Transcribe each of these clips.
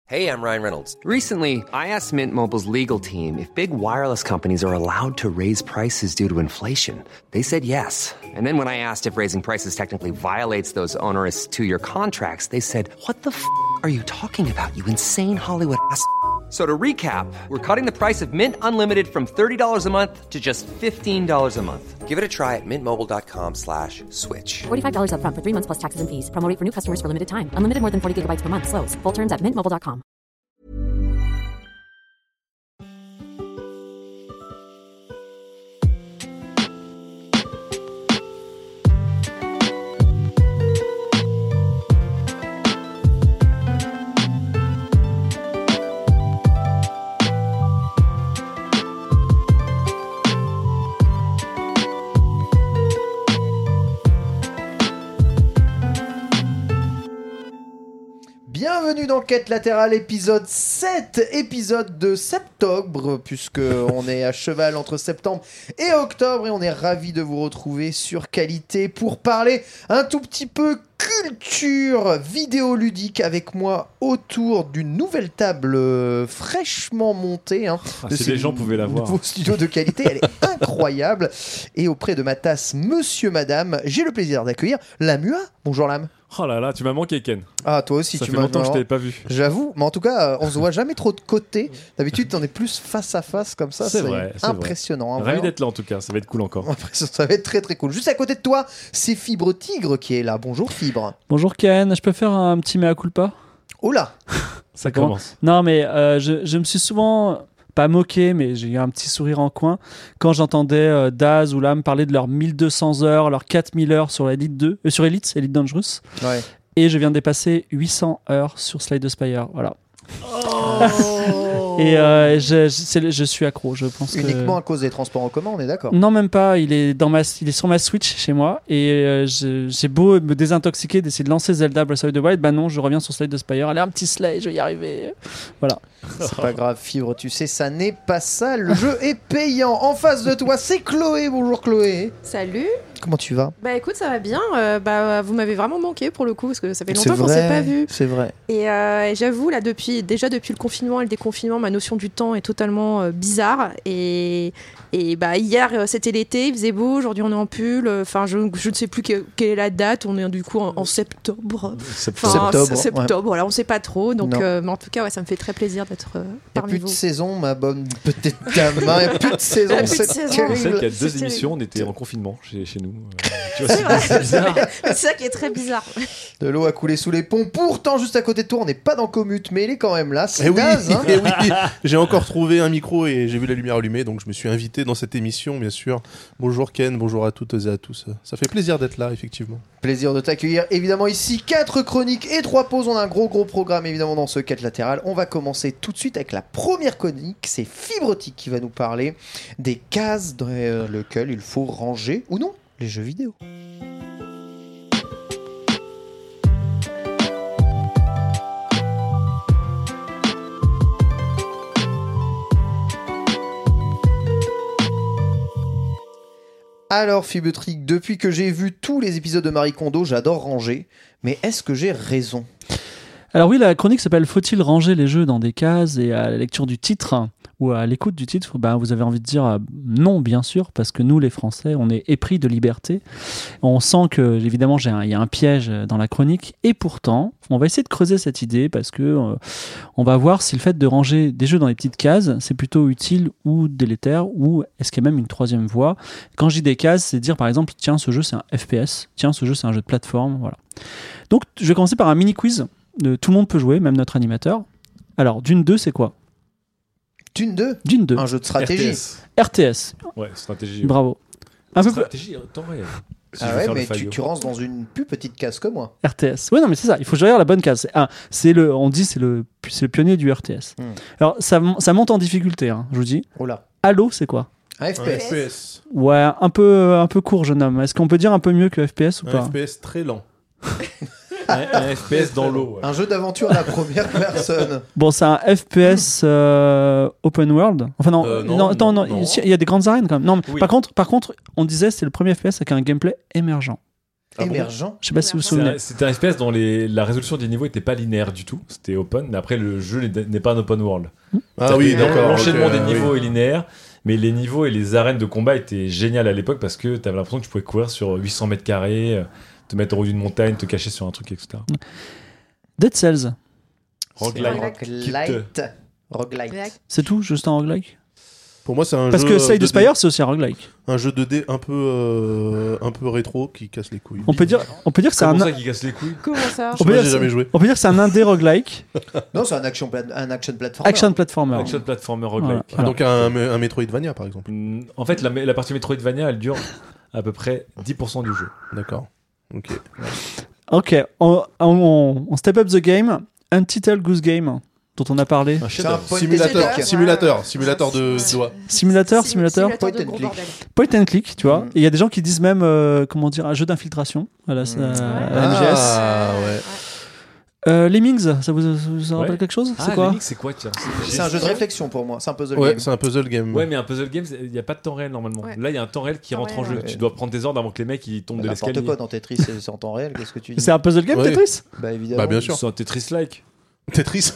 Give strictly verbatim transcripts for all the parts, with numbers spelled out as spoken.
Hey, I'm Ryan Reynolds. Recently, I asked Mint Mobile's legal team if big wireless companies are allowed to raise prices due to inflation. They said yes. And then when I asked if raising prices technically violates those onerous two-year contracts, they said, what the f*** are you talking about, you insane Hollywood ass f- So to recap, we're cutting the price of Mint Unlimited from thirty dollars a month to just fifteen dollars a month. Give it a try at mintmobile.com slash switch. forty-five dollars up front for three months plus taxes and fees. Promo rate for new customers for limited time. Unlimited more than forty gigabytes per month. Slows full terms at mint mobile dot com. Bienvenue dans Quête Latérale, épisode sept, épisode de septembre, puisque on est à cheval entre septembre et octobre, et on est ravis de vous retrouver sur Qualité pour parler un tout petit peu culture vidéoludique avec moi autour d'une nouvelle table euh, fraîchement montée. Hein, ah, si les gens pouvaient la voir. Nouveau studio de qualité, elle est incroyable. Et auprès de ma tasse, monsieur, madame, j'ai le plaisir d'accueillir Lamua. Bonjour Lam. Oh là là, tu m'as manqué Ken. Ah, toi aussi, ça tu fait m'as longtemps que je t'avais pas vu. J'avoue, mais en tout cas, on se voit jamais trop de côté. D'habitude, t'en es plus face à face comme ça. C'est, c'est vrai, c'est impressionnant. Vrai. Hein, Ravi d'être là en tout cas, ça va être cool encore. Ça va être très très cool. Juste à côté de toi, c'est Fibre Tigre qui est là. Bonjour Fibre. Bonjour Ken, je peux faire un petit mea culpa ? Oh là. Ça commence. Non mais euh, je, je me suis souvent... pas moqué, mais j'ai eu un petit sourire en coin quand j'entendais euh, Daz ou Lam parler de leurs mille deux cents heures, leurs quatre mille heures sur Elite deux, euh, sur Elite, Elite Dangerous. Ouais. Et je viens de dépasser huit cents heures sur Slay the Spire. Voilà. Oh. Et euh, je, je, je suis accro, je pense. Uniquement que... à cause des transports en commun, on est d'accord ? Non, même pas. Il est, dans ma, il est sur ma Switch chez moi. Et euh, je, j'ai beau me désintoxiquer d'essayer de lancer Zelda Breath of the Wild. Bah non, je reviens sur Slay the Spire. Allez, un petit Slay, je vais y arriver. Voilà. C'est pas grave, Fibre, tu sais, ça n'est pas ça. Le jeu est payant. En face de toi, c'est Chloé. Bonjour Chloé. Salut. Comment tu vas ? Bah écoute, ça va bien. Euh, bah vous m'avez vraiment manqué pour le coup parce que ça fait longtemps c'est qu'on vrai, s'est pas vu. C'est vrai. Et, euh, et j'avoue là, depuis déjà depuis le confinement et le déconfinement, ma notion du temps est totalement euh, bizarre. Et et bah hier euh, c'était l'été, il faisait beau. Aujourd'hui on est en pull. Enfin je, je ne sais plus que, quelle est la date. On est du coup en, en septembre. Septembre. Enfin, septembre. Septembre. Ouais. Voilà, on sait pas trop. Donc euh, mais en tout cas ouais, ça me fait très plaisir d'être euh, parmi vous. Il n'y a plus de saison, ma bonne petite dame. Il n'y a plus de saison. C'est terrible. C'est vrai qu'il y a deux émissions, on était en confinement chez, chez nous. Euh, tu vois, c'est, vrai, c'est bizarre. C'est ça qui est très bizarre. De l'eau a coulé sous les ponts. Pourtant, juste à côté de toi, on n'est pas dans Commute, mais il est quand même là. C'est eh Daz, oui, hein. eh oui. J'ai encore trouvé un micro et j'ai vu la lumière allumée, donc je me suis invité dans cette émission, bien sûr. Bonjour Ken, bonjour à toutes et à tous. Ça fait plaisir d'être là, effectivement. Plaisir de t'accueillir. Évidemment, ici, quatre chroniques et trois pauses. On a un gros, gros programme, évidemment, dans ce Quête Latérale. On va commencer tout de suite avec la première chronique. C'est Fibrotique qui va nous parler des cases dans lesquelles il faut ranger, ou non, les jeux vidéo. Alors Fibrotique, depuis que j'ai vu tous les épisodes de Marie Kondo, j'adore ranger. Mais est-ce que j'ai raison ? Alors oui, la chronique s'appelle « Faut-il ranger les jeux dans des cases ?» et à la lecture du titre ou à l'écoute du titre, ben, vous avez envie de dire euh, non, bien sûr, parce que nous, les Français, on est épris de liberté. On sent que, évidemment, il y a un piège dans la chronique. Et pourtant, on va essayer de creuser cette idée parce que euh, on va voir si le fait de ranger des jeux dans des petites cases, c'est plutôt utile ou délétère, ou est-ce qu'il y a même une troisième voie. Quand je dis des cases, c'est dire, par exemple, tiens, ce jeu, c'est un F P S. Tiens, ce jeu, c'est un jeu de plateforme. Voilà. Donc, je vais commencer par un mini-quiz. De, tout le monde peut jouer, même notre animateur. Alors, Dune deux, c'est quoi ? Dune deux Dune deux. Un jeu de stratégie. R T S. R T S. Ouais, stratégie. Bravo. Un peu stratégie, temps réel. Si ah ouais, mais tu, tu rentres dans une plus petite case que moi. R T S. Oui, non, mais c'est ça. Il faut choisir la bonne case. C'est, ah, c'est le, on dit c'est le, c'est le pionnier du R T S. Hmm. Alors, ça, ça monte en difficulté, hein, je vous dis. Oh là. Halo, c'est quoi ? Un F P S. Un F P S. Ouais, un peu, un peu court, jeune homme. Est-ce qu'on peut dire un peu mieux que F P S ou un pas ? Un F P S très lent. un, un F P S dans l'eau. Ouais. Un jeu d'aventure à la première personne. Bon, c'est un F P S euh, open world. Enfin non, euh, non, non, attends, non, non. il y a des grandes arènes quand même. Non, oui. par contre, par contre, on disait c'est le premier F P S avec un gameplay émergent. Ah bon Émergent. Je sais pas si vous vous C'est souvenez. un- C'était un espèce dont les, la résolution des niveaux n'était pas linéaire du tout. C'était open, mais après le jeu n'est n'est pas un open world. Ah oui, C'est-à-dire que d'accord. L'enchaînement ok, des oui. niveaux est linéaire, mais les niveaux et les arènes de combat étaient géniales à l'époque parce que tu avais l'impression que tu pouvais courir sur huit cents mètres carrés, euh, te mettre au haut d'une montagne, te cacher sur un truc, et cetera. Dead Cells, Roguelike. Roguelite. Roguelite. c'est tout, juste un roguelike. Pour moi, c'est un Parce jeu. que Slide deux the Spire, c'est aussi un roguelike. D, un jeu deux D un peu, euh, un peu rétro qui casse les couilles. On peut dire, on peut dire que c'est C'est un, pour ça qui casse les couilles. Comment ça Je sais on peut pas, dire j'ai que jamais c'est- joué. on peut dire que c'est un indé roguelike, Non, c'est un action, pla- un action platformer. action platformer. Action platformer roguelike. Voilà. Donc un, un Metroidvania, par exemple. Mm, En fait, la, la partie Metroidvania, elle dure à peu près dix pour cent du jeu. D'accord. Ok. Ok, on, on, on step up the game. Untitled Goose Game, dont on a parlé. Un C'est un chef-d'œuvre. point and Simulateur, click. simulateur, simulateur de Ouais. doigts. Simulateur, Sim- simulateur, de Point and gros click. bordel. point and click, tu vois. Mm. Et il y a des gens qui disent même, euh, comment dire, un jeu d'infiltration à la, Mm. à la M G S. Ah ouais. Euh, Lemmings, ça vous, ça vous rappelle Ouais. quelque chose? Ah, C'est quoi? Lemmings, c'est quoi tiens C'est un jeu de réflexion pour moi. C'est un puzzle Ouais, game. c'est un puzzle game. Ouais, mais un puzzle game, il n'y a pas de temps réel normalement. Ouais. Là, il y a un temps réel qui Temps rentre en réel, jeu. ouais. Tu dois prendre tes ordres avant que les mecs ils tombent de N'importe l'escalier. quoi dans Tetris, c'est c'est en temps réel. Qu'est-ce que tu dis? C'est un puzzle game, Ouais. Tetris? Bah évidemment. Bah bien sûr. C'est un Tetris-like. Tetris.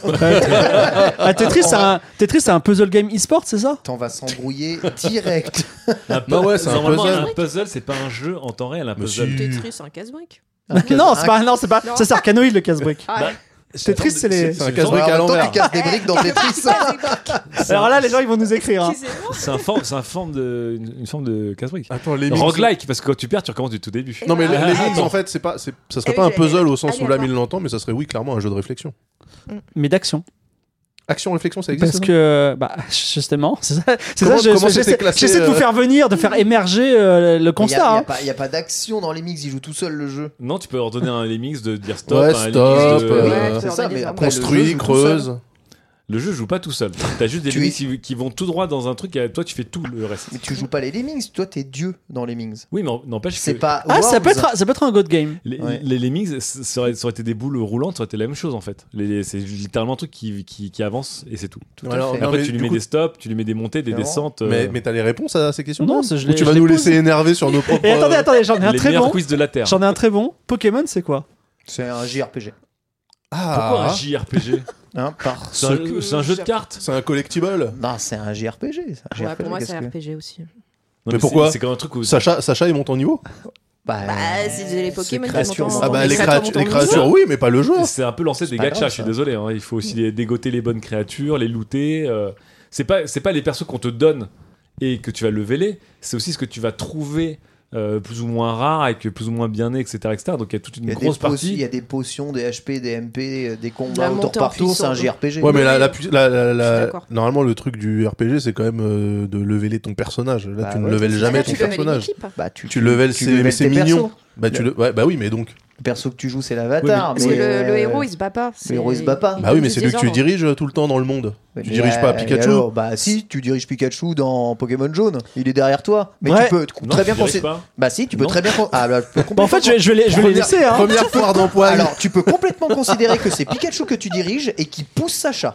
Ah, Tetris, c'est un, Tetris, c'est un puzzle game e-sport, c'est ça? T'en vas s'embrouiller direct. Un Bah ouais, c'est un Normalement, puzzle. un puzzle, c'est pas un jeu en temps réel. Un Mais puzzle. si. Tetris, c'est un casse-brique. Non, c'est pas, non, c'est pas, Non. ça c'est Arcanoid le casse-brique. Ah, Bah, ouais. Tetris, c'est les- C'est un une casse-brique forme- à En même temps, l'envers. tu casses des briques dans Tetris. c'est Alors un- là, les gens ils vont nous écrire. hein. Excusez-moi. C'est un forme, c'est un forme de, une, une forme de casse-brique. Attends, les Roguelike, parce que quand tu perds, tu recommences du tout début. Non mais les, Ah, les attends. Lemmings, en fait, c'est pas, c'est, ça serait Eh pas oui, un puzzle au sens allez, où l'âme à il l'entend, mais ça serait oui clairement un jeu de réflexion. Mais d'action. Action réflexion, ça existe. Parce que, bah, justement, c'est ça, c'est Comment- ça, je- comment j'essaie, c'était classé, j'essaie de vous euh faire venir, de faire émerger euh, le Il n'y a, constat. y a hein. pas- y a pas d'action dans les mix, il joue tout seul le jeu. Non, tu peux ordonner un Lemmings de dire stop. Ouais, un stop, Lemmings de- euh, Ouais, euh, tu c'est peux ça, ordonner mais des après, ordres. le jeu Construit, joue tout seul. creuse. Le jeu joue pas tout seul. T'as juste des Tu limites qui, qui vont tout droit dans un truc et toi tu fais tout le reste. Mais tu joues pas les Lemmings, toi t'es Dieu dans les Lemmings. Oui, mais en- n'empêche C'est que pas. Ah, ça Worms. peut être, ça peut être un god game. les, Ouais. les Lemmings, ça aurait, ça aurait été des boules roulantes, ça aurait été la même chose en fait. Les- c'est littéralement un truc qui, qui, qui avance et c'est tout. Tout à Alors, fait. Et non, après mais tu lui du mets coup- des stops, tu lui mets des montées, des Non. descentes. euh, Mais, mais t'as les réponses à ces questions Non, ça, je Ou les- tu je vas les nous pose. laisser énerver sur nos propres. Et attendez, attendez, j'en ai un les très meilleurs bon. quiz de la Terre. J'en ai un très bon. Pokémon, c'est quoi? C'est un J R P G. Pourquoi un Ah, J R P G? Hein, par C'est ce- un, c'est un jeu de cartes. c'est un collectible. Non, c'est un J R P G. c'est un Ouais, J R P G, pour moi, qu'est-ce c'est que- un R P G aussi. Non, Mais c'est- pourquoi C'est comme un truc où Sacha, Sacha, il monte en niveau. Bah, Bah, c'est les Pokémon qui créatures montent en- montent Ah bah les les, créatures créatures, les montent en créatures, oui, mais pas le jeu. c'est un peu lancer des pas gachas, grave, je suis ça. désolé. hein. Il faut aussi les- dégoter les bonnes créatures, les looter. euh, C'est pas, c'est pas les persos qu'on te donne et que tu vas leveler, c'est aussi ce que tu vas trouver euh, plus ou moins rare, avec plus ou moins bien né, et cetera, et cetera. Donc il y a toute il une y a des grosse po- partie. il y a des potions, des H P, des M P, euh, des La combats au tour montée en par tour, c'est un puissance. J R P G. Ouais, mais la, la, pu- la, la- la- Je suis d'accord. normalement, le truc du R P G, c'est quand même euh, de leveler ton personnage. Là, Bah tu ne ouais, levelles c'est jamais Là, ton tu levelles personnage. l'équipe. Bah, tu, Tu levelles tu ses, levelles mais c'est tes persos. mignon. Bah, tu le... ouais, bah oui, mais donc. Le perso que tu joues, c'est l'avatar. Parce mais, que le, le euh, héros, il se bat pas. le héros, il se bat pas. il Bah oui, donne mais juste c'est lui des que tu ordres. diriges tout le temps dans le monde. mais tu mais, diriges euh, pas et Pikachu. alors, Bah si, tu diriges Pikachu dans Pokémon Jaune. Il est derrière toi. Mais Ouais. tu peux t- Non, très tu bien diriges considérer. pas. Bah si, tu peux Non. très bien. con- Ah, bah, tu peux Bon, en fait, je vais, je vais les, je vais les Première- laisser. Hein. Première foire d'empoigne. Alors, tu peux complètement considérer que c'est Pikachu que tu diriges et qui pousse Sacha.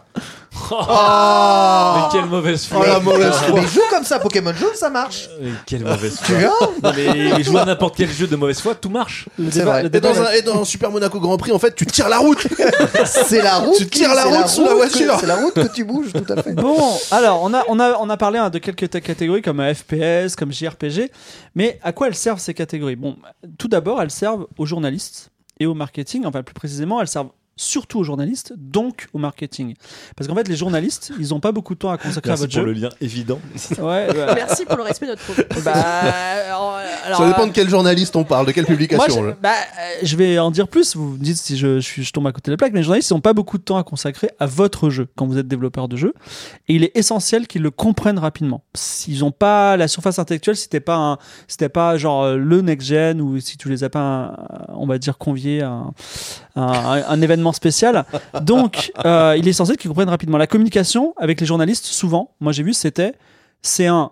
Mais quelle mauvaise foi. Oh, la mauvaise foi. Mais joue comme ça, Pokémon Jaune, ça marche. Mais quelle mauvaise Tu foi. vois Non, mais jouer à n'importe quel jeu de mauvaise foi, tout marche. Le C'est débat- vrai. le Et débat- dans, un, et dans Super Monaco Grand Prix, en fait, tu tires la route. C'est la route. Tu qui- tires la c'est route sous la que- voiture. C'est la route que tu bouges, tout à fait. Bon, alors on a, on a, on a parlé hein, de quelques ta- catégories comme F P S, comme J R P G, mais à quoi elles servent ces catégories? Bon, tout d'abord, elles servent aux journalistes et au marketing, enfin plus précisément, elles servent surtout aux journalistes, donc au marketing. Parce qu'en fait, les journalistes, ils n'ont pas beaucoup de temps à consacrer Merci à votre pour jeu. le lien évident. Ouais, bah, Merci pour le respect de notre propos. bah, alors, alors, Ça dépend euh, de quel journaliste on parle, de quelle Moi, publication. je, là. bah, euh, je vais en dire plus. Vous me dites si je, je, suis- je tombe à côté de la plaque. Mais les journalistes n'ont pas beaucoup de temps à consacrer à votre jeu quand vous êtes développeur de jeu. Et il est essentiel qu'ils le comprennent rapidement. S'ils n'ont pas la surface intellectuelle, si c'était pas, un, si c'était pas genre euh, le next-gen ou si tu les as pas, un- on va dire, conviés à un, un- un événement spécial. Donc, euh, il est essentiel qu'ils comprennent rapidement. La communication avec les journalistes, souvent, moi j'ai vu, c'était c'est un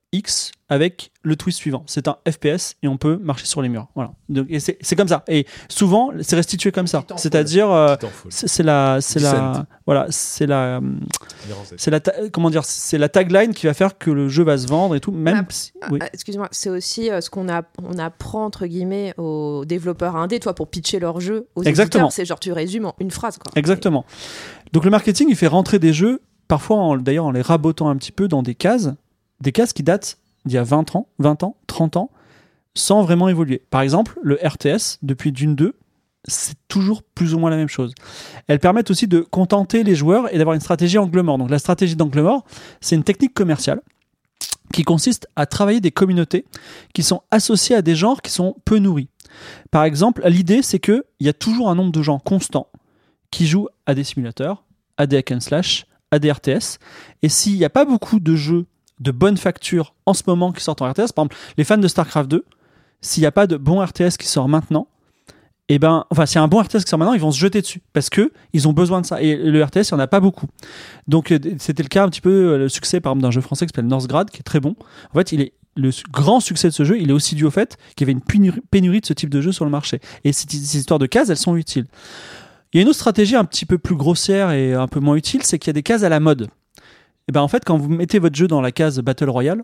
X avec le twist suivant. C'est un F P S et on peut marcher sur les murs. Voilà. Donc, et c'est, c'est comme ça. Et souvent, c'est restitué comme ça. C'est-à-dire, euh, c'est, c'est la, c'est la, voilà, c'est la, c'est la, ta- comment dire, c'est la tagline qui va faire que le jeu va se vendre et tout. Même, ah, si, oui. ah, excuse-moi, c'est aussi euh, ce qu'on a, on apprend entre guillemets aux développeurs indés, toi, pour pitcher leur jeu aux Exactement. éditeurs. C'est genre tu résumes en une phrase, quoi. Exactement. Donc le marketing, il fait rentrer des jeux, parfois en, d'ailleurs en les rabotant un petit peu dans des cases. Des cases qui datent d'il y a vingt ans, vingt ans, trente ans, sans vraiment évoluer. Par exemple, le R T S, depuis Dune deux, c'est toujours plus ou moins la même chose. Elles permettent aussi de contenter les joueurs et d'avoir une stratégie angle mort. Donc la stratégie d'angle mort, c'est une technique commerciale qui consiste à travailler des communautés qui sont associées à des genres qui sont peu nourris. Par exemple, l'idée, c'est qu'il y a toujours un nombre de gens constants qui jouent à des simulateurs, à des hack and slash, à des R T S. Et s'il n'y a pas beaucoup de jeux de bonne facture en ce moment qui sortent en R T S, par exemple les fans de StarCraft deux, s'il n'y a pas de bon R T S qui sort maintenant, et ben, enfin s'il y a un bon R T S qui sort maintenant, ils vont se jeter dessus parce que ils ont besoin de ça. Et le R T S, il n'y en a pas beaucoup. Donc c'était le cas un petit peu le succès par exemple d'un jeu français qui s'appelle Northgrad, qui est très bon. En fait, il est le grand succès de ce jeu, il est aussi dû au fait qu'il y avait une pénurie, pénurie de ce type de jeu sur le marché. Et ces, ces histoires de cases, elles sont utiles. Il y a une autre stratégie un petit peu plus grossière et un peu moins utile, c'est qu'il y a des cases à la mode. Et ben en fait, quand vous mettez votre jeu dans la case Battle Royale,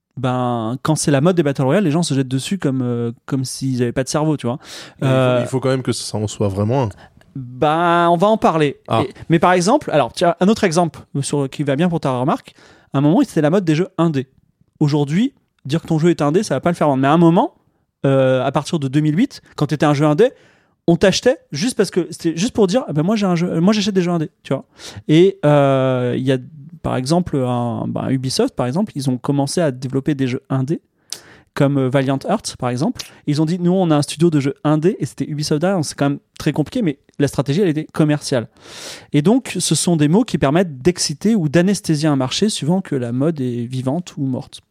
ben quand c'est la mode des Battle Royale, les gens se jettent dessus comme euh, comme s'ils n'avaient pas de cerveau, tu vois. Euh, il, faut, il faut quand même que ça en soit vraiment un. Ben on va en parler. Ah. Et, mais par exemple, alors tiens, un autre exemple sur, qui va bien pour ta remarque. À un moment, c'était la mode des jeux indés. Aujourd'hui, dire que ton jeu est indé, ça va pas le faire vendre. Mais à un moment, euh, à partir de deux mille huit, quand tu étais un jeu indé, on t'achetait juste parce que c'était juste pour dire, ah ben moi j'ai un jeu, moi j'achète des jeux indés, tu vois. Et il euh, y a par exemple, un, bah, Ubisoft, par exemple, ils ont commencé à développer des jeux indés, comme Valiant Hearts, par exemple. Ils ont dit, nous, on a un studio de jeux indés, et c'était Ubisoft derrière, c'est quand même très compliqué, mais la stratégie, elle était commerciale. Et donc, ce sont des mots qui permettent d'exciter ou d'anesthésier un marché, suivant que la mode est vivante ou morte.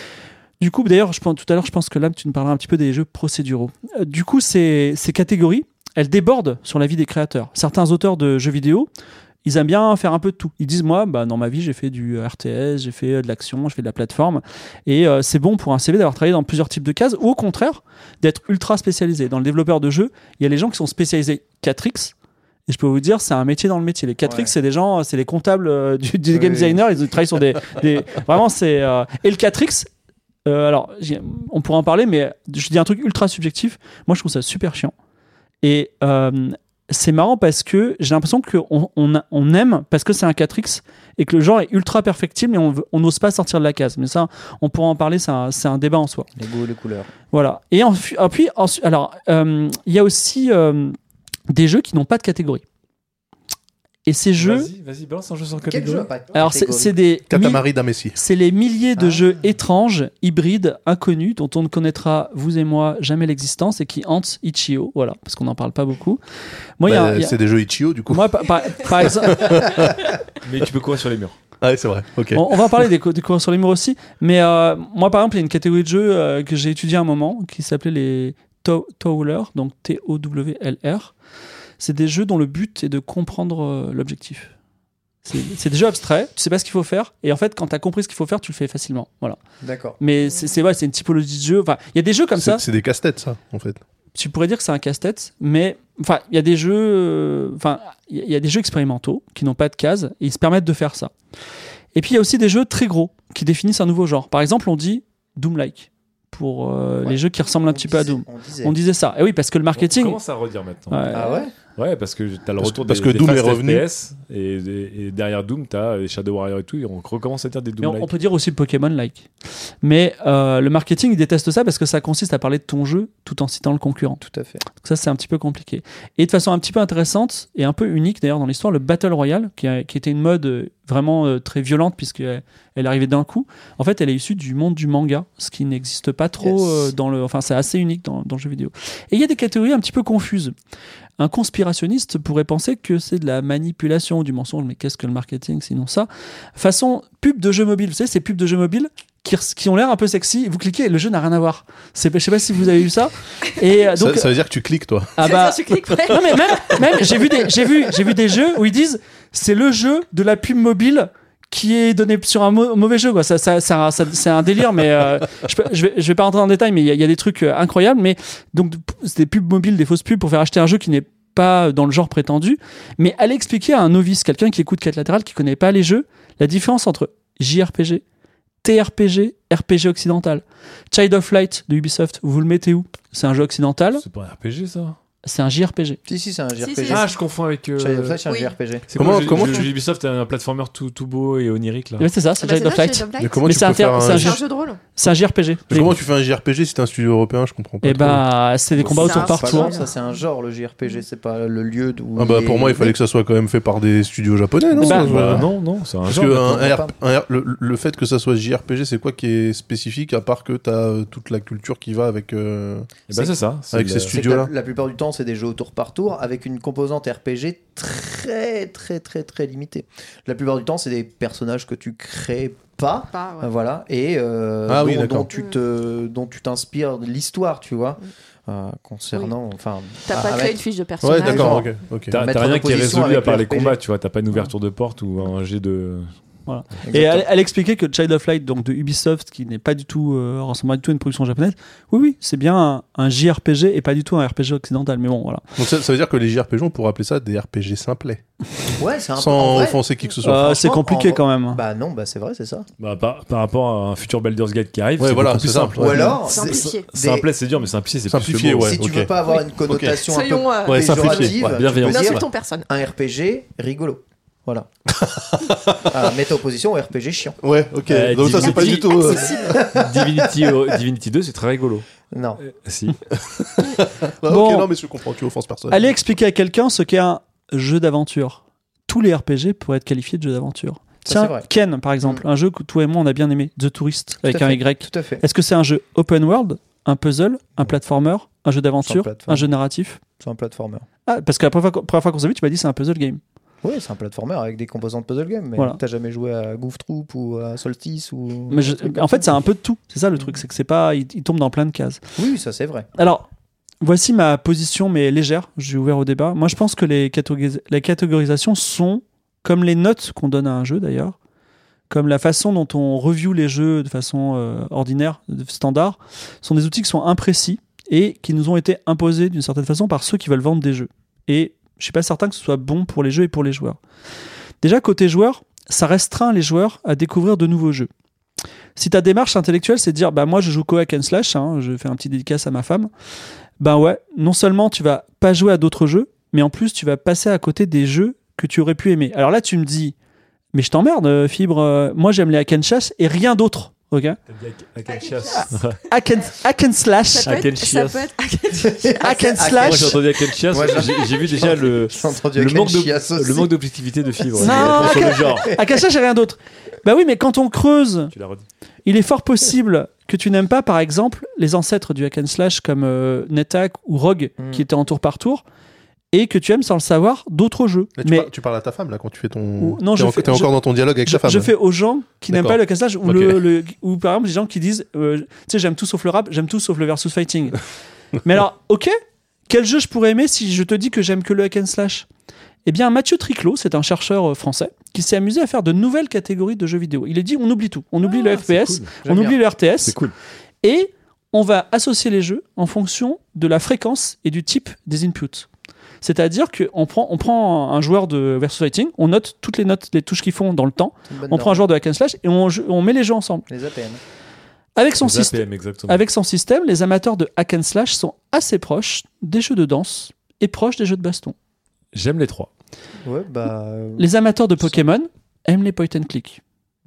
Du coup, d'ailleurs, je pense, tout à l'heure, je pense que là, tu nous parleras un petit peu des jeux procéduraux. Euh, du coup, ces, ces catégories, elles débordent sur la vie des créateurs. Certains auteurs de jeux vidéo, ils aiment bien faire un peu de tout. Ils disent, moi, bah, dans ma vie, j'ai fait du R T S, j'ai fait de l'action, j'ai fait de la plateforme. Et euh, c'est bon pour un C V d'avoir travaillé dans plusieurs types de cases, ou au contraire, d'être ultra spécialisé. Dans le développeur de jeux, il y a les gens qui sont spécialisés quatre X. Et je peux vous dire, c'est un métier dans le métier. Les quatre X, ouais. c'est des gens, c'est les comptables euh, du, du oui, game designer. Ils travaillent sur des. des... Vraiment, c'est. Euh... Et le quatre X, euh, alors, on pourra en parler, mais je dis un truc ultra subjectif. Moi, je trouve ça super chiant. Et. Euh, c'est marrant parce que j'ai l'impression qu'on on, on aime parce que c'est un quatre X et que le genre est ultra perfectible mais on n'ose pas sortir de la case. Mais ça, on pourra en parler, c'est un, c'est un débat en soi. Les goûts, les couleurs. Voilà. Et en, puis, ensuite, alors, il euh, y a aussi euh, des jeux qui n'ont pas de catégorie. Et ces jeux. Vas-y, vas-y, balance un jeu sans catégorie. Quel jeu a pas de Alors, c'est, c'est des. Katamari Damacy. C'est les milliers de ah. jeux étranges, hybrides, inconnus, dont on ne connaîtra, vous et moi, jamais l'existence et qui hantent itch point io. Voilà, parce qu'on n'en parle pas beaucoup. Moi, bah, y a, y a... C'est des jeux itch point io, du coup. Moi, par, par, par exemple. Mais tu peux courir sur les murs. Ah, c'est vrai. Ok. On, on va en parler des, des coureurs sur les murs aussi. Mais euh, moi, par exemple, il y a une catégorie de jeux euh, que j'ai étudié à un moment qui s'appelait les Towler, donc T O W L R. C'est des jeux dont le but est de comprendre euh, l'objectif. C'est, c'est des jeux abstraits, tu sais pas ce qu'il faut faire, et en fait, quand tu as compris ce qu'il faut faire, tu le fais facilement. Voilà. D'accord. Mais c'est, c'est, ouais, c'est une typologie de jeu. Enfin, il y a des jeux comme c'est, ça. C'est des casse-têtes, ça, en fait. Tu pourrais dire que c'est un casse-tête, mais enfin, il y a des jeux, enfin, il y a des jeux expérimentaux qui n'ont pas de cases et ils se permettent de faire ça. Et puis il y a aussi des jeux très gros qui définissent un nouveau genre. Par exemple, on dit Doom-like pour euh, ouais. les jeux qui ressemblent un petit disait, peu à Doom. On disait. on disait ça. Et oui, parce que le marketing. On commence à redire maintenant. Ouais. Ah ouais. Ouais, parce que t'as le parce retour que, parce des, que des Doom fast est revenu. F P S et, et, et derrière Doom, t'as les Shadow Warrior et tout, et on recommence à dire des Doom-like. On, on peut dire aussi Pokémon-like. Mais euh, le marketing, il déteste ça parce que ça consiste à parler de ton jeu tout en citant le concurrent. Tout à fait. Donc ça, c'est un petit peu compliqué. Et de façon un petit peu intéressante et un peu unique d'ailleurs dans l'histoire, le Battle Royale, qui, a, qui était une mode vraiment euh, très violente puisqu'elle elle arrivait d'un coup. En fait, elle est issue du monde du manga, ce qui n'existe pas trop yes. euh, dans le... Enfin, c'est assez unique dans, dans le jeu vidéo. Et il y a des catégories un petit peu confuses. Un conspirationniste pourrait penser que c'est de la manipulation ou du mensonge, mais qu'est-ce que le marketing sinon ça ? Façon pub de jeux mobiles, vous savez, ces pubs de jeux mobiles qui, qui ont l'air un peu sexy, vous cliquez et le jeu n'a rien à voir. C'est, je sais pas si vous avez vu ça. Et donc, ça, ça veut dire que tu cliques, toi. Ah bah, tu cliques, ouais. Non mais même, même j'ai vu des, j'ai vu, j'ai vu des jeux où ils disent c'est le jeu de la pub mobile qui est donné sur un mau- mauvais jeu, quoi. Ça, ça, ça, ça- c'est un délire, mais euh, je, peux- je vais, je vais pas rentrer dans le détail, mais il y, a- il y a des trucs euh, incroyables. Mais donc, c'est des pubs mobiles, des fausses pubs pour faire acheter un jeu qui n'est pas dans le genre prétendu. Mais aller expliquer à un novice, quelqu'un qui écoute quête latérale, qui connaît pas les jeux, la différence entre J R P G, T R P G, R P G occidental. Child of Light de Ubisoft, vous le mettez où? C'est un jeu occidental, C'est pas un R P G ça. c'est un J R P G. Si, si, c'est un J R P G. Si, si, Ah, je confonds avec. euh, Child of Light, c'est un oui. J R P G. C'est Comment- comment, comment comment tu- Ubisoft est un platformer tout, tout beau et onirique là. Ouais, c'est ça, c'est Ah bah, Child of ça, Light. Child of Light. Mais comment Mais tu c'est peux un ter- faire c'est un un C'est jeu- un jeu de rôle. C'est un J R P G. Mais comment tu fais un J R P G si t'es un studio européen? Je comprends pas. Et trop. bah, c'est des combats au C'est tour un- par Pas tour. grave, ça c'est un genre le J R P G, c'est pas le lieu où. Ah bah les- pour moi il fallait que ça soit quand même fait par des studios japonais, non? Bah, Ça, Bah, je- non, non, c'est un Parce genre. que maintenant. un comprends R- un R- le, le fait que ça soit J R P G, c'est quoi qui est spécifique à part que t'as euh, toute la culture qui va avec. euh, Eh ben, c'est ça. c'est avec le- ces C'est que studios-là. la, la plupart du temps, c'est des jeux au tour par tour avec une composante R P G très, très, très, très limitée. La plupart du temps, c'est des personnages que tu crées pas. Pas, ouais. Euh, Voilà, et euh, Ah dont, oui, d'accord. dont tu te, dont tu t'inspires de l'histoire, tu vois, euh, concernant, enfin, T'as à- pas à créé mettre- une fiche de Ouais, personnage. d'accord, genre. ok. ok. T'as mettre t'as en rien qui est opposition résolu à avec part le les R P G. combats, tu vois. T'as pas une ouverture de porte ou un jet de. Et Exactement. elle, elle expliquait que Child of Light, donc de Ubisoft, qui n'est pas du tout, euh, ressemble pas du tout à une production japonaise, oui, oui, c'est bien un, un J R P G et pas du tout un R P G occidental. Mais bon, voilà. Donc ça, ça veut dire que les J R P G, on pourrait appeler ça des R P G simplets. Ouais, c'est un peu. en Sans vrai, offenser qui que ce soit. Euh, c'est franchement, compliqué en- quand même. Bah non, bah c'est vrai, c'est ça. Bah, par, par rapport à un futur Baldur's Gate qui arrive, Ouais, c'est voilà, beaucoup plus c'est ça. simple. Ouais. Ou alors, Simplifié. c'est- Simple, c'est dur, mais simplifié, c'est plus Simplifié, le mot. ouais. si tu ok. veux pas avoir une connotation un peu Soyons. euh, Ouais, simplifié. péjorative, Ouais, tu peux bienveillant. dire N'insultons personne. un R P G rigolo. Voilà. À mettre opposition au R P G chiant. Ouais, ok. Euh, Donc ça, c'est pas Divinity- du tout. euh, Divinity, euh, Divinity deux, c'est très rigolo. Non. Euh, si. bah, Bon. Ok, non, mais je comprends, tu offenses personne. Allez expliquer à quelqu'un ce qu'est un jeu d'aventure. Tous les R P G pourraient être qualifiés de jeux d'aventure. Ça, Tiens, c'est vrai. Ken, par exemple, un jeu que toi et moi on a bien aimé, The Tourist, avec à un fait. Y. Tout à fait. Est-ce que c'est un jeu open world, un puzzle, un platformer, un jeu d'aventure, C'est un platformer. un jeu narratif? C'est un platformer. Ah, parce que la première fois, première fois qu'on s'est vu, tu m'as dit c'est un puzzle game. Oui, c'est un platformer avec des composantes puzzle game. Mais Voilà. t'as jamais joué à Goof Troop ou à Solstice ou. Mais je- un truc comme en fait, c'est ça un peu de tout. C'est ça le truc, c'est que c'est pas, il, il tombe dans plein de cases. Oui, ça c'est vrai. Alors, voici ma position, mais légère. J'ai ouvert au débat. Moi, je pense que les, catégoris- les catégorisations sont comme les notes qu'on donne à un jeu, d'ailleurs, comme la façon dont on review les jeux de façon euh, ordinaire, de- standard, sont des outils qui sont imprécis et qui nous ont été imposés d'une certaine façon par ceux qui veulent vendre des jeux. Et je suis pas certain que ce soit bon pour les jeux et pour les joueurs. Déjà, côté joueur, ça restreint les joueurs à découvrir de nouveaux jeux. Si ta démarche intellectuelle, c'est de dire, bah moi je joue qu'au hack and slash, hein, je fais un petit dédicace à ma femme, ben ouais, non seulement tu vas pas jouer à d'autres jeux, mais en plus tu vas passer à côté des jeux que tu aurais pu aimer. Alors là, tu me dis, mais je t'emmerde, euh, Fibre, euh, moi j'aime les hack and slash et rien d'autre. Ok. T'as dit hack and chasse. Hack and, hack and slash. Ça Hack peut and être. Ça chiasse. peut être. Hack and Hack and Moi slash. j'ai entendu hack and chasse, Moi, j'ai- j'ai j'ai vu déjà le, J'ai entendu le avec manque un de- chiasse aussi. le manque d'objectivité de Fibre. Non, sur le hack- genre. Hack and slash et rien d'autre. Bah oui, mais quand on creuse, Tu l'as redit. il est fort possible que tu n'aimes pas, par exemple, les ancêtres du hack and slash comme euh, NetHack ou Rogue, Mm. qui étaient en tour par tour, et que tu aimes sans le savoir d'autres jeux. Là, tu, mais par- tu parles à ta femme là quand tu fais ton. Ou- non, t'es je en- fais- t'es encore je- dans ton dialogue avec je, ta femme. je fais aux gens qui n'aiment D'accord. pas le casse-lage ou, Ok. le, le- ou par exemple des gens qui disent euh, tu sais j'aime tout sauf le rap, j'aime tout sauf le versus fighting. Mais alors ok, quel jeu je pourrais aimer si je te dis que j'aime que le hack and slash? Eh bien Mathieu Triclot, c'est un chercheur euh, français qui s'est amusé à faire de nouvelles catégories de jeux vidéo. Il a dit on oublie tout, on oublie le Ah, F P S, c'est cool. on J'aime oublie le R T S C'est cool. et on va associer les jeux en fonction de la fréquence et du type des inputs. C'est-à-dire qu'on prend, on prend un joueur de versus fighting, on note toutes les notes, les touches qu'ils font dans le temps, C'est une bonne on prend un norme. joueur de hack and slash et on, on met les jeux ensemble. Les A P M. Avec son, Les système, A P M, exactement. avec son système, les amateurs de hack and slash sont assez proches des jeux de danse et proches des jeux de baston. J'aime les trois. Ouais, bah. euh, Les amateurs de Pokémon aiment les point and click.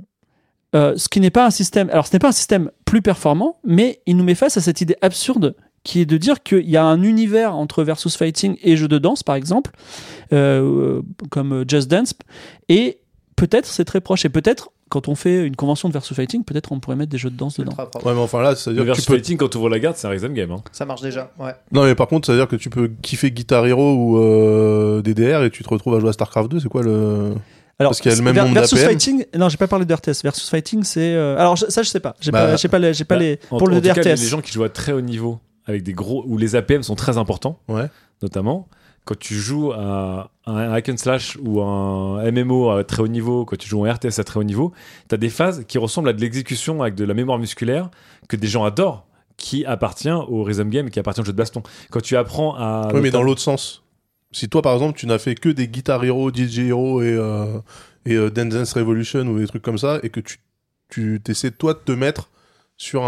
Euh, ce qui n'est pas un système. Alors, ce n'est pas un système plus performant, mais il nous met face à cette idée absurde qui est de dire qu'il y a un univers entre versus fighting et jeux de danse, par exemple, euh, comme Just Dance, et peut-être c'est très proche. Et peut-être, quand on fait une convention de versus fighting, peut-être on pourrait mettre des jeux de danse dedans. ultra propre. Ouais, mais enfin là, ça veut Le dire que tu versus peux. fighting, quand tu ouvres la garde, c'est un rhythm game. Hein. Ça marche déjà. Ouais. Non, mais par contre, ça veut dire que tu peux kiffer Guitar Hero ou euh, D D R et tu te retrouves à jouer à StarCraft deux. C'est quoi le. Alors, Parce qu'il y a le même ver- nombre versus d'A P M. fighting, non, j'ai pas parlé de R T S. Versus fighting, c'est. euh, Alors, je- ça, je sais pas. J'ai Bah, pas, j'ai pas, les, j'ai pas Bah, les. en- Pour en le tout cas, R T S. les gens qui jouent à très haut niveau, avec des gros, où les A P M sont très importants, Ouais. notamment, quand tu joues à un hack and slash ou un M M O à très haut niveau, quand tu joues en R T S à très haut niveau, t'as des phases qui ressemblent à de l'exécution avec de la mémoire musculaire que des gens adorent, qui appartient au rhythm game, qui appartient au jeu de baston. Quand tu apprends à... Oui, mais dans l'autre sens. Si toi, par exemple, tu n'as fait que des Guitar Hero, D J Hero et, euh, et euh, Dance Dance Revolution ou des trucs comme ça, et que tu, tu essaies, toi, de te mettre sur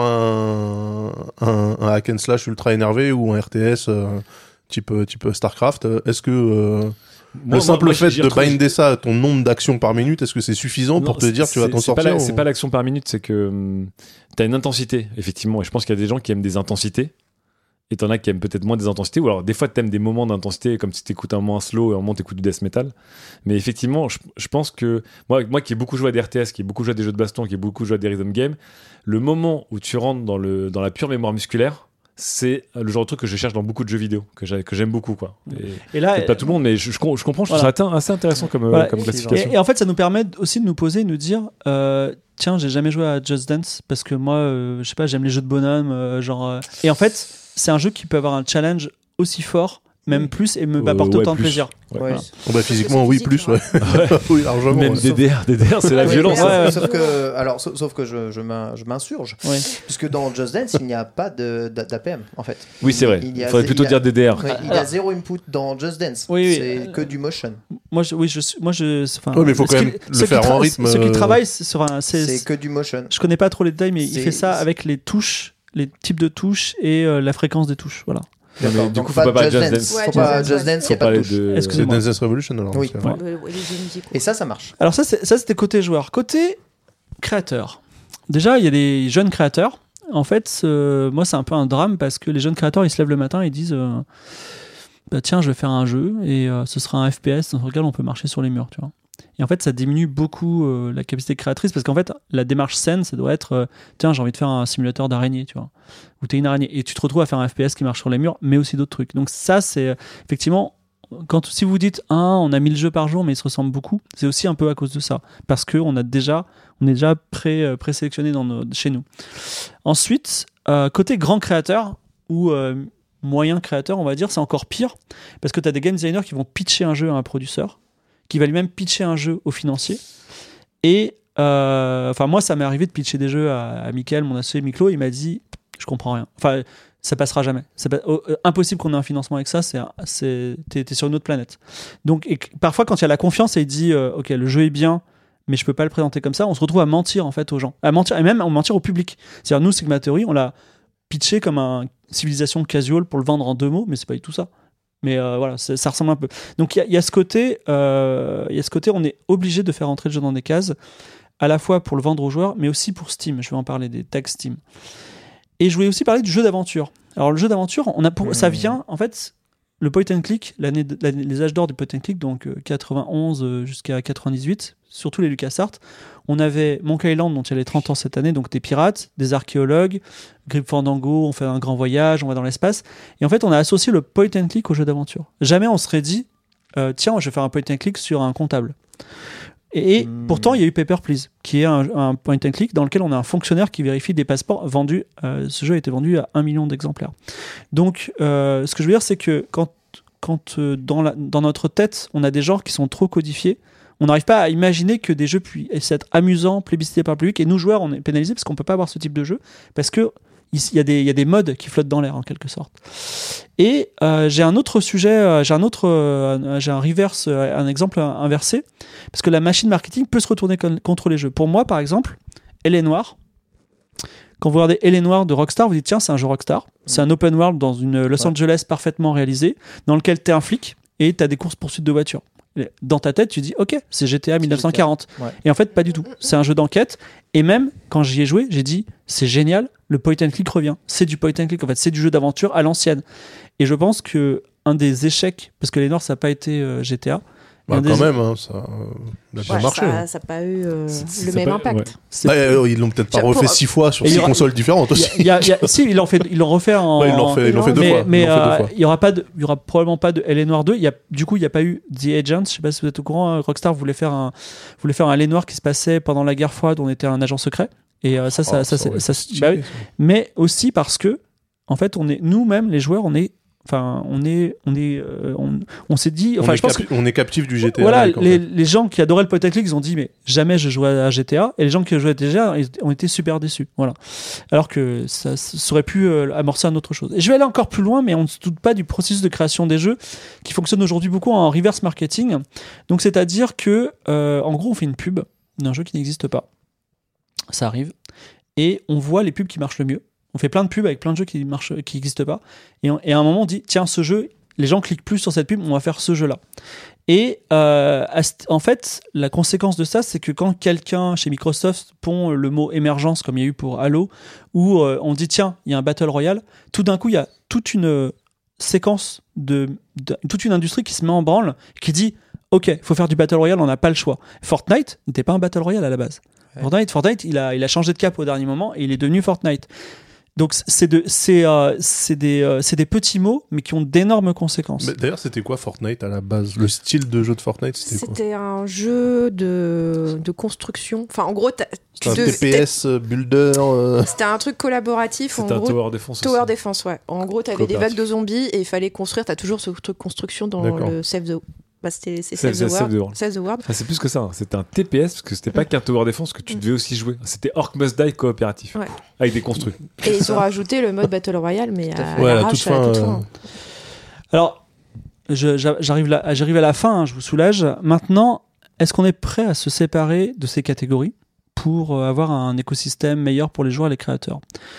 un, un, un hack and slash ultra énervé ou un R T S euh, type, type StarCraft, est-ce que... Euh, Moi, le simple moi, fait j'y de retrouve- binder ça à ton nombre d'actions par minute, est-ce que c'est suffisant pour Non, te dire que tu vas c'est- t'en c'est pas sortir la- ou- C'est pas l'action par minute, c'est que hum, t'as une intensité, effectivement. Et je pense qu'il y a des gens qui aiment des intensités. Et t'en as qui aiment peut-être moins des intensités. Ou alors, des fois, t'aimes des moments d'intensité, comme si t'écoutes un moment slow et un moment t'écoutes du death metal. Mais effectivement, je, je pense que moi, moi qui ai beaucoup joué à des R T S, qui ai beaucoup joué à des jeux de baston, qui ai beaucoup joué à des rhythm games, le moment où tu rentres dans, le, dans la pure mémoire musculaire, c'est le genre de truc que je cherche dans beaucoup de jeux vidéo, que, j'ai- que j'aime beaucoup, quoi. Et Et là, peut-être pas tout le monde, mais je, je, com- je comprends, je trouve Voilà. ça assez intéressant comme, euh, Voilà. comme Et- classification. Et, et en fait, ça nous permet aussi de nous poser et nous dire euh, tiens, j'ai jamais joué à Just Dance parce que moi, euh, je sais pas, j'aime les jeux de bonhomme. euh, genre, euh, Et en fait, c'est un jeu qui peut avoir un challenge aussi fort, même plus, et me Euh, m'apporte ouais, autant de plus. plaisir. Ouais. Ouais. Oh bah, physiquement, c'est oui, physique, plus, ouais. ouais. oui, largement. Même ouais. D D R, D D R, c'est la Oui, violence. mais, hein. euh, ouais. Sauf que, alors, sauf, sauf que je, je m'in- je m'insurge, Ouais. puisque dans Just Dance, il n'y a pas de- d'a- d'A P M, en fait. Oui, c'est vrai. Il Il y a- faudrait plutôt il y a- dire D D R. Ouais, il y a zéro input dans Just Dance. Oui, oui. C'est que du motion. Moi, je, oui, je, suis- moi, je. Enfin, Ouais, mais il faut ceux quand qui- même le ceux qui faire en tra- rythme, Ceux qui euh, travaillent c'est sur un. c'est- C'est que du motion. Je connais pas trop les détails, mais il C'est- fait ça c'est- avec les touches, les types de touches et euh, la fréquence des touches. Voilà. Non, mais D'accord, du donc coup, faut pas parler de Just Dance. Faut Ouais, pas Just Dance, Just Dance, il n'y a pas de parler touche. de. C'est Excusez-moi. Dance Dance Revolution alors. Oui. dans ce cas. Ouais. Ouais, ouais, les jeux musicaux. Et ça, ça marche. Alors ça, c'est- ça c'était côté joueur. Côté créateur. Déjà, il y a des jeunes créateurs. En fait, euh, moi, c'est un peu un drame parce que les jeunes créateurs, ils se lèvent le matin et ils disent euh, bah, tiens, je vais faire un jeu et euh, ce sera un F P S dans lequel on peut marcher sur les murs, tu vois. Et en fait, ça diminue beaucoup euh, la capacité créatrice parce qu'en fait, la démarche saine, ça doit être euh, tiens, j'ai envie de faire un simulateur d'araignée, tu vois. Où t'es une araignée et tu te retrouves à faire un F P S qui marche sur les murs, mais aussi d'autres trucs. Donc ça, c'est euh, effectivement quand si vous dites ah, on a mille jeux par jour mais ils se ressemblent beaucoup, c'est aussi un peu à cause de ça parce que on a déjà on est déjà pré euh, présélectionné dans nos, chez nous. Ensuite, euh, côté grand créateur ou euh, moyen créateur, on va dire, c'est encore pire parce que tu as des game designers qui vont pitcher un jeu à un producteur, qui va lui-même pitcher un jeu au financier. Et euh, enfin moi, ça m'est arrivé de pitcher des jeux à, à Mickaël, mon associé Miklo, il m'a dit je comprends rien. Enfin, ça passera jamais. C'est pas, oh, euh, impossible qu'on ait un financement avec ça. C'est, c'est, t'es, t'es sur une autre planète. Donc, et, parfois, quand il y a la confiance et il dit, euh, ok, le jeu est bien, mais je peux pas le présenter comme ça, on se retrouve à mentir en fait aux gens, à mentir et même à mentir au public. C'est-à-dire nous, Sigma Theory, on l'a pitché comme un civilisation casual pour le vendre en deux mots, mais c'est pas du tout ça. Mais euh, voilà, c'est, ça ressemble un peu. Donc il y a, y a ce côté, euh, il y a ce côté, on est obligé de faire entrer le jeu dans des cases, à la fois pour le vendre aux joueurs, mais aussi pour Steam. Je vais en parler des tags Steam. Et je voulais aussi parler du jeu d'aventure. Alors le jeu d'aventure, on a pour, mmh. ça vient en fait le point and click, l'année, de, l'année les âges d'or du point and click, donc euh, quatre-vingt-onze euh, jusqu'à quatre-vingt-dix-huit, surtout les LucasArts. On avait Monkey Island dont il y a les trente ans cette année, donc des pirates, des archéologues, Grim Fandango, on fait un grand voyage, on va dans l'espace. Et en fait, on a associé le point and click au jeu d'aventure. Jamais on serait dit euh, tiens, je vais faire un point and click sur un comptable. Et mmh. pourtant, il y a eu Paper Please, qui est un, un point and click dans lequel on a un fonctionnaire qui vérifie des passeports vendus. Euh, ce jeu a été vendu à un million d'exemplaires. Donc, euh, ce que je veux dire, c'est que quand, quand euh, dans, la, dans notre tête, on a des genres qui sont trop codifiés, on n'arrive pas à imaginer que des jeux puissent être amusants, plébiscités par le public. Et nous, joueurs, on est pénalisés parce qu'on ne peut pas avoir ce type de jeu, parce que il y a des, il y a des modes qui flottent dans l'air en quelque sorte. Et euh, j'ai un autre sujet, euh, j'ai un autre, euh, j'ai un reverse, euh, un exemple inversé, parce que la machine marketing peut se retourner con- contre les jeux. Pour moi, par exemple, L A Noire. Quand vous regardez L A Noire de Rockstar, vous dites tiens, c'est un jeu Rockstar. C'est un open world dans une Los Angeles parfaitement réalisé, dans lequel t'es un flic et t'as des courses poursuites de voitures. Dans ta tête, tu dis ok, c'est G T A dix-neuf cent quarante. Ouais. Et en fait, pas du tout. C'est un jeu d'enquête. Et même quand j'y ai joué, j'ai dit c'est génial. Le point and click revient. C'est du point and click. En fait, c'est du jeu d'aventure à l'ancienne. Et je pense que un des échecs, parce que les Noirs, ça n'a pas été euh, G T A. Bah, des... quand même, hein, ça euh, a bien ouais, marché. Ça n'a hein. pas eu euh, c'est, le c'est même pas, impact. Ouais. Bah, euh, ils l'ont peut-être pas refait pour... six fois sur et six aura... consoles différentes aussi. Y a, y a, si, ils l'ont fait, ils l'ont refait en. Ouais, ils l'ont fait, ils l'ont fait deux mais, fois. Mais euh, il y aura pas de, il y aura probablement pas de L A Noire deux. Il y a, du coup, il y a pas eu The Agents. Je sais pas si vous êtes au courant. Rockstar voulait faire un, voulait faire un L A Noire qui se passait pendant la guerre froide. On était un agent secret. Et euh, ça, ça, oh, ça, ça, ça, ça, bah oui. Mais aussi parce que, en fait, on est nous-mêmes les joueurs, on est Enfin, on est, on est, euh, on, on s'est dit, enfin, on, est je pense cap- que on est captif du G T A. voilà, like, en les, fait. les gens qui adoraient le point and click, ils ont dit mais jamais je jouerai à G T A, et les gens qui jouaient à G T A ils ont été super déçus. Voilà. Alors que ça, ça aurait pu euh, amorcer un autre chose. Et je vais aller encore plus loin, mais on ne se doute pas du processus de création des jeux qui fonctionne aujourd'hui beaucoup en reverse marketing. Donc c'est-à-dire que, euh, en gros, on fait une pub d'un jeu qui n'existe pas. Ça arrive, et on voit les pubs qui marchent le mieux. On fait plein de pubs avec plein de jeux qui marchent, qui n'existent pas. Et, on, et à un moment, on dit, tiens, ce jeu, les gens cliquent plus sur cette pub, on va faire ce jeu-là. Et euh, en fait, la conséquence de ça, c'est que quand quelqu'un chez Microsoft pond le mot émergence, comme il y a eu pour Halo, où euh, on dit, tiens, il y a un Battle Royale, tout d'un coup, il y a toute une séquence, de, de toute une industrie qui se met en branle, qui dit, ok, il faut faire du Battle Royale, on n'a pas le choix. Fortnite n'était pas un Battle Royale à la base. Ouais. Fortnite, Fortnite il, a, il a changé de cap au dernier moment et il est devenu Fortnite. Donc c'est, de, c'est, euh, c'est, des, euh, c'est des petits mots, mais qui ont d'énormes conséquences. Mais d'ailleurs, c'était quoi Fortnite à la base ? Le style de jeu de Fortnite, c'était, c'était quoi ? C'était un jeu de, de construction. Enfin, en gros, tu c'était un T P S euh, builder. Euh... C'était un truc collaboratif. C'était en un gros, Tower Defense. Tower aussi. Defense, ouais. En gros, t'avais des vagues de zombies et il fallait construire. T'as toujours ce truc construction dans D'accord. le Save the Bah, c'était c'est Save, Save, the, Save, World. the World. Save the World. Enfin, c'est plus que ça, hein. C'était un T P S parce que c'était pas qu'un Tower Defense que tu devais aussi jouer. C'était Orc Must Die coopératif Ouais. avec des construits. Et ils ont rajouté le mode Battle Royale, mais à, Ouais, à à l'arrache, toute fin, à toute euh, fin. Alors, je, j'arrive, là, j'arrive à la fin, hein, je vous soulage. Maintenant, est-ce qu'on est prêt à se séparer de ces catégories pour avoir un écosystème meilleur pour les joueurs et les créateurs ?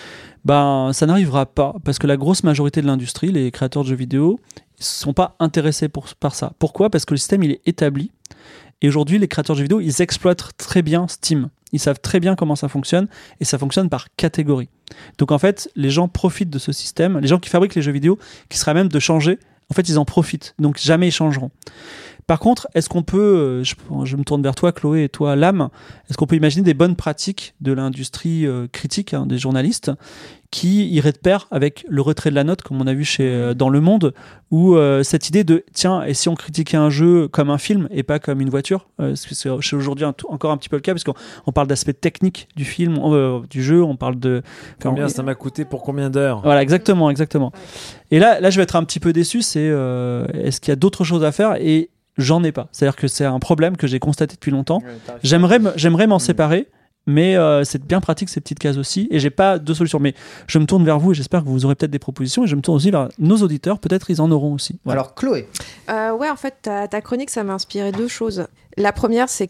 Ben, ça n'arrivera pas, parce que la grosse majorité de l'industrie, les créateurs de jeux vidéo, ne sont pas intéressés pour, par ça. Pourquoi ? Parce que le système, il est établi. Et aujourd'hui, les créateurs de jeux vidéo, ils exploitent très bien Steam. Ils savent très bien comment ça fonctionne, et ça fonctionne par catégorie. Donc en fait, les gens profitent de ce système. Les gens qui fabriquent les jeux vidéo, qui seraient à même de changer, en fait, ils en profitent. Donc jamais ils changeront. Par contre, est-ce qu'on peut, je, je me tourne vers toi Chloé et toi Lame, est-ce qu'on peut imaginer des bonnes pratiques de l'industrie euh, critique, hein, des journalistes, qui iraient de pair avec le retrait de la note, comme on a vu chez, euh, dans Le Monde, où euh, cette idée de, tiens, et si on critiquait un jeu comme un film et pas comme une voiture, euh, c'est, c'est chez aujourd'hui un, encore un petit peu le cas, parce qu'on on parle d'aspect technique du film, euh, du jeu, on parle de... Combien on, ça m'a coûté pour combien d'heures ? Voilà, exactement, exactement. Et là, là, je vais être un petit peu déçu, c'est euh, est-ce qu'il y a d'autres choses à faire ? Et j'en ai pas. C'est-à-dire que c'est un problème que j'ai constaté depuis longtemps. J'aimerais, m- j'aimerais m'en séparer, mais euh, c'est bien pratique ces petites cases aussi. Et j'ai pas de solution. Mais je me tourne vers vous et j'espère que vous aurez peut-être des propositions. Et je me tourne aussi vers nos auditeurs. Peut-être ils en auront aussi. Voilà. Alors Chloé. Euh, ouais, en fait, ta, ta chronique, ça m'a inspiré deux choses. La première, c'est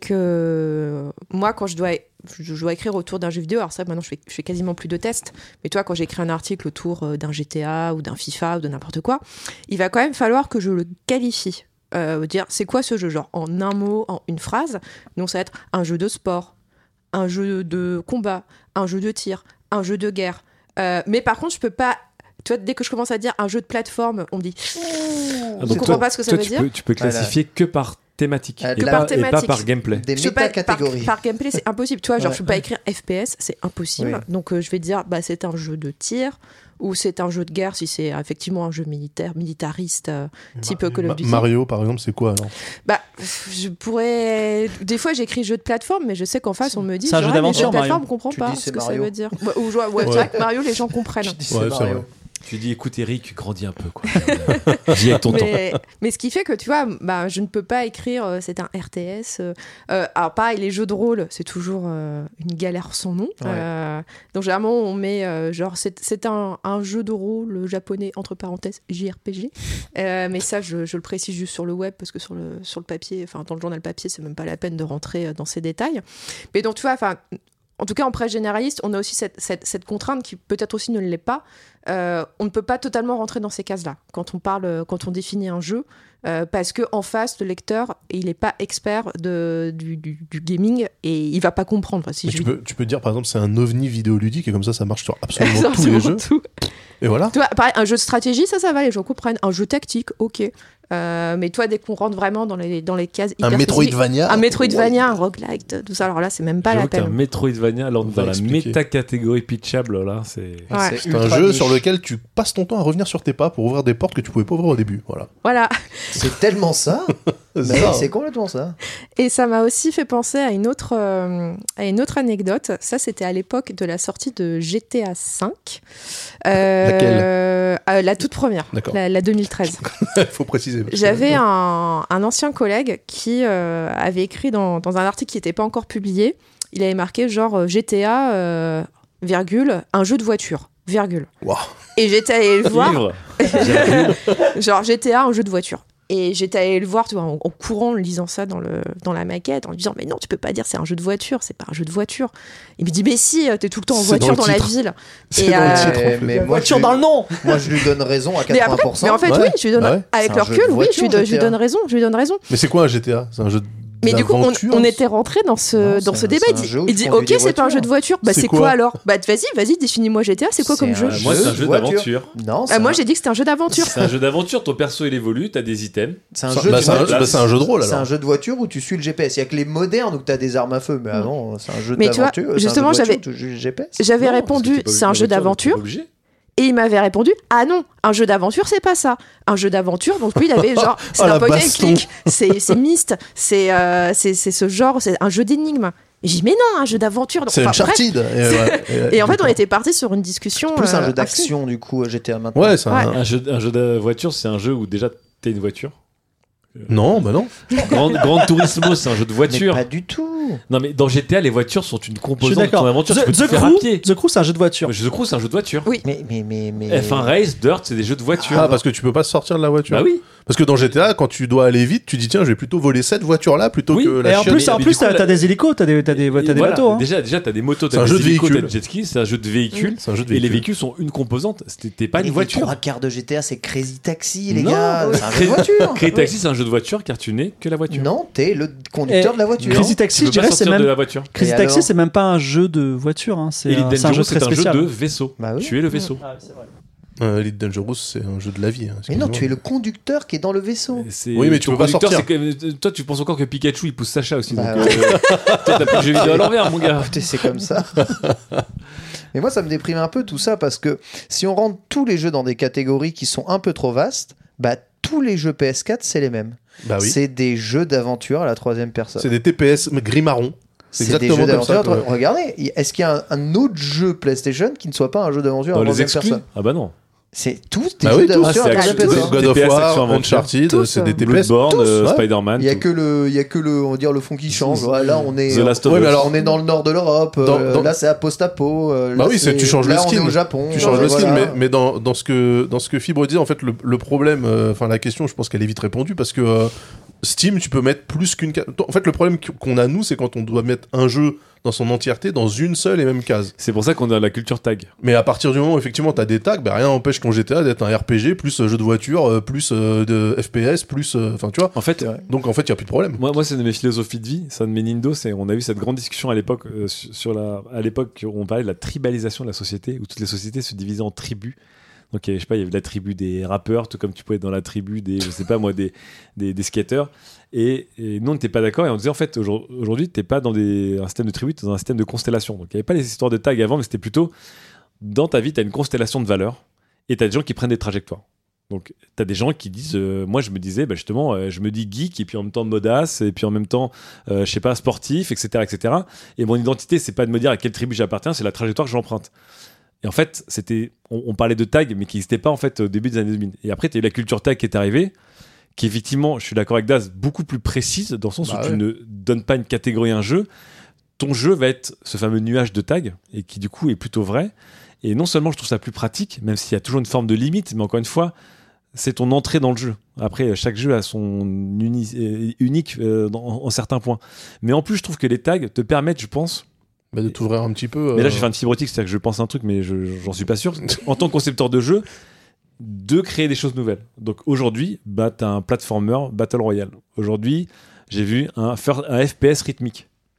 que moi, quand je dois, je dois écrire autour d'un jeu vidéo, alors ça, maintenant, je fais, je fais quasiment plus de tests, mais toi, quand j'écris un article autour d'un G T A ou d'un FIFA ou de n'importe quoi, il va quand même falloir que je le qualifie. Euh, dire c'est quoi ce jeu, genre en un mot, en une phrase. Donc ça va être un jeu de sport, un jeu de combat, un jeu de tir, un jeu de guerre. Euh, mais par contre, je peux pas. Tu vois, dès que je commence à dire un jeu de plateforme, on me dit. Ah, Je donc comprends toi, pas ce que ça toi, veut tu dire. Peux, tu peux classifier Voilà. que par thématique, Euh, et, que pas, par et pas thématique. par gameplay. Des Je peux pas- par, méta-catégories. par gameplay, c'est impossible. Tu vois, genre, Ouais, je peux pas ouais. écrire F P S, c'est impossible. Oui. Donc, euh, je vais dire, bah, c'est un jeu de tir ou c'est un jeu de guerre si c'est effectivement un jeu militaire, militariste, euh, type Ma- Call of Duty. Mario, par exemple, c'est quoi alors ? Bah, je pourrais. Des fois, j'écris jeu de plateforme, mais je sais qu'en face, on me dit. C'est un jeu genre, ah, mais d'aventure, de plateforme, Mario. on comprend Tu pas dis, ce c'est que Mario. ça veut dire. Ouais, ou, ouais, ouais, Ouais. c'est vrai que Mario, les gens comprennent. Je dis c'est Ouais, c'est Mario. vrai. Tu dis, écoute Eric, grandis un peu, quoi. J'y ai ton temps. Mais, mais ce qui fait que tu vois, bah, je ne peux pas écrire euh, c'est un R T S. Euh, euh, alors pareil, les jeux de rôle, c'est toujours euh, une galère sans nom. Ouais. Euh, donc généralement, on met euh, genre c'est, c'est un, un jeu de rôle japonais entre parenthèses J R P G. Euh, mais ça, je, je le précise juste sur le web parce que sur le sur le papier, enfin dans le journal papier, c'est même pas la peine de rentrer dans ces détails. Mais donc tu vois, enfin. En tout cas, en presse généraliste, on a aussi cette, cette, cette contrainte qui peut-être aussi ne l'est pas. Euh, on ne peut pas totalement rentrer dans ces cases-là quand on parle, quand on définit un jeu, euh, parce que en face, le lecteur, il n'est pas expert de, du, du, du gaming et il va pas comprendre. Si Mais je tu, lui- peux, tu peux dire par exemple c'est un ovni vidéoludique et comme ça ça marche sur absolument tous Absolument les jeux. tout. Et voilà. Tu vois, pareil, un jeu de stratégie, ça, ça va, les gens comprennent. Un jeu tactique, ok. Euh, mais toi, dès qu'on rentre vraiment dans les, dans les cases Un hyper Metroidvania. un Metroidvania, un roguelike, tout ça, alors là, c'est même pas J'avoue la qu'un peine. Metroidvania, alors On dans va la expliquer. méta-catégorie pitchable, là, c'est... Ouais. C'est un jeu sur lequel tu passes ton temps à revenir sur tes pas pour ouvrir des portes que tu pouvais pas ouvrir au début. Voilà. Voilà. C'est tellement ça. C'est Mais ça, c'est hein. complètement ça. Et ça m'a aussi fait penser à une autre, euh, à une autre anecdote. Ça, c'était à l'époque de la sortie de G T A cinq. Euh, Laquelle euh, La toute première, D'accord. la, la deux mille treize. Faut préciser. parce que- J'avais un, un ancien collègue qui euh, avait écrit dans, dans un article qui n'était pas encore publié, il avait marqué genre euh, G T A, euh, virgule, un jeu de voiture, virgule. Waouh. Et j'étais allée le voir, Livre. genre G T A, un jeu de voiture. Et j'étais allée le voir, tu vois, en, en courant, en lisant ça dans, le, dans la maquette, en lui disant, mais non, tu peux pas dire c'est un jeu de voiture, c'est pas un jeu de voiture. Il me dit, mais si, t'es tout le temps en C'est voiture dans dans, le la titre. ville. C'est Et, dans le euh, titre. Mais, mais moi, Voiture je, dans le nom. moi, je lui donne raison à Mais, après, quatre-vingts pour cent. mais en fait, Ouais. oui, je lui donne, Bah ouais. avec C'est le un jeu recul, de oui, je lui, voiture, donne- je lui G T A. donne raison, je lui donne raison. Mais c'est quoi un G T A? C'est un jeu Mais du coup, on, d'aventure on était rentré dans ce, Non, dans c'est ce un- débat. c'est Il un dit, jeu où il tu dit conduis ok, des c'est pas un voitures. jeu de voiture. Bah, C'est c'est quoi quoi alors? Bah, vas-y, vas-y, définis-moi G T A. C'est quoi comme C'est jeu un Moi, c'est un de jeu voiture. d'aventure. Non, Ah, c'est moi, un- j'ai dit que c'était un jeu d'aventure. C'est un jeu d'aventure, ton perso il évolue, t'as des items. c'est un Ça- jeu bah, de c'est un- voiture. bah, c'est un jeu de rôle, C'est alors. un jeu de voiture où tu suis le G P S. Il y a que les modernes où tu as des armes à feu. Mais ah non, c'est un jeu Mais tu vois, d'aventure. c'est un jeu de justement, voiture j'avais- où tu joues le G P S. J'avais Non, parce que répondu, t'es pas c'est un obligé jeu de la voiture, donc t'es d'aventure. pas obligé. Et il m'avait répondu, ah non, un jeu d'aventure, c'est pas ça. Un jeu d'aventure, donc lui, il avait genre, c'est Oh, la un point and baston. click, c'est c'est Myst, c'est euh, c'est c'est ce genre, c'est un jeu d'énigmes. Et j'ai dit, mais non, un jeu d'aventure. Donc, C'est enfin, bref. Uncharted. Et, ouais, Et en fait, on était parti sur une discussion. Plus un euh, jeu d'action du coup G T A maintenant. Ouais, c'est un. Ouais. Un jeu, un jeu de voiture, c'est un jeu où déjà t'es une voiture. Non, bah non. Grand, Grand Turismo, c'est un jeu de Mais voiture. pas du tout. Non, mais dans G T A, les voitures sont une Je suis composante de ton d'accord. aventure. The, tu peux The te faire Crew, à pied. The Crew, c'est un jeu de voiture. The Crew, c'est un jeu de voiture. Oui. Mais mais mais mais. F un Race, Dirt, c'est des jeux de voiture. Ah, parce que tu peux pas sortir de la voiture. Bah oui. Parce que dans G T A, quand tu dois aller vite, tu dis tiens, je vais plutôt voler cette voiture-là plutôt Oui, que la Et en chienne. plus, en mais plus, du coup, t'as la- t'as des hélicos, t'as des, t'as des, t'as des Voilà. bateaux. Hein. Déjà, déjà, t'as des motos, C'est t'as un des jeu de hélicos, t'as véhicule. des jet skis, c'est un jeu de véhicule. C'est un jeu de Et les véhicule. véhicules sont une composante. C'était pas Les une voiture. trois quarts de G T A, c'est Crazy Taxi, les Non, gars. oui. C'est un jeu de voiture. Crazy Taxi, c'est un jeu de voiture car tu n'es que la voiture. Non, t'es le conducteur Et de la voiture. Crazy Tu Taxi, peux je dirais, pas c'est sortir même. de la voiture. Crazy Et Taxi, alors c'est même pas un jeu de voiture. Hein. C'est Et un, Elite c'est un jeu Dangerous, très c'est un jeu spécial. de vaisseau. Bah oui. Tu es le vaisseau. Ah, c'est vrai. Euh, Elite Dangerous, c'est un jeu de la vie. hein, Mais non, excuse-moi. tu es le conducteur qui est dans le vaisseau. C'est- Oui, mais tu ton peux pas conducteur, sortir. c'est quand même- Toi, tu penses encore que Pikachu il pousse Sacha aussi. Bah donc, ouais. euh, toi, t'as pris le jeu vidéo à l'envers, mon gars. Écoutez, c'est comme ça. Mais moi, ça me déprime un peu tout ça parce que si on rentre tous les jeux dans des catégories qui sont un peu trop vastes, bah tous les jeux P S quatre, c'est les mêmes. Bah oui. C'est des jeux d'aventure à la troisième personne. C'est des T P S mais gris marron. C'est C'est des exactement jeux comme ça. d'aventure. que- Regardez, est-ce qu'il y a un, un autre jeu PlayStation qui ne soit pas un jeu d'aventure à Dans la les troisième exclus. personne? Ah bah non. C'est tous des Bah jeux oui, tous. d'aventure Ah, à la c'est troisième action- personne. God of T P S, War, action, aventure. Uncharted, Tous, c'est euh, des T P S. Bloodborne, tous, euh, ouais. Spider-Man. Il y a tout. que le, il y a que le, on va dire le fond qui change. Ouais, là, on est, The Last of Ouais, Us. mais alors- on est dans le nord de l'Europe. Dans- euh, dans- Là, c'est à post-apo. euh, Bah là, oui, c'est- tu changes là, le on skin. est au Japon. Tu changes euh, le skin, voilà. mais, mais dans, dans, ce que, dans ce que Fibre dit, en fait, le, le problème, euh, enfin la question, je pense qu'elle est vite répondue parce que euh, Steam, tu peux mettre plus qu'une case. En fait, le problème qu'on a, nous, c'est quand on doit mettre un jeu dans son entièreté dans une seule et même case. C'est pour ça qu'on a la culture tag. Mais à partir du moment où, effectivement, t'as des tags, bah, rien n'empêche ton G T A d'être un R P G, plus euh, jeu de voiture, euh, plus euh, de F P S, plus. euh, Enfin, tu vois. En fait, Donc, en fait, il n'y a plus de problème. moi, moi c'est une de mes philosophies de vie, c'est un de mes nindos. C'est, on a eu cette grande discussion à l'époque, euh, sur sur la, à l'époque, où on parlait de la tribalisation de la société, où toutes les sociétés se divisaient en tribus. Donc, il y avait, je sais pas, il y avait la tribu des rappeurs, tout comme tu pouvais être dans la tribu des, je sais pas moi, des, des, des skateurs. Et, et nous, on n'était pas d'accord. Et on disait, en fait, aujourd- aujourd'hui, t'es pas dans des, un système de tribu, t'es dans un système de constellation. Donc, il n'y avait pas les histoires de tags avant, mais c'était plutôt, dans ta vie, t'as une constellation de valeurs. Et t'as des gens qui prennent des trajectoires. Donc, t'as des gens qui disent, euh, moi je me disais, bah, justement, euh, je me dis geek, et puis en même temps modasse, et puis en même temps, euh, je sais pas, sportif, et cetera, et cetera. Et mon identité, c'est pas de me dire à quelle tribu j'appartiens, c'est la trajectoire que j'emprunte. Et en fait, c'était, on, on parlait de tag, mais qui n'existait pas en fait au début des années deux mille. Et après, t'as eu la culture tag qui est arrivée, qui effectivement, je suis d'accord avec Daz, beaucoup plus précise, dans le sens Bah où ouais. tu ne donnes pas une catégorie à un jeu. Ton jeu va être ce fameux nuage de tags, et qui du coup est plutôt vrai. Et non seulement je trouve ça plus pratique, même s'il y a toujours une forme de limite, mais encore une fois, c'est ton entrée dans le jeu. Après, chaque jeu a son uni- euh, unique euh, dans- en certains points. Mais en plus, je trouve que les tags te permettent, je pense, Bah, de t'ouvrir un petit peu. mais là euh, j'ai fait un fibrotique, c'est-à-dire que je pense un truc, mais je, j'en suis pas sûr, en tant que concepteur de jeu, de créer des choses nouvelles. Donc aujourd'hui, bah, t'as un platformer Battle Royale. Aujourd'hui, j'ai vu un, fir- un F P S rythmique.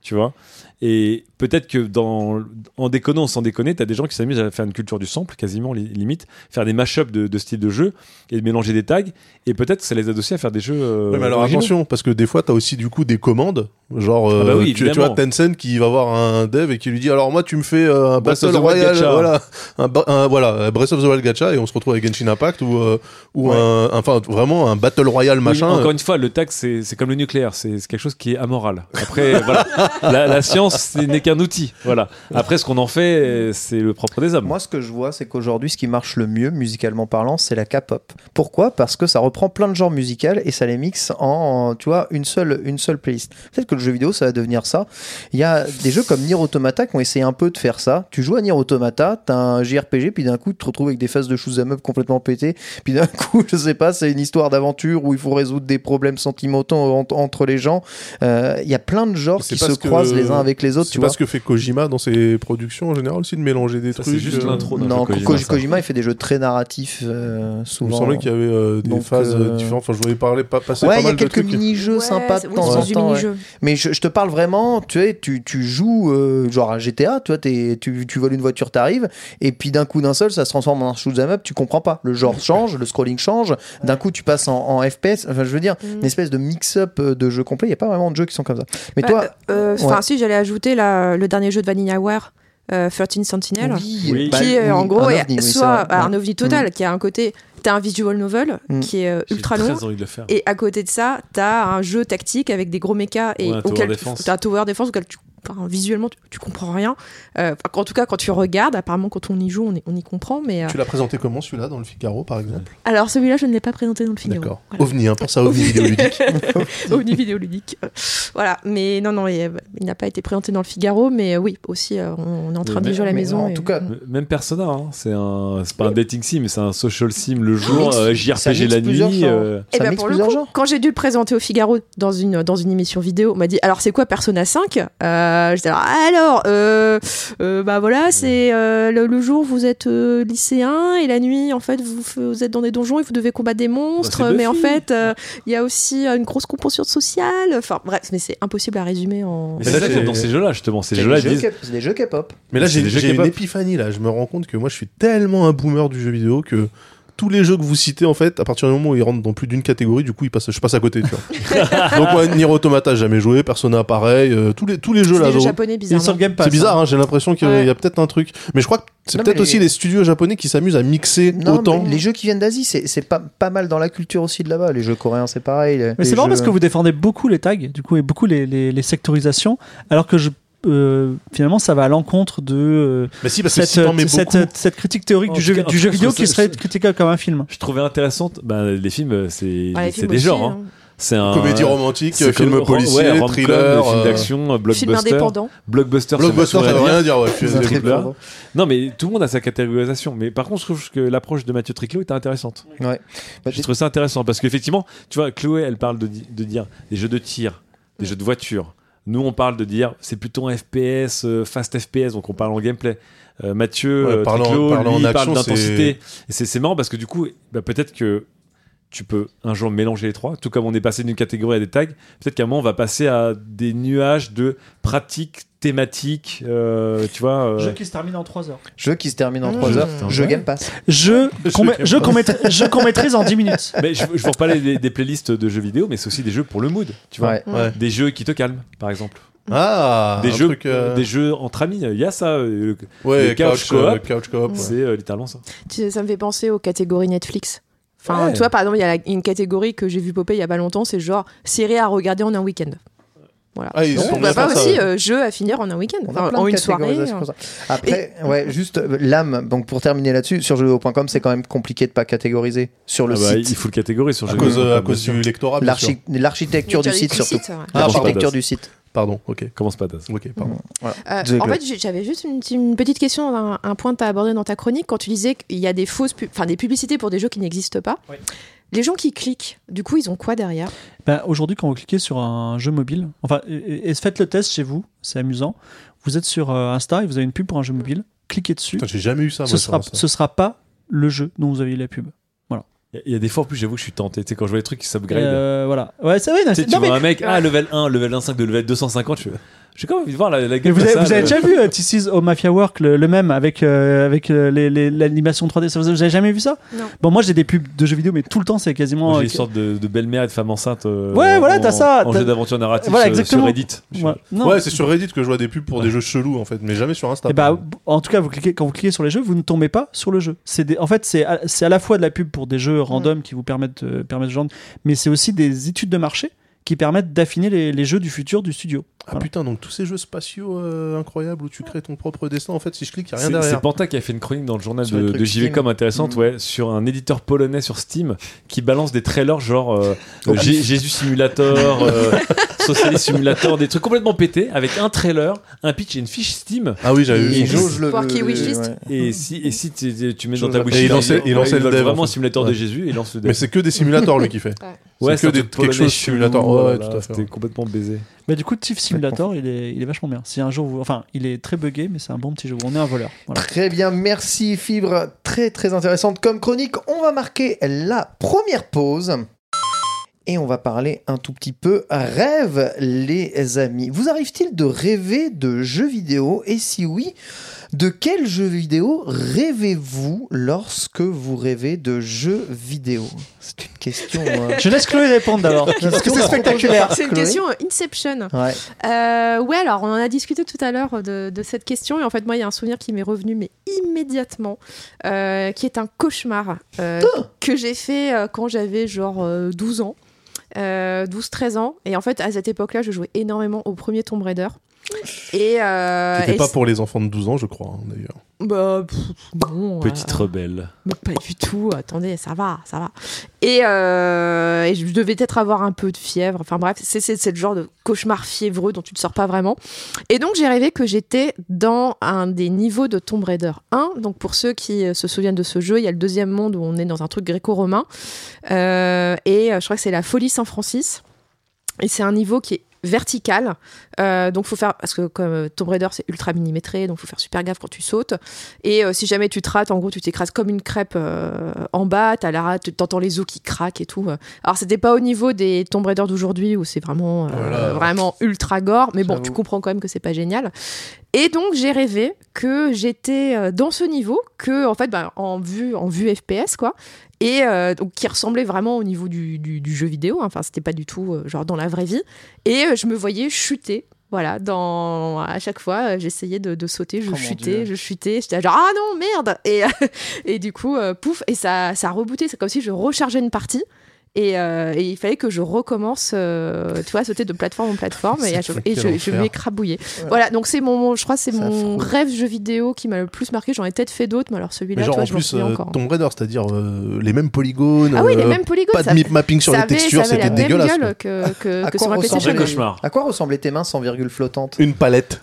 tu vois. Et peut-être que dans, en déconnant, sans déconner, t'as des gens qui s'amusent à faire une culture du sample, quasiment li- limite, faire des mash-ups de, de style de jeu et de mélanger des tags. Et peut-être que ça les aide aussi à faire des jeux. Euh, Ouais, mais alors originaux. attention, parce que des fois, t'as aussi du coup des commandes. Genre, euh, Ah bah oui, tu, tu vois, évidemment. Tencent qui va voir un dev et qui lui dit alors, moi, tu me fais euh, un Breath Battle of the Wild Royale, gacha. voilà, un, ba- un- voilà, Breath of the Wild gacha, et on se retrouve avec Genshin Impact ou, euh, ou Ouais. un, enfin, vraiment un Battle Royale Oui, machin. encore une fois, le tag, c'est, c'est comme le nucléaire, c'est, c'est quelque chose qui est amoral. Après, voilà, la, la science ce n'est qu'un outil. Voilà. Après, ce qu'on en fait, c'est le propre des hommes. Moi, ce que je vois, c'est qu'aujourd'hui, ce qui marche le mieux, musicalement parlant, c'est la K-pop. Pourquoi ? Parce que ça reprend plein de genres musicaux et ça les mixe en, tu vois, une seule, une seule playlist. Peut-être que le jeu vidéo, ça va devenir ça. Il y a des jeux comme Nier Automata qui ont essayé un peu de faire ça. Tu joues à Nier Automata, t'as un J R P G, puis d'un coup, tu te retrouves avec des phases de shoot'em up complètement pétées. Puis d'un coup, je sais pas, c'est une histoire d'aventure où il faut résoudre des problèmes sentimentaux en- entre les gens. Euh, Il y a plein de genres C'est qui pas se ce que- croisent les uns avec les autres, C'est tu pas vois. ce que fait Kojima dans ses productions en général aussi, de mélanger des Ça, trucs. c'est juste euh, l'intro. d'un Non, jeu Kojima, Kojima, ça. Kojima, il fait des jeux très narratifs, euh, Il me souvent. semblait qu'il y avait euh, des Donc, phases euh, euh, différentes. Enfin, je voyais parler, pas passer Ouais, pas il y a mal de quelques trucs. mini-jeux Ouais, sympas c'est- de oui, temps c'est en du temps. ouais. mini-jeu. Mais je, je te parle vraiment, tu sais, tu, tu joues euh, genre un G T A, tu vois, t'es- tu, tu voles une voiture, t'arrives, et puis d'un coup d'un seul, ça se transforme en un shoot'em up, tu comprends pas. Le genre change, le scrolling change, d'un coup tu passes en, en F P S, enfin je veux dire, Mm. une espèce de mix-up euh, de jeux complets, il n'y a pas vraiment de jeux qui sont comme ça. Mais toi, Bah, euh, Enfin, ouais. si, j'allais ajouter là, le dernier jeu de Vanillaware, euh, treize Sentinel. oui, Oui. bah, Qui est oui, en gros un est ovni, oui, c'est soit vrai. un ovni total, qui a un côté, t'as un visual novel Mm. qui est euh, J'ai ultra très long, envie de le faire. et à côté de ça, t'as un jeu tactique avec des gros mechas et Ouais, un tower auquel defense. t'as un tower defense auquel tu, enfin, visuellement tu, tu comprends rien. Euh, en tout cas, quand tu regardes, apparemment quand on y joue, on, y- on y comprend. Mais euh, Tu l'as présenté comment celui-là dans le Figaro par exemple? alors celui-là, je ne l'ai pas présenté dans le Figaro. D'accord. Voilà. OVNI, hein, pense à OVNI vidéoludique. Ovni vidéoludique. Euh, Voilà, mais non, non, il, il n'a pas été présenté dans le Figaro, mais euh, oui, aussi, euh, on, on est en train de Mais- jouer à la mais maison. en et- tout cas, M- Même Persona, hein. c'est un, c'est pas un dating sim, mais c'est un social sim le jour, mixe- euh, J R ça P G mixe la plusieurs nuit. genres. euh, Eh ça ben, mixe pour le plusieurs coup, genres. quand j'ai dû le présenter au Figaro dans une, dans une émission vidéo, on m'a dit alors c'est quoi Persona cinq euh, J'étais là, alors, euh, euh, bah voilà, c'est euh, le, le jour vous êtes euh, lycéen et la nuit en fait vous, f- vous êtes dans des donjons et vous devez combattre des monstres, Bah, c'est mais en Buffy. fait euh, il y a aussi euh, une grosse composture sociale. Enfin bref, mais c'est impossible à résumer en. Mais Mais c'est là, ça que j'ai- j'aime dans ces jeux-là, justement. Ces C'est jeux-là des jeux disent. K- c'est des jeux K-pop. Mais là, C'est j'ai des jeux j'ai une K-pop. épiphanie là. Je me rends compte que moi, je suis tellement un boomer du jeu vidéo que tous les jeux que vous citez, en fait, à partir du moment où ils rentrent dans plus d'une catégorie, du coup, ils passent, je passe à côté. Tu vois. Donc, moi, Nier Automata, j'ai jamais joué. Persona, pareil. euh, tous les tous les jeux C'est là. des jeux donc- japonais Il est sur bizarrement. le Game Pass. C'est bizarre, hein, j'ai l'impression qu'il Ouais. y a peut-être un truc. Mais je crois que c'est Non, peut-être mais- aussi les studios japonais qui s'amusent à mixer Non, autant. mais les jeux qui viennent d'Asie, c'est c'est pas, pas mal dans la culture aussi de là-bas. Les jeux coréens, c'est pareil. les- Mais c'est les marrant jeux- parce que vous défendez beaucoup les tags, du coup, et beaucoup les, les, les sectorisations, alors que je, euh, finalement, ça va à l'encontre de euh, Mais si, parce que cette, si t'en mets cette, beaucoup. cette critique théorique En du tout jeu, cas- en du tout jeu cas, vidéo je qui trouve serait ça- critiqué comme un film. Je trouvais intéressante. Ben, les films, c'est Ah, les c'est films des aussi, genres. hein. hein. C'est un Comédie romantique, c'est film comme- policier, ouais, rom-com, thriller, film euh, d'action, Film blockbuster. indépendant. Blockbuster, Blockbuster, ça ça veut veut rien rien dire. dire. Ouais, je suis C'est un désolé. triple A. triple Non, mais tout le monde a sa catégorisation. Mais par contre, je trouve que l'approche de Mathieu Triclot était intéressante. Ouais. Bah, Je trouve ça intéressant parce qu'effectivement, tu vois, Chloé, elle parle de, di- de dire des jeux de tir, des jeux de voiture. Nous, on parle de dire c'est plutôt un F P S, euh, fast F P S, donc on parle en gameplay. Euh, Mathieu Ouais, euh, parlant- Triclot, parlant lui, en il parle action, d'intensité. Et c'est c'est marrant parce que du coup, bah, peut-être que tu peux un jour mélanger les trois, tout comme on est passé d'une catégorie à des tags. Peut-être qu'à un moment, on va passer à des nuages de pratiques thématiques, euh, tu vois. euh, Jeu qui se termine en trois heures. Jeu qui se termine en Mmh. trois heures. Putain, Jeu ouais. Game Pass. Jeu qu'on ma- jeu qu'on maîtrise, jeu qu'on maîtrise en dix minutes. Mais je, je vous reparlais des, des playlists de jeux vidéo, mais c'est aussi des jeux pour le mood, tu vois. Ouais. Ouais. Des jeux qui te calment, par exemple. Ah, des, un jeux, truc, euh, des jeux entre amis. Il y a ça. euh, ouais, le couch couch, co-op. euh, couch co-op. ouais. C'est euh, littéralement ça. Tu sais, ça me fait penser aux catégories Netflix. Enfin, Ouais. tu vois, par exemple, il y a la- une catégorie que j'ai vu popper il y a pas longtemps, c'est genre série à regarder en un week-end. Voilà. Ah, ils Donc, sont pourquoi bien pas faire ça, aussi ouais. euh, jeu à finir en un week-end, On a Enfin, plein en de une soirée. catégorisations euh. comme ça. Après, ouais, juste euh, l'âme. Donc pour terminer là-dessus, sur jeux vidéo point com, c'est quand même compliqué de pas catégoriser sur le Ah bah, site. il faut le catégorie sur À jeux cause, vidéo, euh, à bien cause sûr. du lectorat, bien sûr. L'archi- L'architecture du site surtout. ouais. Ah, L'architecture pardon. du site. Pardon, ok. Commence pas, Daz. Ok, pardon. Euh, Désolé, en Chloé. fait, j'ai- j'avais juste une, petite- une petite question, un, un point que tu as abordé dans ta chronique, quand tu disais qu'il y a des fausses, pub- enfin des publicités pour des jeux qui n'existent pas. Oui. Les gens qui cliquent, du coup, ils ont quoi derrière? Ben, aujourd'hui, quand vous cliquez sur un jeu mobile, enfin, et, et faites le test chez vous, c'est amusant. Vous êtes sur euh, Insta et vous avez une pub pour un jeu mobile, cliquez dessus. Putain, j'ai jamais eu ça. Ce moi, sera, sur ça. ce sera pas le jeu dont vous avez eu la pub. Il y a- il y a des fois en plus, j'avoue que je suis tenté. Tu sais, quand je vois les trucs qui s'upgrade. Euh, voilà. Ouais, c'est vrai. non, Tu sais, c'est- tu non, mais- vois un mec, ah, level un, level un virgule cinq, de level deux cent cinquante, je fais, J'ai quand même envie de voir la, la Mais gueule vous de avez, ça, vous avez le- déjà vu euh, This is How Mafia Work, le, le même avec, euh, avec euh, les, les, l'animation trois D. Ça, vous avez jamais vu ça? Non. Bon, moi j'ai des pubs de jeux vidéo, mais tout le temps c'est quasiment. Moi, j'ai euh, une sorte de, de belle-mère et de femme enceinte. euh, Ouais, en- voilà, t'as en- ça, En t'as- jeu d'aventure narratif Voilà, sur- sur exactement. Reddit. Ouais, non. Ouais, c'est sur Reddit que je vois des pubs pour des jeux chelous en fait, mais jamais sur Insta. Et bah, en tout cas, vous cliquez, quand vous cliquez sur les jeux, vous ne tombez pas sur le jeu. C'est des, en fait, c'est à, c'est à la fois de la pub pour des jeux random qui vous permettent, euh, permettent de genre, mais c'est aussi des études de marché qui permettent d'affiner les, les jeux du futur du studio. Ah Voilà. putain, donc tous ces jeux spatiaux euh, incroyables où tu crées ton propre destin, en fait, si je clique, il n'y a rien C'est c'est derrière. Panta qui a fait une chronique dans le journal Sur les de, trucs de J V Com Steam. intéressante, Mm. ouais, sur un éditeur polonais sur Steam qui balance des trailers genre euh, euh, J- Jésus Simulator, euh, Socialist Simulator, des trucs complètement pétés avec un trailer, un pitch et une fiche Steam. Ah oui, j'avais Et vu. il ça. jauge le. Porky le- Wishlist. ouais. Et si, et si tu, tu- tu mets Chose dans ta la- wishlist, Et il lançait- il lançait ouais, le veut dev, vraiment en un fait. simulateur Ouais. de Jésus et lance le dev. Mais c'est que des simulateurs, lui, qui fait. Ouais, c'est que un des- truc quelque polonais chose chelou, simulator. Ouais, ouais, voilà, tout à fait. C'était complètement baisé. Mais du coup, Thief Simulator, il est, il est vachement bien. Si un jour vous, enfin, il est très buggé, mais c'est un bon petit jeu. On est un voleur. Voilà. Très bien, merci Fibre. Très très intéressante comme chronique. On va marquer la première pause. Et on va parler un tout petit peu rêve, les amis. Vous arrive-t-il de rêver de jeux vidéo? Et si oui, de quel jeu vidéo rêvez-vous lorsque vous rêvez de jeux vidéo? C'est une question. euh, Je laisse Chloé répondre d'abord. Parce que question c'est spectaculaire. C'est une Chloé question euh, Inception. Ouais. Euh, ouais, alors on en a discuté tout à l'heure de, de cette question et en fait moi il y a un souvenir qui m'est revenu mais immédiatement, euh, qui est un cauchemar euh, que j'ai fait euh, quand j'avais genre euh, douze ans, euh, douze treize ans, et en fait à cette époque-là je jouais énormément au premier Tomb Raider. Et, euh, C'était et pas c- pour les enfants de douze ans, je crois, hein, d'ailleurs. bah, pff, bon, Petite euh, rebelle. mais pas du tout, attendez, ça va, ça va. Et, euh, et je devais peut-être avoir un peu de fièvre, enfin bref, c'est, c'est, c'est le genre de cauchemar fiévreux dont tu ne sors pas vraiment. Et donc j'ai rêvé que j'étais dans un des niveaux de Tomb Raider un, donc pour ceux qui euh, se souviennent de ce jeu, il y a le deuxième monde où on est dans un truc gréco-romain, euh, et euh, je crois que c'est la Folie Saint-Francis, et c'est un niveau qui est vertical, euh, donc faut faire, parce que comme euh, Tomb Raider c'est ultra millimétré, donc faut faire super gaffe quand tu sautes, et euh, si jamais tu te rates, en gros tu t'écrases comme une crêpe euh, en bas, t'as la rate, t'entends les os qui craquent et tout. Alors c'était pas au niveau des Tomb Raider d'aujourd'hui où c'est vraiment, euh, Voilà. vraiment ultra gore, mais bon J'avoue. tu comprends quand même que c'est pas génial. Et donc j'ai rêvé que j'étais euh, dans ce niveau, que en fait bah, en vue en vue F P S quoi, et euh, donc qui ressemblait vraiment au niveau du, du, du jeu vidéo, hein. Enfin c'était pas du tout euh, genre dans la vraie vie, et euh, je me voyais chuter. Voilà, dans... à chaque fois, euh, j'essayais de, de sauter, je Oh mon chutais, Dieu. je chutais, j'étais genre ah non merde, et, et du coup euh, pouf, et ça, ça a rebooté, c'est comme si je rechargeais une partie. Et, euh, et il fallait que je recommence, euh, tu vois, à sauter de plateforme en plateforme, et, C'est je, et quel je, je enfer. m'écrabouillais. Voilà, donc c'est mon, je crois, que c'est C'est mon affreux. rêve jeu vidéo qui m'a le plus marqué. J'en ai peut-être fait d'autres, mais alors celui-là, Mais tu genre, vois, en je m'en plus, souviens euh, encore. Tomb Raider, c'est-à-dire euh, les mêmes polygones, Ah oui, les euh, mêmes polygones. pas de ça- mip mapping sur ça les avait- textures, ça avait c'était la même dégueulasse. gueule quoi. que, que, À que quoi sur ma ressemblait- PlayStation. Vrai cauchemar. À quoi ressemblaient tes mains sans virgule flottante? Une palette.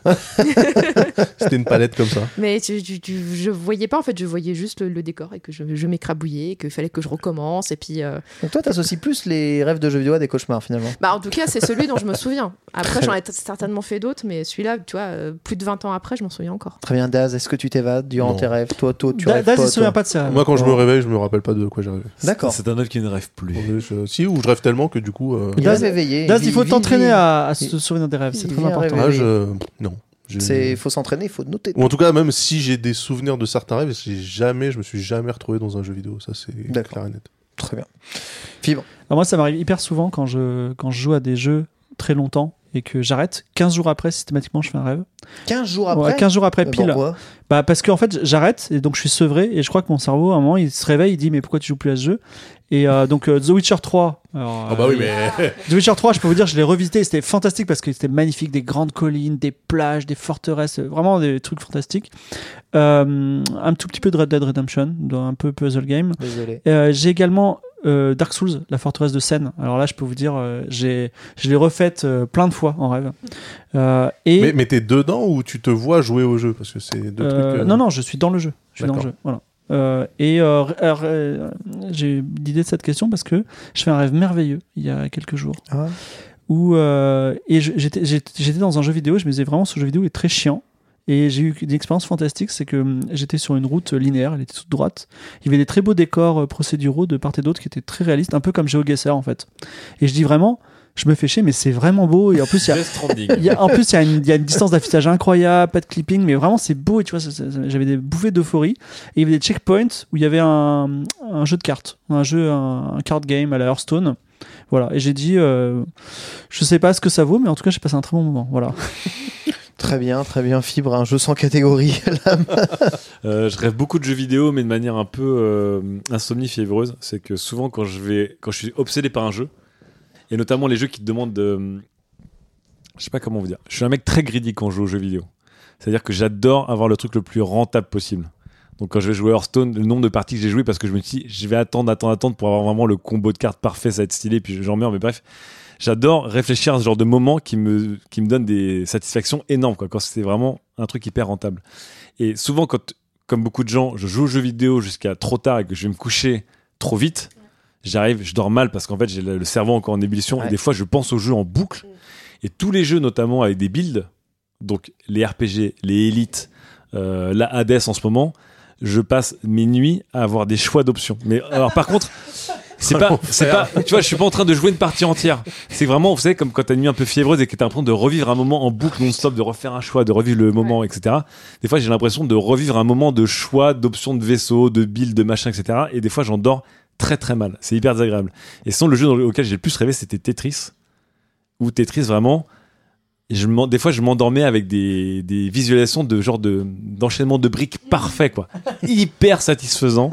C'était une palette comme ça. Mais tu, tu, tu- je voyais pas, en fait, je voyais juste le, le décor et que je, je m'écrabouillais, qu'il fallait que je recommence. Et puis, euh, Donc toi, t'associes plus les rêves de jeux vidéo à des cauchemars finalement. bah, en tout cas, c'est celui dont je me souviens. Après, j'en ai t- certainement fait d'autres, mais celui-là, tu vois, euh, plus de vingt ans après, je m'en souviens encore. Très bien, Daz, est-ce que tu t'évades durant Non. tes rêves? Toi, toi, tu Da- rêves Daz, pas, il se souvient toi pas de ça. Moi, quand je me non. réveille, je me rappelle pas de quoi j'ai rêvé. D'accord. C'est un œuf qui ne rêve plus. Je- Si, ou je rêve tellement que du coup. euh, Il Daz- reste éveillé. Daz, il faut vit- t'entraîner vit- à, à il- se souvenir des rêves, c'est il très vient important. rêver. Ah, je. Non. J'ai- C'est, il faut s'entraîner, il faut noter. Ou en tout cas, même si j'ai des souvenirs de certains rêves, j'ai jamais, je me suis jamais retrouvé dans un jeu vidéo. Ça, c'est D'accord. clair et net. Très bien. Fibre. Alors moi, ça m'arrive hyper souvent quand je, quand je joue à des jeux très longtemps et que j'arrête. quinze jours après, systématiquement, je fais un rêve. quinze jours après. Ouais, quinze jours après, Mais pile. pourquoi Bah, parce qu'en fait, j'arrête et donc je suis sevré et je crois que mon cerveau, à un moment, il se réveille, il dit mais pourquoi tu joues plus à ce jeu? Et euh, donc euh, The Witcher trois. Alors, Ah bah oui, euh, mais. The Witcher trois, je peux vous dire, je l'ai revisité, c'était fantastique parce que c'était magnifique, des grandes collines, des plages, des forteresses, vraiment des trucs fantastiques. Euh, un tout petit peu de Red Dead Redemption, dans un peu puzzle game. Désolé. Euh, j'ai également euh, Dark Souls, la forteresse de Seine. Alors là, je peux vous dire, euh, j'ai, je l'ai refaite euh, plein de fois en rêve. Euh, et Mais, mais t'es dedans ou tu te vois jouer au jeu? Parce que c'est deux euh, trucs. euh, non, non, je suis dans le jeu. Je suis dans le D'accord. jeu. Voilà. Euh, et euh, euh, euh, j'ai eu l'idée de cette question parce que je fais un rêve merveilleux il y a quelques jours. Ah. Où, euh, et je- j'étais, j'étais j'étais dans un jeu vidéo, je me disais vraiment ce jeu vidéo est très chiant. Et j'ai eu une expérience fantastique, c'est que hum, j'étais sur une route linéaire, elle était toute droite. Il y avait des très beaux décors euh, procéduraux de part et d'autre qui étaient très réalistes, un peu comme GeoGuessr en fait. Et je dis vraiment, je me fais chier, mais c'est vraiment beau. Et en plus, il y a, Death Stranding. il y a, en plus, il y a une, il y a une distance d'affichage incroyable, pas de clipping, mais vraiment, c'est beau. Et tu vois, c'est- c'est- j'avais des bouffées d'euphorie. Et il y avait des checkpoints où il y avait un, un jeu de cartes, un jeu, un, un card game à la Hearthstone. Voilà. Et j'ai dit, euh, je sais pas ce que ça vaut, mais en tout cas, j'ai passé un très bon moment. Voilà. Très bien, très bien, Fibre, un jeu sans catégorie. Euh, je rêve beaucoup de jeux vidéo, mais de manière un peu euh, insomnie fiévreuse. C'est que souvent, quand je vais, quand je suis obsédé par un jeu, et notamment les jeux qui te demandent de, je sais pas comment vous dire. Je suis un mec très greedy quand je joue aux jeux vidéo. C'est-à-dire que j'adore avoir le truc le plus rentable possible. Donc quand je vais jouer à Hearthstone, le nombre de parties que j'ai joué, parce que je me dis, je vais attendre, attendre, attendre pour avoir vraiment le combo de cartes parfait, ça va être stylé, puis j'en meurs. Mais bref, j'adore réfléchir à ce genre de moments qui me, qui me donnent des satisfactions énormes, quoi, quand c'est vraiment un truc hyper rentable. Et souvent, quand, comme beaucoup de gens, je joue aux jeux vidéo jusqu'à trop tard et que je vais me coucher trop vite, j'arrive, je dors mal parce qu'en fait, j'ai le le cerveau encore en ébullition. Ouais. Et des fois, je pense aux jeux en boucle. Et tous les jeux, notamment avec des builds, donc les R P G, les élites, euh, la Hades en ce moment, je passe mes nuits à avoir des choix d'options. Mais alors, par contre, c'est pas, c'est pas, tu vois, je suis pas en train de jouer une partie entière. C'est vraiment, vous savez, comme quand t'as une nuit un peu fiévreuse et que t'as l'impression de revivre un moment en boucle non-stop, de refaire un choix, de revivre le moment, et cetera. Des fois, j'ai l'impression de revivre un moment de choix, d'options de vaisseau, de build, de machin, et cetera. Et des fois, j'en dors très très mal. C'est hyper désagréable. Et sinon, le jeu dans le- auquel j'ai le plus rêvé, c'était Tetris. Où Tetris, vraiment, je m'en- des fois, je m'endormais avec des, des visualisations de genre de, d'enchaînement de briques parfait, quoi. Hyper satisfaisant.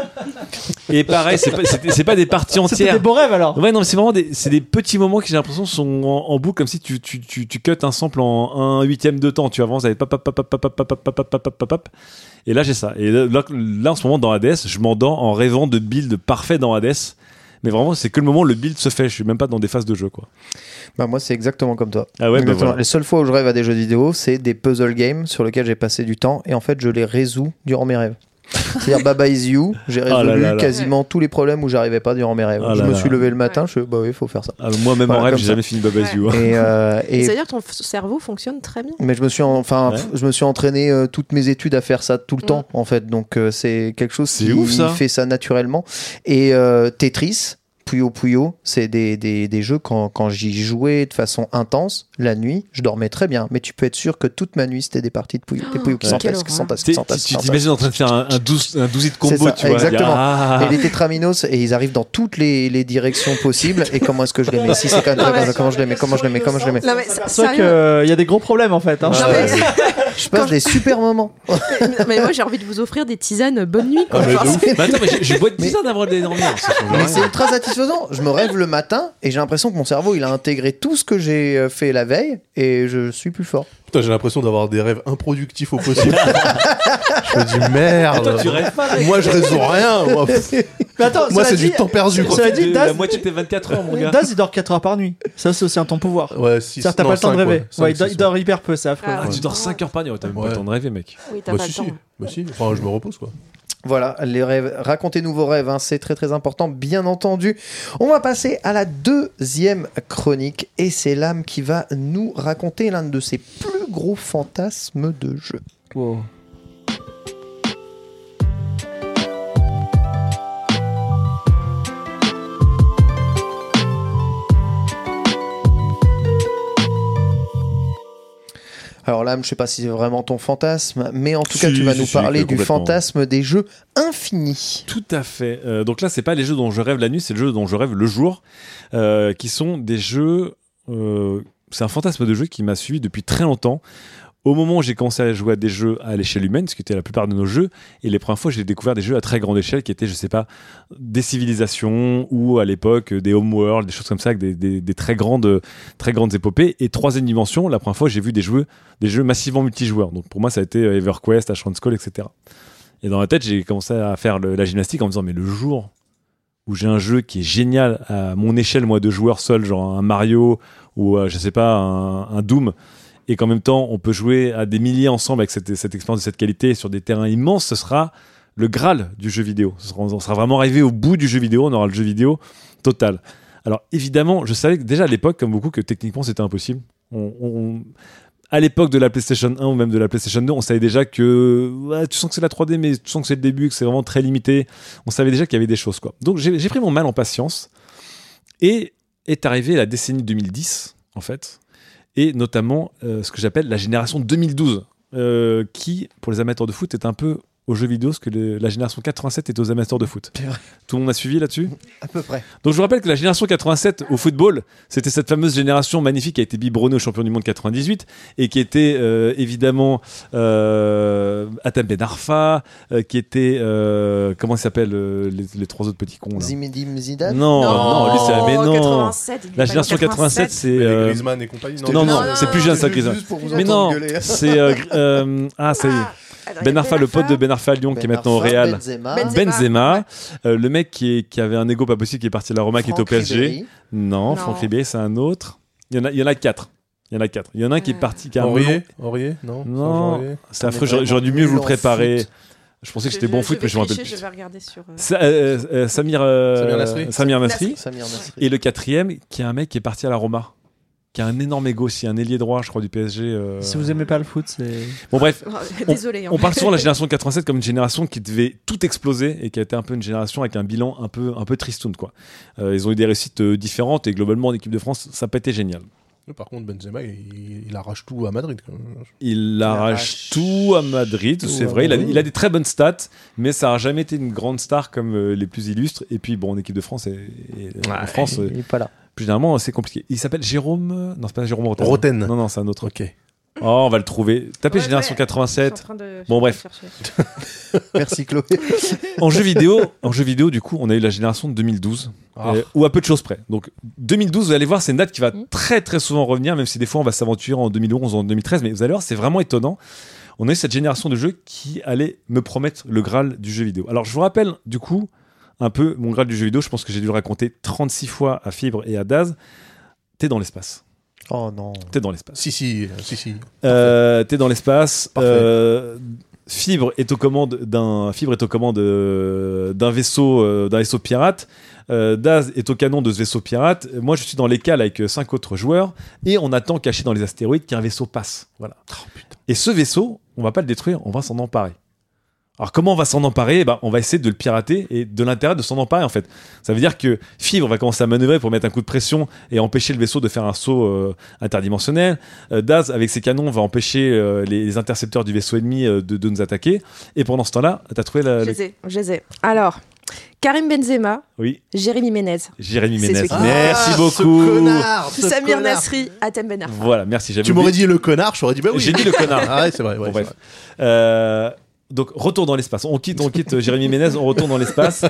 Et pareil, c'est pas, c'était- c'est pas des parties C'était entières. des beaux rêves alors. Ouais, non, mais c'est vraiment des, c'est des petits moments qui j'ai l'impression sont en, en boucle, comme si tu, tu, tu, tu cut un sample en un huitième de temps. Tu avances avec pap, pap, pap, pap, pap, pap, pap, pap, pap, pap, pap. Et là, j'ai ça. Et là, là, là, en ce moment, dans Hades, je m'endors en rêvant de build parfait dans Hades. Mais vraiment, c'est que le moment où le build se fait. Je suis même pas dans des phases de jeu, quoi. Bah moi c'est exactement comme toi. Ah ouais, bah Exactement. voilà. Les seules fois où je rêve à des jeux vidéo, c'est des puzzle games sur lesquels j'ai passé du temps et en fait je les résous durant mes rêves. C'est-à-dire Baba Is You, j'ai Ah résolu là là là. quasiment tous les problèmes où j'arrivais pas durant mes rêves. Ah je là me là. suis levé le matin, je bah oui, faut faire ça. Ah, moi, même Voilà, en rêve, comme j'ai ça. jamais fini Baba Is You. hein. Et, euh, et- C'est-à-dire que ton f- cerveau fonctionne très bien. mais je me suis en- enfin Ouais. pff, je me suis entraîné euh, toutes mes études à faire ça tout le Mm. temps en fait. Donc euh, c'est quelque chose C'est qui ouf, ça. fait ça naturellement. Et euh, Tetris, Puyo Puyo, c'est des, des, des jeux quand, quand j'y jouais de façon intense, la nuit, je dormais très bien. Mais tu peux être sûr que toute ma nuit, c'était des parties de Puyo. Des Puyo qui Oh, sont quelle fantastiques, horreur. fantastiques, Tu fantastiques, tu fantastiques. t'imagines en train de faire un, un douze, un douzier de combo, C'est ça, tu vois. exactement. Ah. Et les tétraminos, et ils arrivent dans toutes les, les directions possibles. Et comment est-ce que je les mets? Si c'est quand même Ah ouais. très- comment je les mets? Comment je les mets? Comment je les mets? Non, mais C'est sérieux. vrai qu'il y a des gros problèmes en fait. Hein. Non, Ouais. mais- Je passe des super moments. mais moi j'ai envie de vous offrir des tisanes bonne nuit, quoi. Ah, mais de Enfin, ouf. c'est- Mais attends, mais je, je bois de tisane avant de dormir. Ça change Mais rien. c'est ultra satisfaisant. Je me rêve le matin et j'ai l'impression que mon cerveau il a intégré tout ce que j'ai euh, fait la veille et je suis plus fort. Putain, j'ai l'impression d'avoir des rêves improductifs au possible. je me dis merde. Toi, tu rêves pas, mec. Moi, je résous rien. Moi, pff, Mais attends, moi cela c'est dit- du temps perdu. quoi. Cela dit, De Daz, la moitié de tes vingt-quatre heures, mon gars. Daz, il dort quatre heures par nuit. Ça, c'est aussi un ton pouvoir. Ouais, six. C'est-à-dire, t'as non, pas le temps de cinq, rêver. ouais. Cinq, Ouais, il, dort, six, il dort hyper peu, c'est affreux. Ah, Ah, tu dors cinq heures par nuit. Ouais, T'as même pas Ouais. le temps de rêver, mec. Oui, t'as Bah, pas si, le si. temps. Bah, si. Enfin, je me repose, quoi. Voilà, les rêves. Racontez-nous vos rêves, hein, c'est très très important, bien entendu. On va passer à la deuxième chronique et c'est l'âme qui va nous raconter l'un de ses plus gros fantasmes de jeu. Wow. Alors l'âme, je sais pas si c'est vraiment ton fantasme, mais en tout Si, cas tu vas si, nous si, parler du complètement. fantasme des jeux infinis. Tout à fait. Euh, donc là, c'est pas les jeux dont je rêve la nuit, c'est le jeu dont je rêve le jour, euh, qui sont des jeux. euh, c'est un fantasme de jeu qui m'a suivi depuis très longtemps. Au moment où j'ai commencé à jouer à des jeux à l'échelle humaine, ce qui était la plupart de nos jeux, et les premières fois j'ai découvert des jeux à très grande échelle qui étaient, je sais pas, des civilisations ou à l'époque des homeworld, des choses comme ça, avec des, des, des très grandes, très grandes épopées. Et troisième dimension, la première fois j'ai vu des jeux, des jeux massivement multijoueurs. Donc pour moi ça a été EverQuest, Ashran's Call, et cetera. Et dans ma tête j'ai commencé à faire le- la gymnastique en me disant mais le jour où j'ai un jeu qui est génial à mon échelle moi de joueur seul, genre un Mario ou euh, je sais pas un, un Doom, et qu'en même temps on peut jouer à des milliers ensemble avec cette, cette expérience de cette qualité sur des terrains immenses, ce sera le Graal du jeu vidéo. Ce sera- on sera vraiment arrivé au bout du jeu vidéo, on aura le jeu vidéo total. Alors évidemment, je savais que déjà à l'époque, comme beaucoup, que techniquement c'était impossible. On, on- à l'époque de la PlayStation un ou même de la PlayStation deux, on savait déjà que ouais, tu sens que c'est la trois D, mais tu sens que c'est le début, que c'est vraiment très limité. On savait déjà qu'il y avait des choses, quoi. Donc j'ai j'ai pris mon mal en patience et est arrivée la décennie deux mille dix, en fait, et notamment euh, ce que j'appelle la génération deux mille douze, euh, qui, pour les amateurs de foot, est un peu aux jeux vidéo ce que le- la génération quatre-vingt-sept est aux amateurs de foot. C'est vrai. Tout le monde a suivi là-dessus ? À peu près. Donc je vous rappelle que la génération quatre-vingt-sept au football, c'était cette fameuse génération magnifique qui a été biberonnée au champion du monde quatre-vingt-dix-huit et qui était euh, évidemment euh, Atem Ben Arfa, euh, qui était euh, comment il s'appelle euh, les, les trois autres petits cons là. Zinedine Zidane. Non, non, lui c'est mais non. quatre-vingt-sept, il est La pas génération né en quatre-vingt-sept, c'est Mais euh, Griezmann et compagnie. non, non, non, c'est non, plus jeune non, ça Juste- Griezmann. juste pour vous Mais non, entendre gueuler. c'est euh, gr- euh, ah ça y est. Ah, alors, il y Ben a Arfa, le pote de Ben Arfa à Lyon, qui est Ben maintenant au Arfa, Real. Benzema. Benzema. Benzema, euh, le mec qui, est, qui avait un ego pas possible, qui est parti à la Roma, qui est au Franck P S G. Ribéry. Non, Non. Franck Ribéry, c'est un autre. Il y en a, il y en a quatre. Il y en a quatre. Il y en a un qui est Ouais. parti, qui a un Aurier melon. Aurier Non. Non. Sans Aurier C'est On affreux. est J'aurais, j'aurais dû vraiment mieux vous nul le en préparer. foot. Je pensais que c'était bon foot, mais je me rappelle Je plus. vais regarder sur. euh, Sa- euh, euh, Samir, euh, Samir Nasri. Samir Nasri. Samir Nasri. Et le quatrième, qui est un mec qui est parti à la Roma, qui a un énorme ego aussi, un ailier droit, je crois, du P S G. euh. Si vous aimez pas le foot, c'est. Bon, bref. Désolé. On parle souvent de la génération quatre-vingt-sept comme une génération qui devait tout exploser et qui a été un peu une génération avec un bilan un peu, un peu tristoun, quoi. Euh, ils ont eu des réussites euh, différentes et globalement en équipe de France, ça n'a pas été génial. Par contre, Benzema, il, il arrache tout à Madrid. Quand même. Il arrache arrache tout à Madrid, c'est à vrai. Il a, Madrid. il a des très bonnes stats, mais ça n'a jamais été une grande star comme euh, les plus illustres. Et puis, bon, en équipe de France, et, et en France, euh, Il est pas là. plus généralement, c'est compliqué. Il s'appelle Jérôme. euh, Non, c'est pas Jérôme Roten. Roten. Non, non, c'est un autre. Ok. Oh, on va le trouver. Tapez Ouais, Génération ouais. quatre-vingt-sept. Bon, Bon, bref. Merci Chloé. En jeu vidéo, en jeu vidéo, du coup, on a eu la génération de deux mille douze, Ah. euh, ou à peu de choses près. Donc deux mille douze, vous allez voir, c'est une date qui va Mm. très très souvent revenir, même si des fois on va s'aventurer en deux mille onze, en deux mille treize, mais vous allez voir, c'est vraiment étonnant. On a eu cette génération de jeux qui allait me promettre le Graal du jeu vidéo. Alors je vous rappelle, du coup, un peu mon Graal du jeu vidéo. Je pense que j'ai dû le raconter trente-six fois à Fibre et à Daz. T'es dans l'espace. Oh non. T'es dans l'espace. Si, si, si, si. Euh, t'es dans l'espace. Parfait. Euh, Fibre est aux commandes d'un Fibre est aux commandes euh, d'un vaisseau euh, d'un vaisseau pirate. Euh, Daz est au canon de ce vaisseau pirate. Moi, je suis dans les cales avec euh, cinq autres joueurs et on attend caché dans les astéroïdes qu'un vaisseau passe. Voilà. Et ce vaisseau, on va pas le détruire, on va s'en emparer. Alors comment on va s'en emparer? Eh ben, on va essayer de le pirater et de l'intérêt de s'en emparer en fait. Ça veut dire que Fibre va commencer à manœuvrer pour mettre un coup de pression et empêcher le vaisseau de faire un saut euh, interdimensionnel. Euh, Daz avec ses canons va empêcher euh, les, les intercepteurs du vaisseau ennemi euh, de, de nous attaquer. Et pendant ce temps-là, t'as trouvé la... Je la- les ai, je les ai. Alors, Karim Benzema, Oui, Jérémy Ménez, Jérémy C'est Ménez. ce qui- Merci Ah, beaucoup. ce connard, ce Samir connard. Nasri, Atem Ben Arfa. Voilà, merci. J'avais Tu m'aurais oublié- dit le connard, je t'aurais dit bah oui. J'ai dit le connard. Ah ouais, c'est vrai. Ouais, Bon, c'est bref. vrai. Euh, donc retour dans l'espace. On quitte, on quitte Jérémy Ménez, on retourne dans l'espace.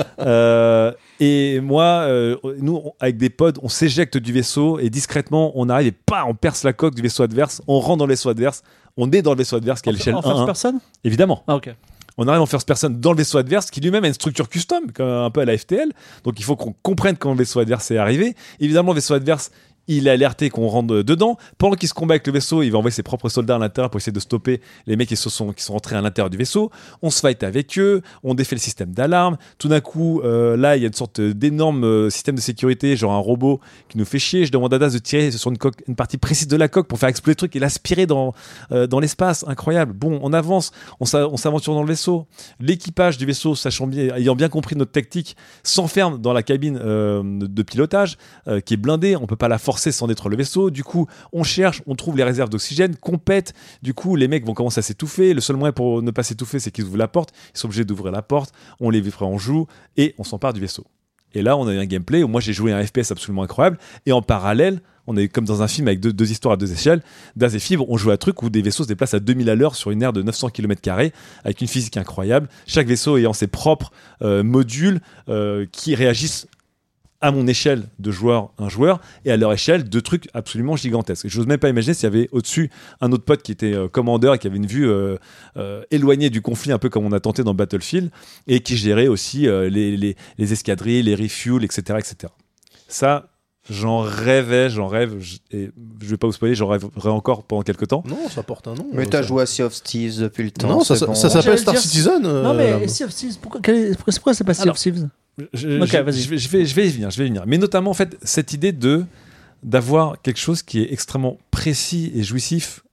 Euh, et moi, euh, nous, on- avec des pods, on s'éjecte du vaisseau et discrètement, on arrive et pas, on perce la coque du vaisseau adverse. On rentre dans le vaisseau adverse. On est dans le vaisseau adverse qui est à l'échelle En un first un. person. Évidemment. Ah, ok. On arrive en first person dans le vaisseau adverse qui lui-même a une structure custom, comme un peu à la F T L. Donc il faut qu'on comprenne quand le vaisseau adverse est arrivé. Évidemment, le vaisseau adverse, il est alerté qu'on rentre dedans. Pendant qu'il se combat avec le vaisseau, il va envoyer ses propres soldats à l'intérieur pour essayer de stopper les mecs qui, se sont, qui sont rentrés à l'intérieur du vaisseau. On se fight avec eux, on défait le système d'alarme. Tout d'un coup, euh, là, il y a une sorte d'énorme euh, système de sécurité, genre un robot qui nous fait chier. Je demande à Daz de tirer sur une, coque, une partie précise de la coque pour faire exploser le truc et l'aspirer dans, euh, dans l'espace. Incroyable. Bon, on avance, on s'a- on s'aventure dans le vaisseau. L'équipage du vaisseau, sachant bien, ayant bien compris notre tactique, s'enferme dans la cabine euh, de pilotage euh, qui est blindée. On peut pas la forcer sans détruire le vaisseau. Du coup, on cherche, on trouve les réserves d'oxygène, qu'on pète. Du coup, les mecs vont commencer à s'étouffer. Le seul moyen pour ne pas s'étouffer, c'est qu'ils ouvrent la porte. Ils sont obligés d'ouvrir la porte. On les en joue et on s'empare du vaisseau. Et là, on a eu un gameplay où moi j'ai joué un F P S absolument incroyable. Et en parallèle, on est comme dans un film avec deux, deux histoires à deux échelles. Daz et Fibre, on joue à un truc où des vaisseaux se déplacent à deux mille à l'heure sur une aire de neuf cents kilomètres carrés avec une physique incroyable. Chaque vaisseau ayant ses propres euh, modules euh, qui réagissent à mon échelle de joueur, un joueur, et à leur échelle, deux trucs absolument gigantesques. Je n'ose même pas imaginer s'il y avait au-dessus un autre pote qui était euh, commandeur et qui avait une vue euh, euh, éloignée du conflit, un peu comme on a tenté dans Battlefield, et qui gérait aussi euh, les, les, les escadrilles, les refuels, et cetera, et cetera. Ça, j'en rêvais, j'en rêve, je, et je vais pas vous spoiler, j'en rêverai encore pendant quelques temps. Non, ça porte un nom. Mais euh, t'as ça. joué à Sea of Thieves depuis le temps. Non, ça, c'est ça, bon. ça s'appelle J'allais Star dire- Citizen. euh, Non, mais Sea of Thieves, pourquoi, quel est- pourquoi, pourquoi c'est pas Sea Alors, of Thieves? Je, Ok, je- vas-y. je vais, je, vais, je vais y venir, je vais y venir. Mais notamment, en fait, cette idée de d'avoir quelque chose qui est extrêmement précis et jouissif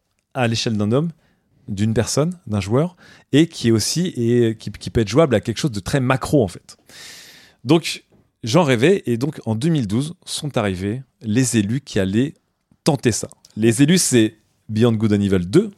à l'échelle d'un homme, d'une personne, d'un joueur, et qui est aussi et qui, qui peut être jouable à quelque chose de très macro, en fait. Donc, j'en rêvais, et donc en deux mille douze sont arrivés les élus qui allaient tenter ça. Les élus, c'est Beyond Good and Evil deux,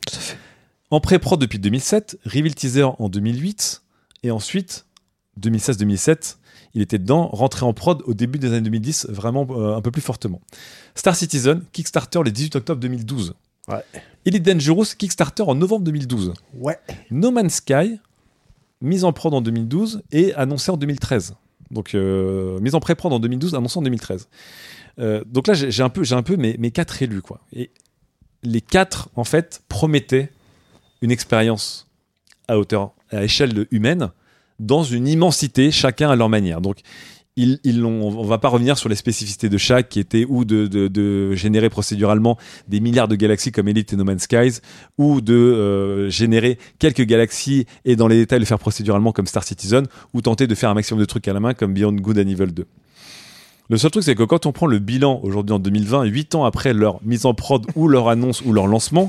en pré-prod depuis deux mille sept, Reveal Teaser en deux mille huit, et ensuite, deux mille seize deux mille sept, il était dedans, rentré en prod au début des années deux mille dix, vraiment euh, un peu plus fortement. Star Citizen, Kickstarter le dix-huit octobre deux mille douze. Ouais. Elite Dangerous, Kickstarter en novembre deux mille douze. Ouais. No Man's Sky, mise en prod en deux mille douze et annoncé en deux mille treize. Donc, euh, mise en pré-prod en deux mille douze, annoncé en deux mille treize. Euh, donc là, j'ai, j'ai un peu, j'ai un peu mes, mes quatre élus, quoi. Et les quatre, en fait, promettaient une expérience à hauteur, à échelle humaine, dans une immensité, chacun à leur manière. Donc, ils, ils l'ont, on va pas revenir sur les spécificités de chaque, qui étaient ou de, de, de générer procéduralement des milliards de galaxies comme Elite et No Man's Skies, ou de euh, générer quelques galaxies et dans les détails le faire procéduralement comme Star Citizen, ou tenter de faire un maximum de trucs à la main comme Beyond Good and Evil deux. Le seul truc, c'est que quand on prend le bilan aujourd'hui en deux mille vingt, huit ans après leur mise en prod ou leur annonce ou leur lancement,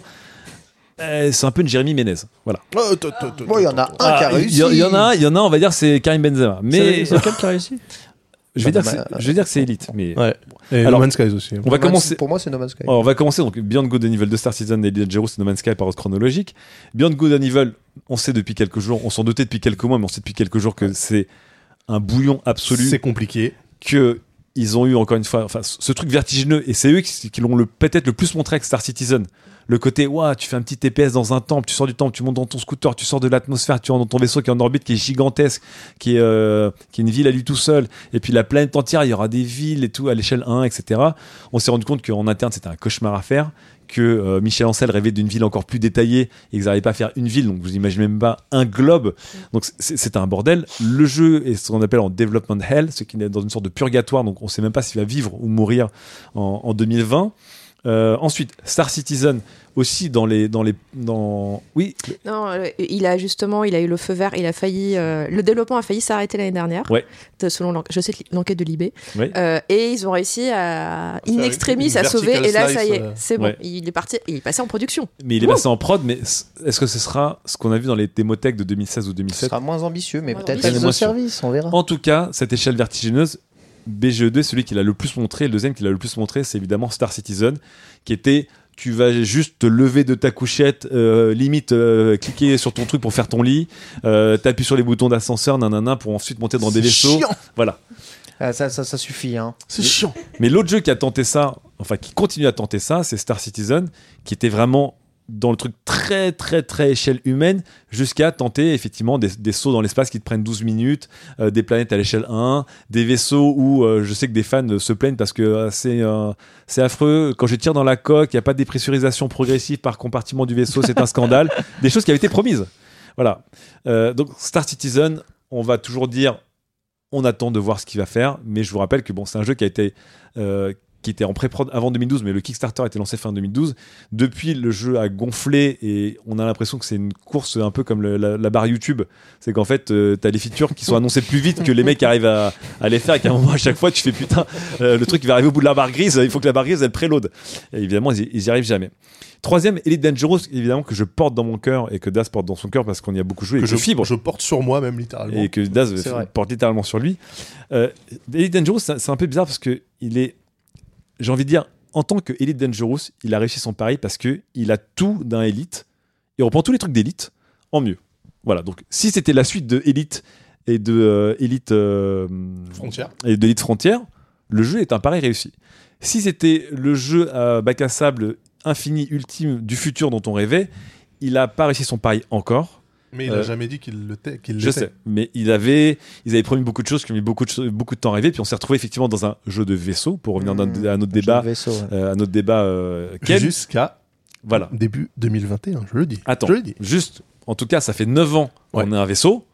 euh, c'est un peu une Jérémy Ménez. Voilà. Bon, il y en a un qui a réussi. Il y, y en a, il y en a, on va dire, c'est Karim Benzema. Mais C'est lequel qui a réussi? je vais dire, que c'est, je vais dire que c'est Elite. Mais Ouais. Et Alors, No Man's Skies aussi. on va commencer. Pour moi, c'est No Man's Sky. On va commencer donc Beyond Good and Evil de Star Citizen et Elite Dangerous et No Man's Sky par ordre chronologique. Beyond Good and Evil, on sait depuis quelques jours, on s'en doutait depuis quelques mois, mais on sait depuis quelques jours que c'est un bouillon absolu. C'est compliqué. Que ils ont eu encore une fois, enfin, ce truc vertigineux, et c'est eux qui, qui l'ont le, peut-être le plus montré avec Star Citizen. Le côté, ouah, tu fais un petit T P S dans un temple, tu sors du temple, tu montes dans ton scooter, tu sors de l'atmosphère, tu rentres dans ton vaisseau qui est en orbite, qui est gigantesque, qui est, euh, qui est une ville à lui tout seul, et puis la planète entière, il y aura des villes et tout à l'échelle un, et cetera. On s'est rendu compte qu'en interne, c'était un cauchemar à faire, que euh, Michel Ancel rêvait d'une ville encore plus détaillée, et qu'ils n'arrivaient pas à faire une ville, donc vous imaginez même pas un globe. Donc c'est, c'est un bordel. Le jeu est ce qu'on appelle en development hell, ce qui est dans une sorte de purgatoire, donc on sait même pas s'il va vivre ou mourir en, en deux mille vingt. Euh, ensuite, Star Citizen aussi dans les dans les dans oui. Non, euh, il a justement, il a eu le feu vert, il a failli, euh, le développement a failli s'arrêter l'année dernière. Ouais. de- Selon l'en- je sais l'enquête de Libé. Ouais. Euh, et ils ont réussi à in faire extremis une à sauver. vertical Et là, ça y slice, est, euh. c'est bon. Ouais. Il est parti, il est passé en production. Mais il est passé en prod, mais est-ce que ce sera ce qu'on a vu dans les démotech de deux mille seize ou deux mille Ce sept? sera moins ambitieux, mais Moins peut-être ambitieux. avec Moins le sûr. service, on verra. En tout cas, cette échelle vertigineuse, B G E deux, celui qui l'a le plus montré, le deuxième qui l'a le plus montré, c'est évidemment Star Citizen, qui était tu vas juste te lever de ta couchette, euh, limite euh, cliquer sur ton truc pour faire ton lit, euh, t'appuies sur les boutons d'ascenseur, nanana, pour ensuite monter dans des C'est vaisseaux. chiant. Voilà. Ah, ça, ça, ça suffit. Hein. C'est chiant. Mais l'autre jeu qui a tenté ça, enfin qui continue à tenter ça, c'est Star Citizen, qui était vraiment dans le truc très très très échelle humaine, jusqu'à tenter effectivement des, des sauts dans l'espace qui te prennent douze minutes, euh, des planètes à l'échelle un, des vaisseaux où euh, je sais que des fans euh, se plaignent parce que euh, c'est, euh, c'est affreux, quand je tire dans la coque, il n'y a pas de dépressurisation progressive par compartiment du vaisseau, c'est un scandale, des choses qui avaient été promises. Voilà. Euh, donc Star Citizen, on va toujours dire on attend de voir ce qu'il va faire, mais je vous rappelle que bon, c'est un jeu qui a été euh, qui était en pré-prod avant deux mille douze, mais le Kickstarter a été lancé fin deux mille douze. Depuis, le jeu a gonflé et on a l'impression que c'est une course un peu comme le- la, la barre YouTube. C'est qu'en fait, euh, t'as les features qui sont annoncées plus vite que les mecs arrivent à, à les faire, et qu'à un moment, à chaque fois, tu fais putain, euh, le truc il va arriver au bout de la barre grise, il faut que la barre grise elle préload. Et évidemment, ils, y- ils y arrivent jamais. Troisième, Elite Dangerous, évidemment, que je porte dans mon cœur et que Daz porte dans son cœur parce qu'on y a beaucoup joué et Que que je je fibre. je porte sur moi même littéralement. Et que Daz C'est vrai. porte littéralement sur lui. Euh, Elite Dangerous, c'est c'est un peu bizarre parce que il est, j'ai envie de dire, en tant que Elite Dangerous, il a réussi son pari parce que il a tout d'un Elite. Il reprend tous les trucs d'Elite en mieux. Voilà. Donc, si c'était la suite de Elite et de euh, Elite euh, Frontière. et de Elite Frontière, le jeu est un pari réussi. Si c'était le jeu à bac à sable infini ultime du futur dont on rêvait, il a pas réussi son pari encore. Mais il Euh, a jamais dit qu'il le tait- qu'il Je l'était. sais, mais il avait, ils avaient promis beaucoup de choses qui ont mis beaucoup de, cho- beaucoup de temps à arriver, puis on s'est retrouvé effectivement dans un jeu de vaisseau, pour revenir dans- Mmh, à notre jeu débat, de vaisseau, ouais. euh, à notre débat. Euh, Ken. Jusqu'à Voilà. début deux mille vingt et un, je le dis. Attends, Je le dis. juste, en tout cas, ça fait neuf ans qu'on Ouais. est un vaisseau,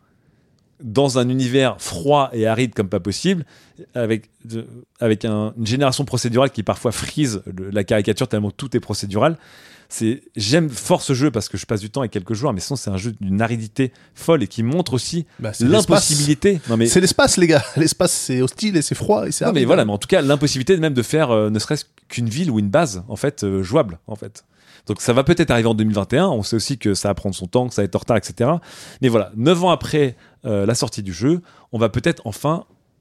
dans un univers froid et aride comme pas possible, avec, de- avec un- une génération procédurale qui parfois frise le- la caricature tellement tout est procédural. C'est, j'aime fort ce jeu parce que je passe du temps avec quelques joueurs, mais sinon c'est un jeu d'une aridité folle et qui montre aussi Bah, c'est l'impossibilité. Non mais, l'espace. C'est l'espace, les gars. L'espace, c'est hostile et c'est froid et c'est non mais aride. voilà, mais en tout cas l'impossibilité même de faire euh, ne serait-ce qu'une ville ou une base en fait euh, jouable en fait. Donc ça va peut-être arriver en deux mille vingt et un. On sait aussi que ça va prendre son temps, que ça va être en retard, et cetera. Mais voilà, neuf ans après euh, la sortie du jeu, on va peut-être enfin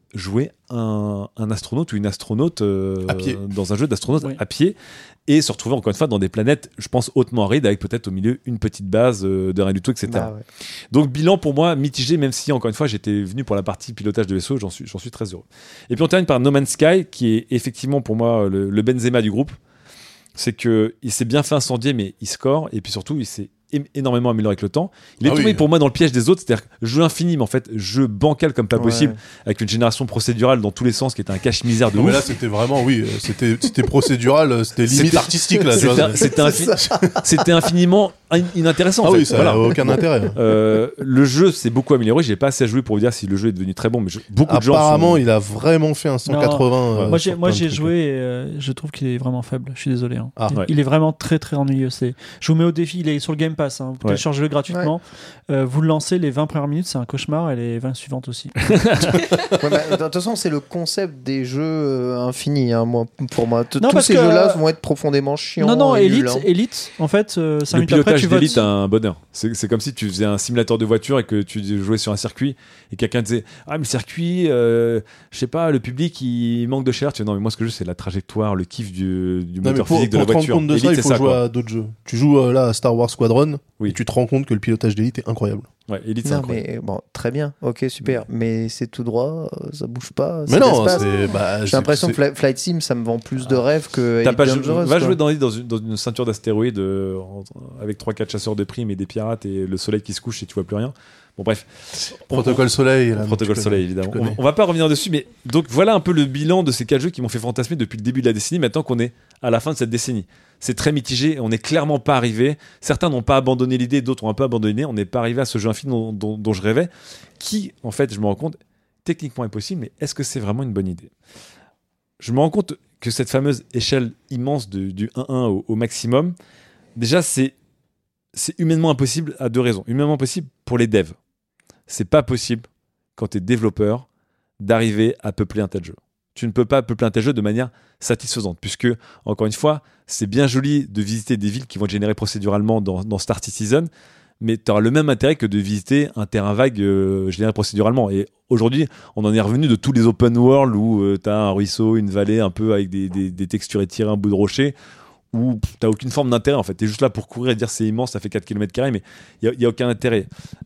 jouer un, un astronaute ou une astronaute euh, À pied. dans un jeu d'astronaute Oui. à pied et se retrouver encore une fois dans des planètes, je pense, hautement arides avec peut-être au milieu une petite base euh, de rien du tout, et cetera. Bah ouais. Donc bilan pour moi mitigé, même si encore une fois j'étais venu pour la partie pilotage de vaisseau, j'en suis, j'en suis très heureux. Et puis on termine par No Man's Sky, qui est effectivement pour moi le, le Benzema du groupe. C'est que il s'est bien fait incendier, mais il score, et puis surtout il s'est é- énormément amélioré avec le temps. Il est Ah tombé oui. pour moi dans le piège des autres, c'est-à-dire jeu infini, mais en fait jeu bancal comme pas Ouais. possible, avec une génération procédurale dans tous les sens qui était un cache-misère de Non, ouf. mais là, c'était vraiment, oui, euh, c'était, c'était procédural, euh, c'était limite C'était- artistique, là. tu vois. C'était, c'était, infi- c'était infiniment in- inintéressant. Ah en fait. oui, ça Voilà. n'a aucun intérêt. Euh, le jeu s'est beaucoup amélioré. J'ai pas assez joué pour vous dire si le jeu est devenu très bon, mais je- beaucoup de gens. Apparemment, sont- il a vraiment fait un cent quatre-vingts. euh, Moi, sur j'ai, moi, plein de j'ai trucs. joué et euh, je trouve qu'il est vraiment faible. Je suis désolé. hein. Ah, il, ouais. il est vraiment très très ennuyeux. C'est... Je vous mets au défi. Il est sur le Game Pass. Hein. Vous Ouais. téléchargez-le gratuitement. Euh, vous le lancez les vingt premières minutes, c'est un cauchemar. Et les vingt suivantes aussi. Ouais, mais, de toute façon, c'est le concept des jeux euh, infinis, hein, moi, pour moi. T- Non, Tous parce ces que, jeux-là euh, vont être profondément chiants. non, non, et Elite, nuls, hein. Elite, en fait, euh, cinq Le minutes après, pilotage tu votes. d'élite, un bonheur. C'est, c'est comme si tu faisais un simulateur de voiture et que tu jouais sur un circuit et quelqu'un disait ah mais le circuit, euh, je sais pas, le public il manque de chair. Tu dis non mais moi ce que je veux c'est la trajectoire, le kiff du, du Non, mais moteur pour, physique de pour la te rendre voiture. compte de ça, Elite, il c'est faut jouer quoi. à d'autres jeux. Tu joues euh, là à Star Wars Squadron, Oui. et tu te rends compte que le pilotage d'élite est incroyable. Ouais, Elite, c'est Non, incroyable. mais bon, très bien, ok, super. Mais c'est tout droit, euh, ça bouge pas. Mais ça non, laisse pas. c'est. Bah, J'ai c'est- l'impression c'est- que Fly- Flight Sim, ça me vend plus de rêves que T'as Elite pas jou- Dangerous. va quoi. jouer dans, dans, une, dans une ceinture d'astéroïdes euh, en- avec trois quatre chasseurs de primes et des pirates et le soleil qui se couche et tu vois plus rien. Bon bref. Protocole Soleil. là, Protocole tu Soleil connais, évidemment. tu On, connais. on va pas revenir dessus, mais donc voilà un peu le bilan de ces quatre jeux qui m'ont fait fantasmer depuis le début de la décennie. Maintenant qu'on est à la fin de cette décennie, c'est très mitigé. On n'est clairement pas arrivé. Certains n'ont pas abandonné l'idée, d'autres ont un peu abandonné. On n'est pas arrivé à ce jeu infini dont, dont- dont je rêvais, qui en fait, je me rends compte, techniquement est possible, mais est-ce que c'est vraiment une bonne idée ? Je me rends compte que cette fameuse échelle immense de- du un un au, au maximum, déjà c'est c'est humainement impossible à deux raisons. Humainement impossible pour les devs. C'est pas possible quand tu es développeur d'arriver à peupler un tel jeu. Tu ne peux pas peupler un tel jeu de manière satisfaisante, puisque, encore une fois, c'est bien joli de visiter des villes qui vont être générées procéduralement dans, dans Star Citizen, mais tu auras le même intérêt que de visiter un terrain vague euh, généré procéduralement. Et aujourd'hui, on en est revenu de tous les open world où tu as un ruisseau, une vallée un peu avec des, des, des textures étirées, un bout de rocher, où tu n'as aucune forme d'intérêt en fait. Tu es juste là pour courir et dire c'est immense, ça fait quatre kilomètres carrés, mais il n'y a, a aucun intérêt.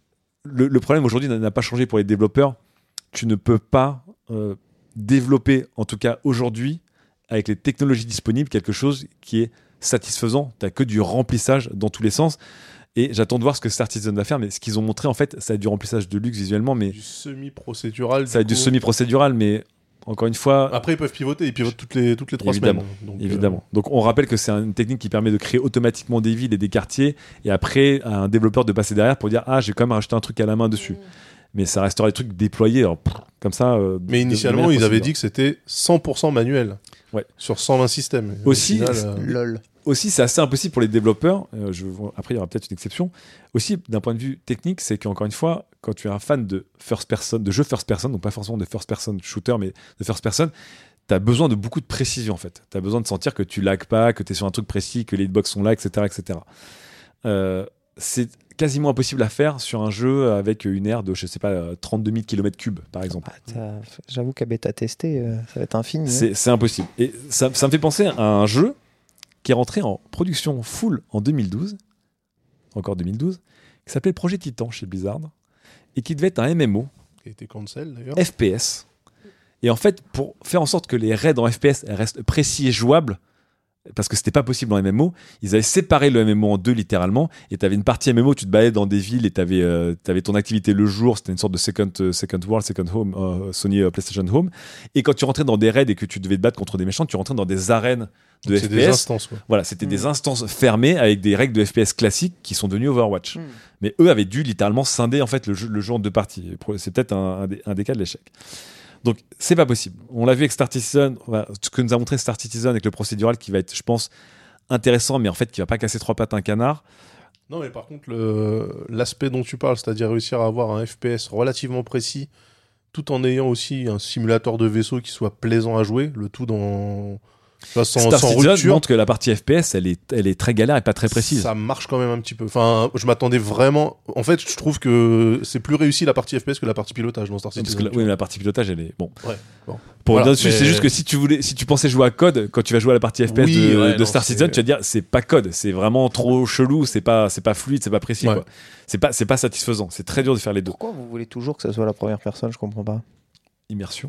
Le, le problème aujourd'hui n'a pas changé pour les développeurs. Tu ne peux pas euh, développer, en tout cas aujourd'hui, avec les technologies disponibles, quelque chose qui est satisfaisant. Tu n'as que du remplissage dans tous les sens. Et j'attends de voir ce que Star Citizen va faire, mais ce qu'ils ont montré, en fait, ça a du remplissage de luxe visuellement, mais Du semi-procédural. ça a du coup. semi-procédural, mais encore une fois, Après, ils peuvent pivoter, ils pivotent toutes les, toutes les trois Évidemment. semaines. Donc, euh, évidemment. Donc on rappelle que c'est une technique qui permet de créer automatiquement des villes et des quartiers, et après à un développeur de passer derrière pour dire ah j'ai quand même rajouté un truc à la main dessus. Mais ça restera des trucs déployés alors, pff, comme ça. euh, de- Mais de initialement, manière ils avaient possible. dit que c'était cent pour cent manuel. Ouais. Sur cent vingt systèmes. Et au Aussi, final, euh, Lol. Aussi, c'est assez impossible pour les développeurs. euh, je, après, il y aura peut-être une exception. Aussi, d'un point de vue technique, c'est qu'encore une fois, quand tu es un fan de first person, de jeux first person, donc pas forcément de first person shooter, mais de first person, tu as besoin de beaucoup de précision en fait. Tu as besoin de sentir que tu lags pas, que tu es sur un truc précis, que les hitbox sont là, et cetera, et cetera. Euh, c'est quasiment impossible à faire sur un jeu avec une aire de, je sais pas, euh, trente-deux mille kilomètres cubes, par exemple. Ah, t'as- J'avoue qu'à bêta testé, euh, ça va être infini. hein. C'est c'est impossible. Et ça, ça me fait penser à un jeu qui est rentré en production full en deux mille douze, encore deux mille douze, qui s'appelait Projet Titan chez Blizzard, et qui devait être un M M O, qui a été cancel d'ailleurs. F P S. Et en fait, pour faire en sorte que les raids en F P S restent précis et jouables, parce que c'était pas possible en M M O, ils avaient séparé le M M O en deux littéralement, et tu avais une partie M M O, tu te baladais dans des villes et tu avais euh, ton activité le jour, c'était une sorte de second, euh, second world, second home, euh, Sony euh, PlayStation Home, et quand tu rentrais dans des raids et que tu devais te battre contre des méchants, tu rentrais dans des arènes de C'est F P des S. instances. Quoi. Voilà, c'était des Mm. instances fermées avec des règles de F P S classiques qui sont devenues Overwatch. Mm. Mais eux avaient dû littéralement scinder en fait le jeu, le jeu en deux parties. C'est peut-être un, un, des, un des cas de l'échec. Donc c'est pas possible. On l'a vu avec Star Citizen, voilà, ce que nous a montré Star Citizen avec le procédural qui va être, je pense, intéressant, mais en fait qui va pas casser trois pattes à un canard. Non, mais par contre, le- l'aspect dont tu parles, c'est-à-dire réussir à avoir un F P S relativement précis, tout en ayant aussi un simulateur de vaisseau qui soit plaisant à jouer, le tout dans Enfin, sans, Star sans Citizen rupture, montre que la partie F P S, elle est, elle est très galère et pas très précise. ça marche quand même un petit peu. Enfin, je m'attendais vraiment. En fait, je trouve que c'est plus réussi la partie F P S que la partie pilotage dans Star Parce Citizen. que la, oui, mais la partie pilotage, elle est bon. Ouais, bon. Pour Voilà, revenir dessus, mais- c'est juste que si tu voulais, si tu pensais jouer à Code, quand tu vas jouer à la partie F P S Oui, de, ouais, de non, Star c'est- Citizen, tu vas te dire c'est pas Code, c'est vraiment trop chelou, c'est pas, c'est pas fluide, c'est pas précis. Ouais. Quoi. C'est pas, c'est pas satisfaisant. C'est très dur de faire les deux. Pourquoi vous voulez toujours que ça soit la première personne? Je comprends pas. Immersion.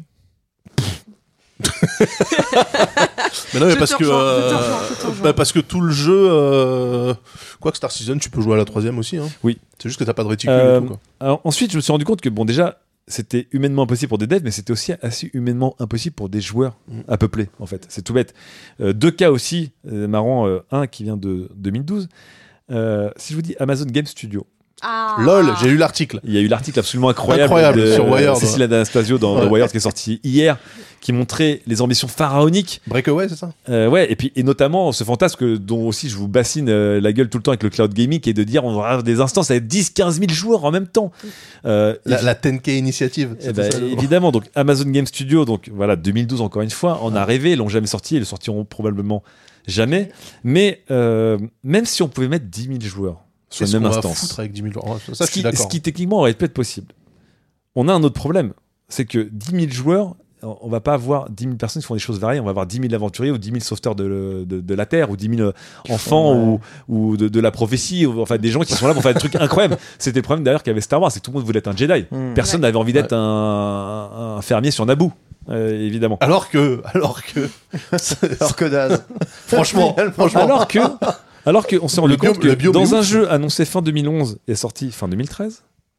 Mais non, mais Je parce te que rejoins, euh, je te rejoins, je te rejoins. bah, parce que tout le jeu, euh... quoi que Star Citizen, tu peux jouer à la troisième aussi. Hein. Oui. C'est juste que t'as pas de réticule Euh, et tout. Quoi. Alors, ensuite, je me suis rendu compte que bon, déjà, c'était humainement impossible pour des devs, mais c'était aussi assez humainement impossible pour des joueurs Mm. à peupler. En fait, c'est tout bête. Euh, deux cas aussi euh, marrants. Euh, un qui vient de deux mille douze. Euh, si je vous dis Amazon Game Studio. Ah. Lol, j'ai lu l'article. Il y a eu l'article absolument incroyable, Incroyable, de sur Wired, Cécile Anastasio dans, dans Ouais. Wired qui est sorti hier, qui montrait les ambitions pharaoniques. Breakaway, c'est ça? Euh, ouais, et puis et notamment ce fantasme que, dont aussi je vous bassine euh, la gueule tout le temps avec le cloud gaming, qui est de dire on aura des instances avec dix quinze mille joueurs en même temps. Euh, La, et- la dix K initiative. eh c'était ben, ça, le- évidemment, donc Amazon Game Studio, donc voilà, deux mille douze encore une fois, on a rêvé, ils l'ont jamais sorti, ils le sortiront probablement jamais. Mais euh, même si on pouvait mettre dix mille joueurs sur Qu'est-ce la même qu'on va instance, foutre avec dix mille joueurs? Ça, ce, je suis qui, d'accord. ce qui techniquement aurait pu être possible. On a un autre problème, c'est que dix mille joueurs, on va pas avoir dix mille personnes qui font des choses variées, on va avoir dix mille aventuriers ou dix mille sauveteurs de, de, de la Terre ou dix mille enfants Ouais. ou, ou de, de la prophétie, ou, enfin des gens qui sont là pour faire des trucs incroyables. C'était le problème d'ailleurs qu'avait Star Wars, c'est que tout le monde voulait être un Jedi. Hmm. Personne n'avait envie d'être un, un fermier sur Naboo, euh, évidemment. Alors que, alors que, Alors que Daz. franchement, franchement, Alors que, alors que on s'est rendu Le bio- compte que le bio dans bio- un jeu annoncé fin deux mille onze et sorti fin deux mille treize,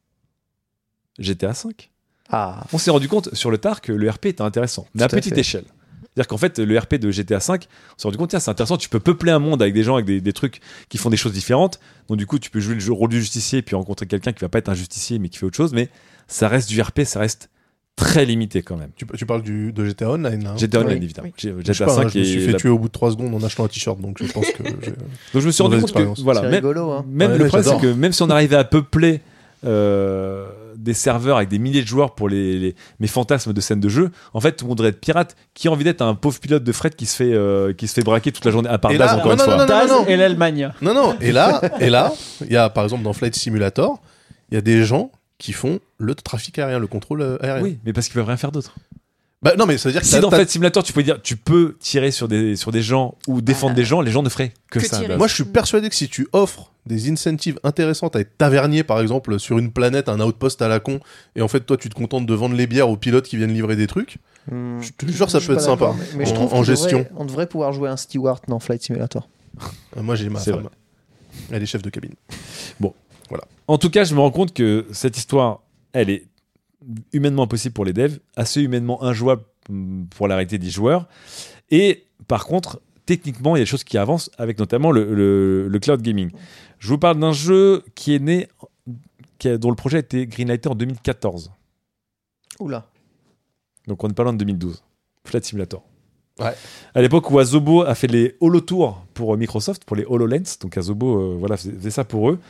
G T A cinq, Ah. on s'est rendu compte sur le tard que le R P était intéressant, mais à Tout à petite fait. échelle. C'est-à-dire qu'en fait, le R P de G T A cinq, on s'est rendu compte, tiens, c'est intéressant, tu peux peupler un monde avec des gens, avec des, des trucs qui font des choses différentes. Donc du coup, tu peux jouer le jeu rôle du justicier, puis rencontrer quelqu'un qui va pas être un justicier, mais qui fait autre chose. Mais ça reste du R P, ça reste très limité quand même. tu, tu parles du, de G T A Online, là. hein. G T A Online, Oui, évidemment. oui. G- Je sais G T A pas, hein, cinq je me suis est fait la- tuer au bout de trois secondes en achetant un t-shirt, donc je pense que j'ai- Donc je me suis rendu Mauvaise compte que expérience. voilà, C'est même, rigolo, hein. même Ouais, le ouais, problème, c'est j'adore. que même si on arrivait à peupler euh, des serveurs avec des milliers de joueurs pour les, les- mes fantasmes de scènes de jeu, en fait, tout le monde voudrait être pirate. Qui a envie d'être un pauvre pilote de fret qui se fait, euh, qui se fait braquer toute la journée à part Et Daz, là- encore non, une non, fois. non, non, Daz non. et l'Allemagne. Non, non, et là, et là, il y a par exemple dans Flight Simulator, il y a des gens qui font le trafic aérien, le contrôle euh, aérien. Oui, mais parce qu'ils peuvent rien faire d'autre. Bah non, mais ça veut dire que Si t'as- dans t'as- Flight Simulator, tu peux dire, tu peux tirer sur des, sur des gens ou défendre des gens, les gens ne feraient que, Que ça. tirer. Daz. Moi, je suis persuadé que si tu offres des incentives intéressantes à être tavernier, par exemple, sur une planète, un outpost à la con, et en fait, toi, tu te contentes de vendre les bières aux pilotes qui viennent livrer des trucs, Hmm. je te jure, ça Je peut suis être pas sympa. d'accord, Mais, mais je En- trouve en qu'on gestion. devrait- on devrait pouvoir jouer un steward dans Flight Simulator. Euh, Moi, j'ai ma C'est femme. vrai. Elle est chef de cabine. En tout cas, je me rends compte que cette histoire, elle est humainement impossible pour les devs, assez humainement injouable hum, pour la réalité des joueurs. Et par contre, techniquement, il y a des choses qui avancent, avec notamment le, le- le cloud gaming. Je vous parle d'un jeu qui est né, qui a- dont le projet a été greenlighté en deux mille quatorze. Oula. Donc on n'est pas loin de deux mille douze. Flight Simulator. Ouais. À l'époque où Asobo a fait les HoloTours pour Microsoft, pour les HoloLens, donc Asobo euh, voilà, faisait, faisait ça pour eux.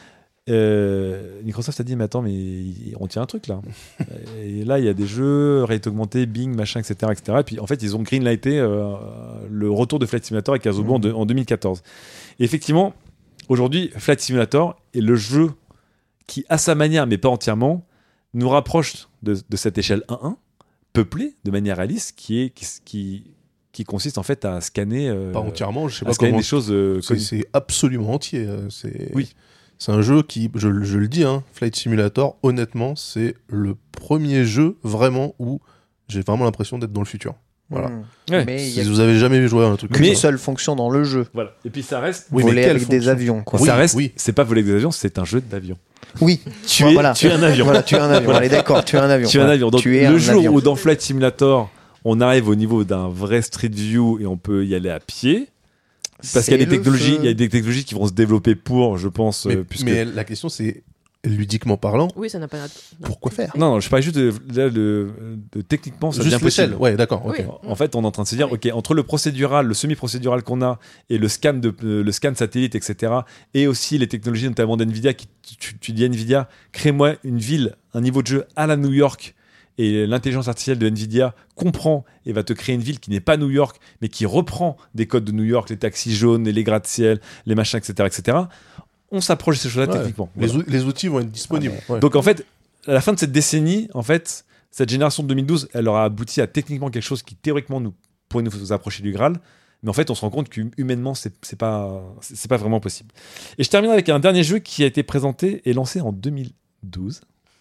Euh, Microsoft a dit mais attends mais il- on tient un truc là et là il y a des jeux réalité augmentée Bing machin etc etc et puis en fait ils ont greenlighté euh, le retour de Flight Simulator avec Asobo en, de- en deux mille quatorze et effectivement aujourd'hui Flight Simulator est le jeu qui à sa manière mais pas entièrement nous rapproche de, de cette échelle un un peuplée de manière réaliste qui est qui, qui, qui consiste en fait à scanner euh, Pas entièrement, je sais à pas scanner comment. des choses euh, C'est connues. c'est absolument entier. euh, C'est Oui. C'est un jeu qui, je, je le dis, hein, Flight Simulator, honnêtement, c'est le premier jeu vraiment où j'ai vraiment l'impression d'être dans le futur. Voilà. Hmm. Ouais. Mais il Si y a vous avez jamais joué à un truc comme qu'une ça. seule fonction dans le jeu. Voilà. Et puis ça reste Oui, mais Voler quelle avec des fonction avions, quoi. Oui, ça reste, oui. c'est pas voler avec des avions, c'est un jeu d'avion. Oui. Tu Ouais, es, voilà. tu es un avion. Voilà, tu es un avion. Voilà. Allez, d'accord, tu es un avion. Tu es un Voilà. avion. Donc Tu es le un jour avion. où dans Flight Simulator, on arrive au niveau d'un vrai Street View et on peut y aller à pied, parce qu'il y a C'est des le technologies, feu. il y a des technologies qui vont se développer pour, je pense, Mais, euh, puisque. mais la question, c'est ludiquement parlant, Oui, ça n'a pas. non. pourquoi faire Non, non, je parle juste de, là, de- de techniquement, ça devient Juste possible. l'échelle. Ouais, d'accord. ok. Oui. En fait, on est en train de se dire, ok, entre le procédural, le semi-procédural qu'on a et le scan de euh, le scan satellite, et cetera, et aussi les technologies notamment d'Nvidia, qui tu, tu dis à Nvidia, crée-moi une ville, un niveau de jeu à la New York, et l'intelligence artificielle de Nvidia comprend et va te créer une ville qui n'est pas New York, mais qui reprend des codes de New York, les taxis jaunes, les gratte-ciel, les machins, et cetera, et cetera. On s'approche de ces choses-là Ouais. techniquement. Les, Voilà. ou- les outils vont être disponibles. Ouais. Donc en fait, à la fin de cette décennie, en fait, cette génération de deux mille douze, elle aura abouti à techniquement quelque chose qui théoriquement nous pourrait nous approcher du Graal, mais en fait, on se rend compte qu'humainement, c'est, c'est pas, c'est, c'est pas vraiment possible. Et je termine avec un dernier jeu qui a été présenté et lancé en deux mille douze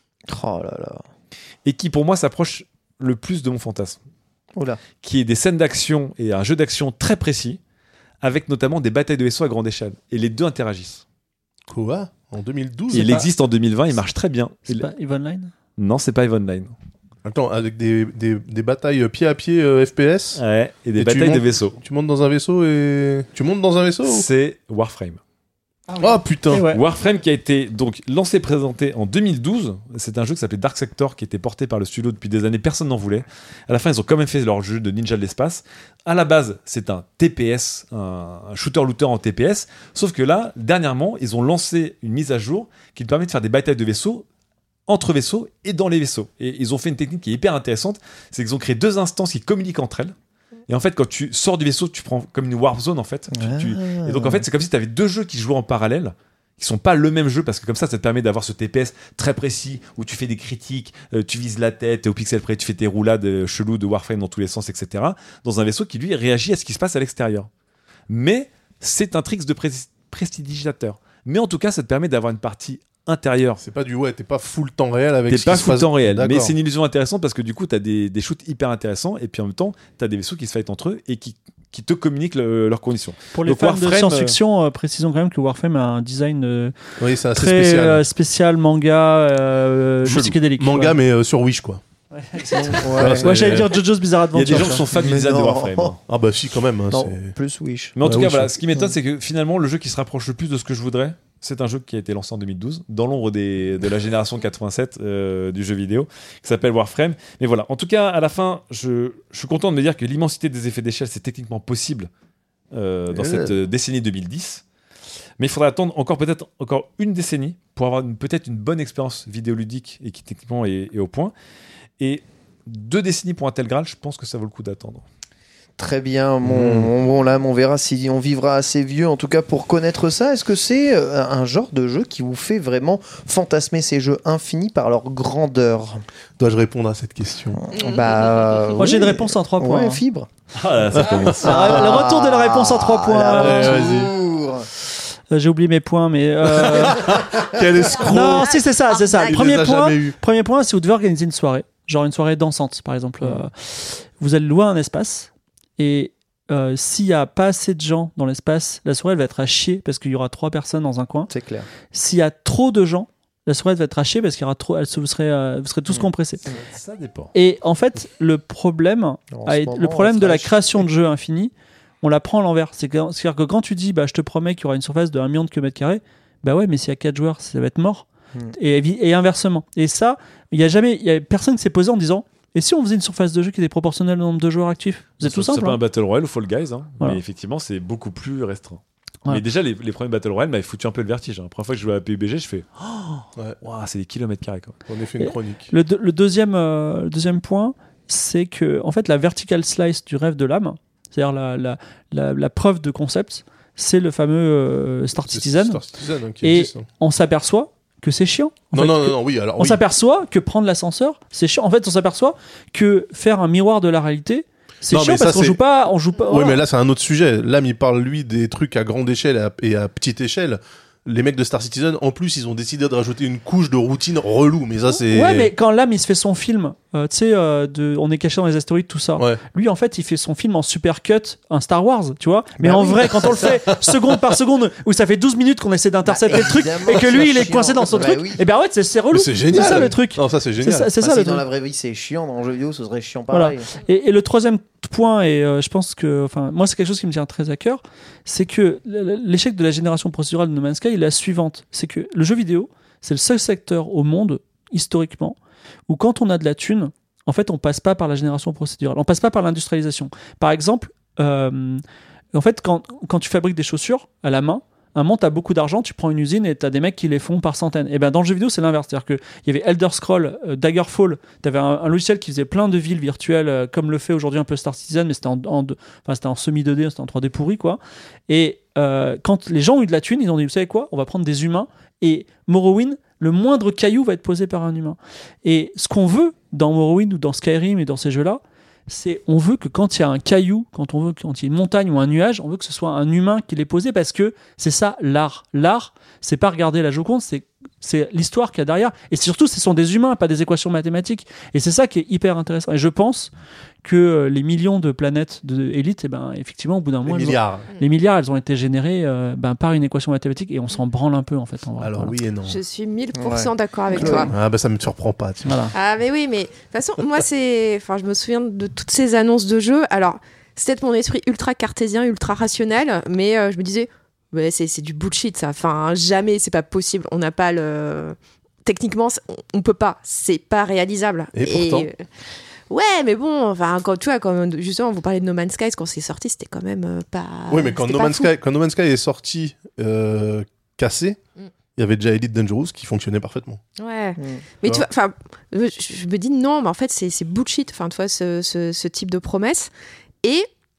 Oh là là. et qui pour moi s'approche le plus de mon fantasme, Oula. qui est des scènes d'action et un jeu d'action très précis, avec notamment des batailles de vaisseaux à grande échelle. Et les deux interagissent. Quoi ? En deux mille douze Et il pas- existe en deux mille vingt, il marche très bien. C'est Il- pas Eve Online Non, c'est pas Eve Online. Attends, avec des, des, des batailles pied à pied euh, F P S, Ouais, et des Et tu batailles de montes- vaisseaux. tu montes dans un vaisseau et... Tu montes dans un vaisseau ou... C'est Warframe. Oh putain Eh ouais. Warframe qui a été donc lancé, présenté en deux mille douze. C'est un jeu qui s'appelait Dark Sector qui était porté par le studio depuis des années. Personne n'en voulait. À la fin, ils ont quand même fait leur jeu de ninja de l'espace. À la base, c'est un T P S, un, un shooter-looter en T P S. Sauf que là, dernièrement, ils ont lancé une mise à jour qui permet de faire des batailles de vaisseaux entre vaisseaux et dans les vaisseaux. Et ils ont fait une technique qui est hyper intéressante. C'est qu'ils ont créé deux instances qui communiquent entre elles. Et en fait, quand tu sors du vaisseau, tu prends comme une warp zone en fait. Tu- tu- Ah. Et donc en fait, c'est comme si tu avais deux jeux qui jouaient en parallèle, qui sont pas le même jeu, parce que comme ça, ça te permet d'avoir ce T P S très précis où tu fais des critiques, euh, tu vises la tête, t'es au pixel près, tu fais tes roulades euh, cheloues de Warframe dans tous les sens, et cetera. Dans un vaisseau qui lui réagit à ce qui se passe à l'extérieur. Mais c'est un trick de pré- prestidigitateur. Mais en tout cas, ça te permet d'avoir une partie intérieure. C'est pas du ouais, t'es pas full temps réel avec T'es ce pas qui se full passe. temps réel, mais D'accord. c'est une illusion intéressante parce que du coup, t'as des, des shoots hyper intéressants et puis en même temps, t'as des vaisseaux qui se fightent entre eux et qui, qui te communiquent le- leurs conditions. Pour les Donc, fans de Warframe, science-fiction, euh, précisons quand même que Warframe a un design euh, Oui, c'est assez très spécial. euh, spécial, manga, euh, Chelou. psychédélique. Manga, Ouais. mais euh, sur Wish quoi. Ouais. Ouais, j'allais dire JoJo's Bizarre Il y a Adventure. des gens qui sont fans du Mais design de non. Warframe. hein. Ah bah si quand même. hein, Non, c'est- plus Wish. Mais en tout Ouais, cas, oui, voilà, je- ce qui m'étonne, c'est que finalement, le jeu qui se rapproche le plus de ce que je voudrais, c'est un jeu qui a été lancé en deux mille douze, dans l'ombre des, de la génération quatre-vingt-sept euh, du jeu vidéo, qui s'appelle Warframe. Mais voilà, en tout cas, à la fin, je, je suis content de me dire que l'immensité des effets d'échelle, c'est techniquement possible euh, dans Euh. cette euh, décennie deux mille dix. Mais il faudra attendre encore peut-être encore une décennie pour avoir une- peut-être une bonne expérience vidéoludique et qui techniquement est, est au point. Et deux décennies pour un tel Graal, je pense que ça vaut le coup d'attendre. Très bien, mon, Mm. on, on- là, on verra si on vivra assez vieux, en tout cas pour connaître ça. Est-ce que c'est euh, un genre de jeu qui vous fait vraiment fantasmer ces jeux infinis par leur grandeur? Dois-je répondre à cette question? Bah, Moi, j'ai oui. une réponse en trois points. Ouais, hein. fibre. Ah là, ça commence. Le retour de la réponse en trois points. Ah, Ouais, le vas-y. retour. Euh, J'ai oublié mes points, mais. euh, Quel escroc! non, si, c'est ça, c'est ça. Il les Premier a point, jamais eu. premier point, si vous devez organiser une soirée, genre une soirée dansante, par exemple, euh, vous allez louer un espace et euh, s'il n'y a pas assez de gens dans l'espace, la soirée elle va être à chier parce qu'il y aura trois personnes dans un coin. C'est clair. S'il y a trop de gens, la soirée elle va être à chier parce qu'il y aura trop, elle, se- vous, serez, euh, vous serez tous Mm. compressés. Ça dépend. Et en fait, le problème, En a ce été- moment, le problème on de la sera création de jeux infinis, on la prend à l'envers. C'est que- C'est-à-dire que quand tu dis, bah, je te promets qu'il y aura une surface de un million de kilomètres carrés, bah ouais, mais s'il y a quatre joueurs, ça va être mort. Hmm. Et, et inversement. Et ça, il y a jamais, il y a personne qui s'est posé en disant, et si on faisait une surface de jeu qui était proportionnelle au nombre de joueurs actifs? C'est tout C'est simple. pas un hein. Battle Royale ou Fall Guys, hein, Voilà. mais effectivement, c'est beaucoup plus restreint. Voilà. Mais déjà, les, les premiers Battle Royale m'avaient foutu un peu le vertige. Hein. La première fois que je jouais à P U B G, je fais oh, Ouais. Ouah, c'est des kilomètres carrés. Quoi. On a fait une Et- chronique. Le, deux- le deuxième, euh, le deuxième point, c'est que en fait, la vertical slice du rêve de l'âme, c'est-à-dire la, la, la, la preuve de concept, c'est le fameux euh, Star C'est Citizen. Star Citizen hein, qui Et existe, hein. on s'aperçoit que c'est chiant. En Non, fait, non, que- non, non, oui, alors. On oui. s'aperçoit que prendre l'ascenseur, c'est chiant. En fait, on s'aperçoit que faire un miroir de la réalité, c'est Non, chiant mais ça, parce qu'on c'est- joue pas, on joue pas. Oui, voilà. mais là, c'est un autre sujet. Là, il parle, lui, des trucs à grande échelle et à, et à petite échelle. Les mecs de Star Citizen, en plus, ils ont décidé de rajouter une couche de routine relou. Mais ça, c'est. Ouais, mais quand l'âme il se fait son film, euh, tu sais, euh, de, on est caché dans les astéroïdes, tout ça. Ouais. Lui, en fait, il fait son film en super cut, un Star Wars, tu vois. Mais Bah en oui. vrai, quand on le fait seconde par seconde, où ça fait douze minutes qu'on essaie d'intercepter Bah, le truc, évidemment et que que lui, c'est il est chiant. coincé dans son Bah truc, oui. et ben ouais, c'est c'est relou. Mais c'est génial. C'est ça le truc. Non, ça, c'est C'est génial. ça, c'est Bah, ça si le dans truc. la vraie vie c'est chiant, dans le jeu vidéo ce serait chiant Voilà. pareil. Et, et le troisième point, et euh, je pense que, enfin, moi, c'est quelque chose qui me tient très à cœur, c'est que l- l'échec de la génération procédurale de No Man's Sky est la suivante. C'est que le jeu vidéo, c'est le seul secteur au monde, historiquement, où quand on a de la thune, en fait, on passe pas par la génération procédurale, on passe pas par l'industrialisation. Par exemple, euh, en fait, quand, quand tu fabriques des chaussures à la main, À un moment, t'as beaucoup d'argent, tu prends une usine et t'as des mecs qui les font par centaines. Et ben dans le jeu vidéo, c'est l'inverse. C'est-à-dire qu'il y avait Elder Scrolls, euh, Daggerfall, t'avais un, un logiciel qui faisait plein de villes virtuelles, euh, comme le fait aujourd'hui un peu Star Citizen, mais c'était en, en, enfin, c'était en semi deux D, c'était en trois D pourri, quoi. Et euh, quand les gens ont eu de la thune, ils ont dit, vous savez quoi, on va prendre des humains, et Morrowind, le moindre caillou va être posé par un humain. Et ce qu'on veut dans Morrowind ou dans Skyrim et dans ces jeux-là, c'est on veut que quand il y a un caillou, quand on veut quand il y a une montagne ou un nuage, on veut que ce soit un humain qui l'ait posé, parce que c'est ça l'art. L'art, c'est pas regarder la Joconde, c'est c'est l'histoire qu'il y a derrière, et surtout ce sont des humains, pas des équations mathématiques, et c'est ça qui est hyper intéressant. Et je pense que euh, les millions de planètes de Elite, eh ben effectivement au bout d'un moment, Les elles ont- milliards. les milliards, elles ont été générées euh, ben, par une équation mathématique, et on s'en branle un peu en fait. En vrai. Alors Voilà. oui et non. Je suis mille pour cent Ouais. d'accord avec Chloé. toi. Ah bah ça me surprend pas. tiens. Voilà. Ah mais oui, mais de toute façon, moi c'est, enfin je me souviens de toutes ces annonces de jeux. Alors c'est peut-être mon esprit ultra cartésien, ultra rationnel, mais euh, je me disais, ouais, c'est c'est du bullshit ça. Enfin jamais, c'est pas possible. On n'a pas le, techniquement, c'est- on, on peut pas. C'est pas réalisable. Et pourtant. euh, Ouais, mais bon, enfin, quand tu vois, quand justement vous parlez de No Man's Sky, quand c'est sorti, c'était quand même euh, pas. Oui, mais quand c'était No, pas Man's fou. Sky, quand No Man's Sky est sorti euh, cassé, il Mm. y avait déjà Elite Dangerous qui fonctionnait parfaitement. Ouais. Mm. Mais Tu tu vois, enfin, je, je me dis non, mais en fait, c'est c'est bullshit. Enfin, tu vois, ce, ce, ce type de promesse. Et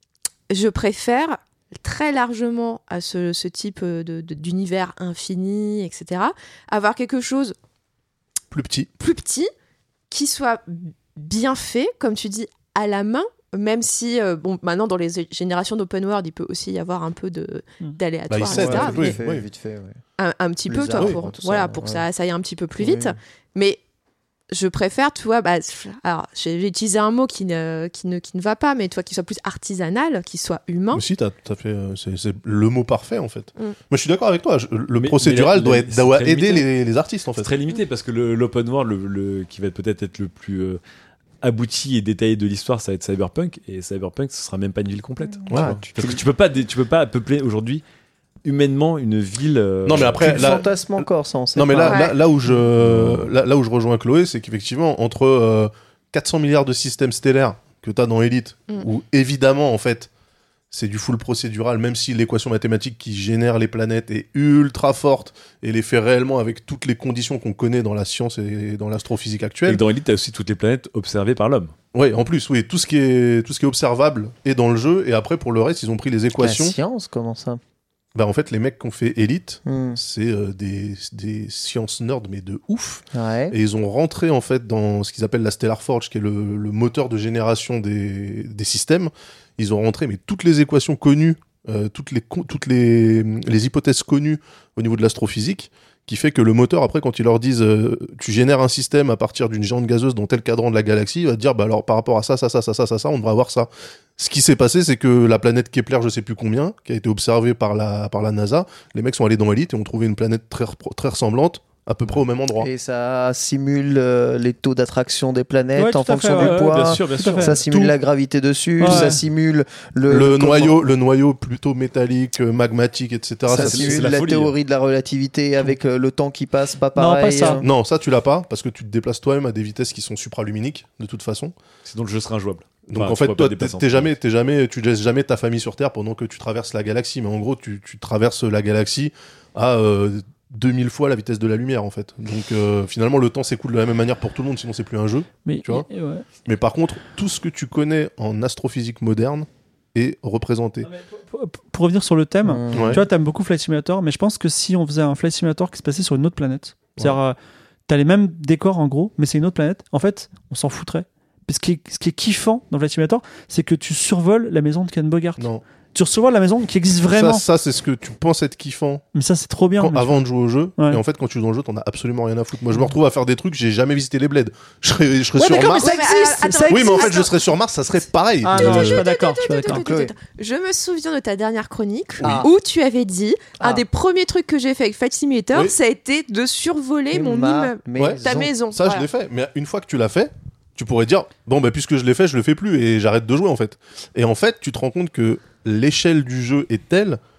je préfère très largement à ce, ce type de, de- d'univers infini, et cetera, avoir quelque chose Plus petit. plus petit, qui soit bien fait, comme tu dis, à la main, même si, euh, bon, maintenant, dans les générations d'open world, il peut aussi y avoir un peu de, Mm. d'aléatoire, Bah, il sait, et cetera. ouais, oui, vite fait, oui. vite fait, ouais. un, un petit Les peu, toi, arbres, pour, tout ça, voilà, pour ouais. que ça, ça aille un petit peu plus Oui. vite. Mais je préfère, tu vois, bah, alors j'ai j'ai utilisé un mot qui ne, qui ne, qui ne va pas, mais toi, qui soit plus artisanal, qui soit humain. Aussi, t'as tout à fait. euh, C'est c'est le mot parfait en fait. Mm. Moi, je suis d'accord avec toi. je- le Mais- procédural mais la- doit, la- être, c'est doit très aider limité. les, les artistes en C'est fait. très limité parce que le- l'open world, le, le- qui va être peut-être être le plus euh, abouti et détaillé de l'histoire, ça va être Cyberpunk. Et Cyberpunk, ce sera même pas une ville complète. Ouais. Ah, tu- Parce que tu peux pas, dé- tu peux pas peupler aujourd'hui humainement une ville. euh, Non, mais après, Tu le là- fantasmes encore, ça, on sait Non, mais pas. là, Ouais. là, là où je, là, là où je rejoins Chloé, c'est qu'effectivement, entre euh, quatre cents milliards de systèmes stellaires que tu as dans Elite, Mm. où évidemment, en fait, c'est du full procédural, même si l'équation mathématique qui génère les planètes est ultra forte et les fait réellement avec toutes les conditions qu'on connaît dans la science et dans l'astrophysique Et actuelle. que dans Elite, t'as aussi toutes les planètes observées par l'homme. Oui, en plus, oui, tout ce qui est, tout ce qui est observable est dans le jeu, et après, pour le reste, ils ont pris les La équations. science, comment ça Bah, en fait, les mecs qui ont fait Elite, Hmm. c'est euh, des, des sciences nerds, mais de ouf. Ouais. Et ils ont rentré en fait dans ce qu'ils appellent la Stellar Forge, qui est le, le moteur de génération des, des systèmes. Ils ont rentré mais toutes les équations connues, euh, toutes, les, con- toutes les, les hypothèses connues au niveau de l'astrophysique, qui fait que le moteur, après, quand ils leur disent euh, tu génères un système à partir d'une géante gazeuse dans tel cadran de la galaxie, il va te dire bah alors par rapport à ça, ça, ça, ça, ça, ça, ça, on devrait avoir ça. Ce qui s'est passé, c'est que la planète Kepler, je sais plus combien, qui a été observée par la, par la NASA, les mecs sont allés dans Elite et ont trouvé une planète très, repro- très ressemblante, à peu près au même endroit. Et ça simule euh, les taux d'attraction des planètes Ouais, en tout à fonction fait, du ouais, poids. bien sûr, bien Tout à sûr. fait. Ça simule Tout. la gravité dessus, Ouais. ça simule le, le, comment- noyau, le noyau plutôt métallique, euh, magmatique, et cetera. Ça, Ça, c'est- simule c'est la, la folie, théorie de la relativité avec euh, le temps qui passe, pas Non, pas pareil. ça. euh. non, ça tu l'as pas parce que tu te déplaces toi-même à des vitesses qui sont supraluminiques de toute façon. Sinon, le jeu sera injouable. Donc Enfin, en tu fait, pourras pas toi, te déplacer en t'es plus. jamais, t'es jamais, tu laisses jamais ta famille sur Terre pendant que tu traverses la galaxie. Mais en gros, tu, tu traverses la galaxie à euh, deux mille fois la vitesse de la lumière en fait. Donc euh, finalement, le temps s'écoule de la même manière pour tout le monde, sinon c'est plus un jeu. Mais, Tu vois et- et ouais. Mais par contre, tout ce que tu connais en astrophysique moderne est représenté. Pour, pour revenir sur le thème, Mmh. Ouais. tu vois, t'aimes beaucoup Flight Simulator, mais je pense que si on faisait un Flight Simulator qui se passait sur une autre planète, c'est-à-dire, euh, t'as les mêmes décors en gros, mais c'est une autre planète, en fait, on s'en foutrait. Parce que ce qui est, ce qui est kiffant dans Flight Simulator, c'est que tu survoles la maison de Ken Bogart. Non. Tu survoles la maison qui existe vraiment. Ça, ça c'est ce que tu penses être kiffant Mais ça, c'est trop bien. quand- mais- avant de jouer au jeu. Ouais. Et en fait, quand tu joues dans le jeu, t'en as absolument rien à foutre. Moi, je me retrouve à faire des trucs, j'ai jamais visité les bleds. Je serais, je serais Ouais, sur d'accord, mais Mars. ça Ouais, mais, existe, euh, attends, ça Oui, mais en fait, Attends. je serais sur Mars, ça serait pareil. Ah Euh, non, je suis pas d'accord. Je suis pas d'accord. Chloé. Je me souviens de ta dernière chronique Ah. où tu avais dit Ah. un des premiers trucs que j'ai fait avec Flight Simulator, Oui. ça a été de survoler mon Ma immeuble, Ouais. ta maison. Ça, Voilà. je l'ai fait. Mais une fois que tu l'as fait, tu pourrais dire bon, bah, puisque je l'ai fait, je le fais plus et j'arrête de jouer en fait. Et en fait, tu te rends compte que l'échelle du jeu est telle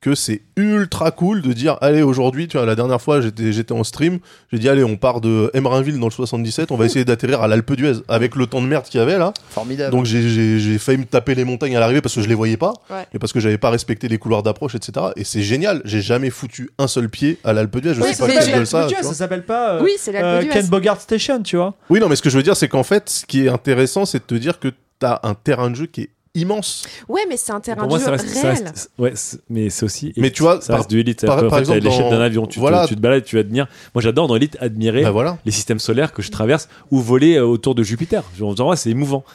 que c'est ultra cool de dire allez aujourd'hui tu vois la dernière fois j'étais j'étais en stream, j'ai dit allez on part de Emerinville dans le soixante-dix-sept, on va essayer d'atterrir à l'Alpe d'Huez avec le temps de merde qu'il y avait là. Formidable. Donc j'ai, j'ai, j'ai failli me taper les montagnes à l'arrivée parce que je les voyais pas Ouais. et parce que j'avais pas respecté les couloirs d'approche, et cetera. Et c'est génial, j'ai jamais foutu un seul pied à l'Alpe d'Huez, je Oui, sais pas mais qui j'ai- veulent ça, tu ça vois. s'appelle pas euh, Oui, c'est l'Alpe euh, d'Huez. Ken Bogart Station, tu vois. Oui non mais ce que je veux dire c'est qu'en fait ce qui est intéressant c'est de te dire que t'as un terrain de jeu qui est immense. Ouais, mais c'est un terrain Pour moi, de ça jeu reste, ça réel. reste- ouais, c'est- mais c'est aussi. Mais tu vois, ça par- reste du Elite. par- En par fait, à exemple, l'échelle dans- d'un avion, tu, voilà. te, tu te balades, tu admires. Moi, j'adore dans Elite admirer Bah voilà. les systèmes solaires que je traverse ou voler euh, autour de Jupiter. En disant, ouais, c'est émouvant.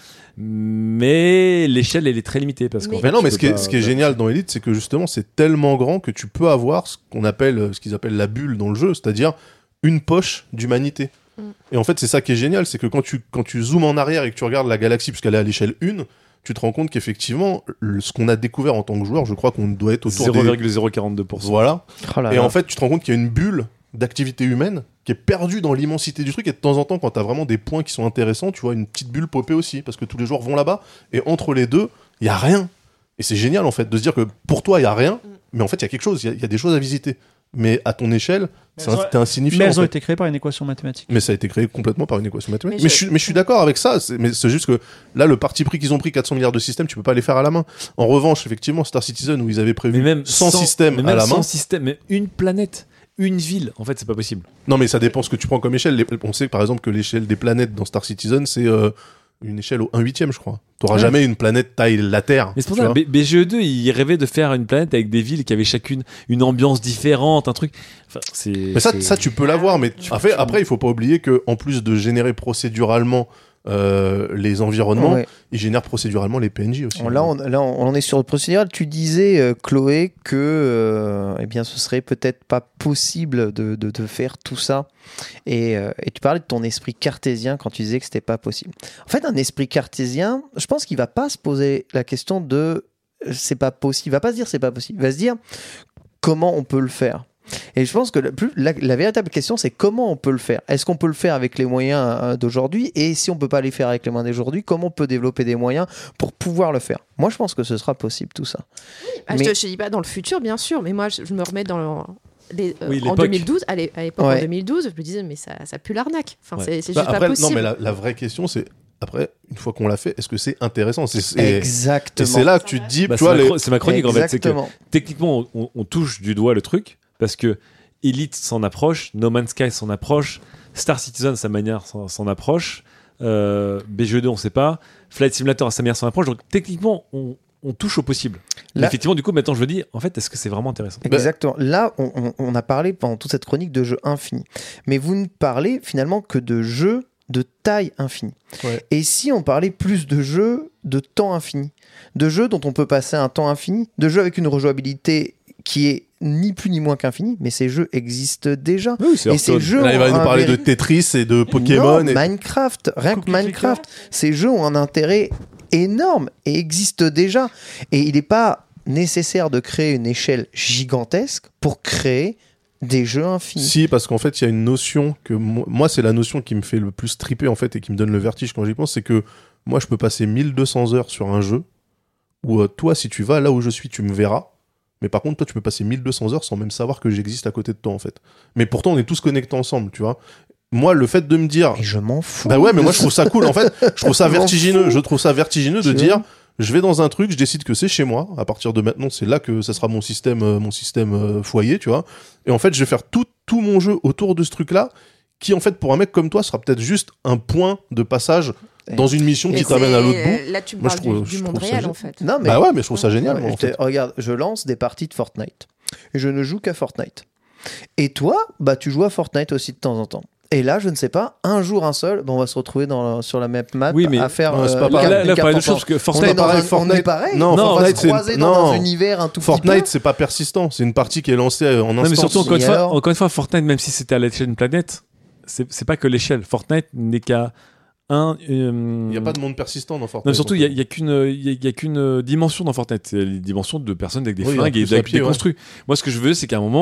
Mais l'échelle, elle est très limitée parce qu'en Mais- fait, Mais non, tu mais peux ce qui est, pas- ce qui est génial dans Elite, c'est que justement, c'est tellement grand que tu peux avoir ce qu'on appelle, ce qu'ils appellent la bulle dans le jeu, c'est-à-dire une poche d'humanité. Mm. Et en fait, c'est ça qui est génial, c'est que quand tu, quand tu zoomes en arrière et que tu regardes la galaxie, puisqu'elle est à l'échelle un, tu te rends compte qu'effectivement, le- ce qu'on a découvert en tant que joueur, je crois qu'on doit être autour zéro des... virgule zéro quarante-deux pour cent. Voilà. Oh là Et là. en fait, tu te rends compte qu'il y a une bulle d'activité humaine qui est perdue dans l'immensité du truc, et de temps en temps, quand t'as vraiment des points qui sont intéressants, tu vois une petite bulle popper aussi, parce que tous les joueurs vont là-bas, et entre les deux, il y a rien. Et c'est génial, en fait, de se dire que pour toi, il y a rien, mais en fait, il y a quelque chose, il y, a- il y a des choses à visiter. Mais à ton échelle, c'est elles un- ont- t'es insignifiant. Mais en elles ont fait. été créées par une équation mathématique. Mais ça a été créé complètement par une équation mathématique. Mais Mais, je- je... suis- mais je suis d'accord avec ça. C'est... Mais c'est juste que là, le parti pris qu'ils ont pris, quatre cents milliards de systèmes, tu peux pas les faire à la main. En revanche, effectivement, Star Citizen, où ils avaient prévu Mais même cent sans systèmes mais à même la sans main. système, mais une planète, une ville, en fait, c'est pas possible. Non, mais ça dépend ce que tu prends comme échelle. Les- On sait par exemple que l'échelle des planètes dans Star Citizen, c'est euh, une échelle au un huitième, je crois. T'auras Ouais. jamais une planète taille la Terre. Mais c'est pour tu ça, vois. B- BGE deux, il rêvait de faire une planète avec des villes qui avaient chacune une ambiance différente, un truc. Enfin, c'est. Mais ça, c'est- ça, tu peux l'avoir. Mais après, après, il faut pas oublier que en plus de générer procéduralement euh, les environnements, Ouais. ils génèrent procéduralement les P N J aussi. Là, on, là, on on en est sur le procédural. Tu disais, euh, Chloé, que euh, eh bien, ce serait peut-être pas possible de, de, de faire tout ça. Et, euh, et tu parlais de ton esprit cartésien quand tu disais que c'était pas possible. En fait, un esprit cartésien, je pense qu'il va pas se poser la question de euh, c'est pas possible. Il va pas se dire c'est pas possible. Il va se dire comment on peut le faire. Et je pense que la, plus, la, la véritable question, c'est comment on peut le faire. Est-ce qu'on peut le faire avec les moyens euh, d'aujourd'hui? Et si on peut pas les faire avec les moyens d'aujourd'hui, comment on peut développer des moyens pour pouvoir le faire? Moi, je pense que ce sera possible, tout ça. Ah, Mais- Je te je te dis pas dans le futur, bien sûr, mais moi, je, je me remets dans le- les, euh, Oui, en l'époque. deux mille douze, à l'é- à l'époque Ouais. en deux mille douze, je me disais, mais ça, ça pue l'arnaque. Enfin, Ouais. c'est c'est Bah, juste après, pas possible. non, mais la, la vraie question, c'est après, une fois qu'on l'a fait, est-ce que c'est intéressant? C'est, c'est- Exactement. Et c'est là que tu te dis, Bah, tu c'est, vois, ma les... chro- c'est ma chronique en fait. C'est que Exactement. techniquement, on, on touche du doigt le truc parce que Elite s'en approche, No Man's Sky s'en approche, Star Citizen à sa manière s'en, s'en approche, euh, B G E deux on sait pas, Flight Simulator à sa manière s'en approche. Donc techniquement, on, on touche au possible. Mais Là- effectivement, du coup, maintenant je me dis, en fait, est-ce que c'est vraiment intéressant? Exactement. Là, on, on- on a parlé pendant toute cette chronique de jeux infinis. Mais vous ne parlez finalement que de jeux de taille infinie. Ouais. Et si on parlait plus de jeux de temps infini? De jeux dont on peut passer un temps infini? De jeux avec une rejouabilité qui est ni plus ni moins qu'infinie, mais ces jeux existent déjà. Oui, c'est Et ces Hearthstone. jeux Là, il va ont nous un parler de véri- Tetris et de Pokémon. Non, et... Minecraft, rien que Cookie Minecraft, ces jeux ont un intérêt énorme et existent déjà. Et il n'est pas nécessaire de créer une échelle gigantesque pour créer des jeux infinis. Si, parce qu'en fait, il y a une notion que mo- moi, c'est la notion qui me fait le plus triper en fait et qui me donne le vertige quand j'y pense, c'est que moi, je peux passer mille deux cents heures sur un jeu où euh, toi, si tu vas là où je suis, tu me verras. Mais par contre, toi, tu peux passer mille deux cents heures sans même savoir que j'existe à côté de toi, en fait. Mais pourtant, on est tous connectés ensemble, tu vois. Moi, le fait de me dire... Et je m'en fous. Bah ouais, mais moi, je trouve ça cool, en fait. Je trouve ça Je m'en vertigineux. fous. Je trouve ça vertigineux de Tu dire... vois. Je vais dans un truc, je décide que c'est chez moi. À partir de maintenant, c'est là que ça sera mon système, euh, mon système euh, foyer, tu vois. Et en fait, je vais faire tout, tout mon jeu autour de ce truc-là, qui en fait, pour un mec comme toi, sera peut-être juste un point de passage dans une mission Mais qui t'amène à c'est- l'autre bout. Là, tu me Moi, je parles trouve- du, je du monde trouve ça réel, génial. en fait. Non, mais Bah ouais, mais je trouve ça génial. Non, moi, mais en je te- fait. regarde, je lance des parties de Fortnite. Et je ne joue qu'à Fortnite. Et toi, bah tu joues à Fortnite aussi de temps en temps. Et là, je ne sais pas, un jour, un seul, bah, on va se retrouver dans, sur la même map Oui, mais- à faire. Non, c'est euh, pas une pareil. carte- Là, une là, carte parler de en choses parce que on est Fortnite, dans pareil, un- on est Fortnite- pareil. non, on va Fortnite, se c'est- croiser non. dans un univers un tout petit Fortnite, peu. c'est pas persistant. C'est une partie qui est lancée euh, en Non, mais instance. surtout, encore une, Et fois, alors encore une fois, Fortnite, même si c'était à l'échelle d'une planète, c'est, c'est pas que l'échelle. Fortnite n'est qu'à un. euh, Il n'y a pas de monde persistant dans Fortnite. Non, mais surtout, en il fait. n'y a, y a qu'une il y a- y a qu'une euh, dimension dans Fortnite. C'est les dimensions de personnes avec des Oui, flingues en et plus à avec pied, des ouais. construits. Moi, ce que je veux, c'est qu'à un moment,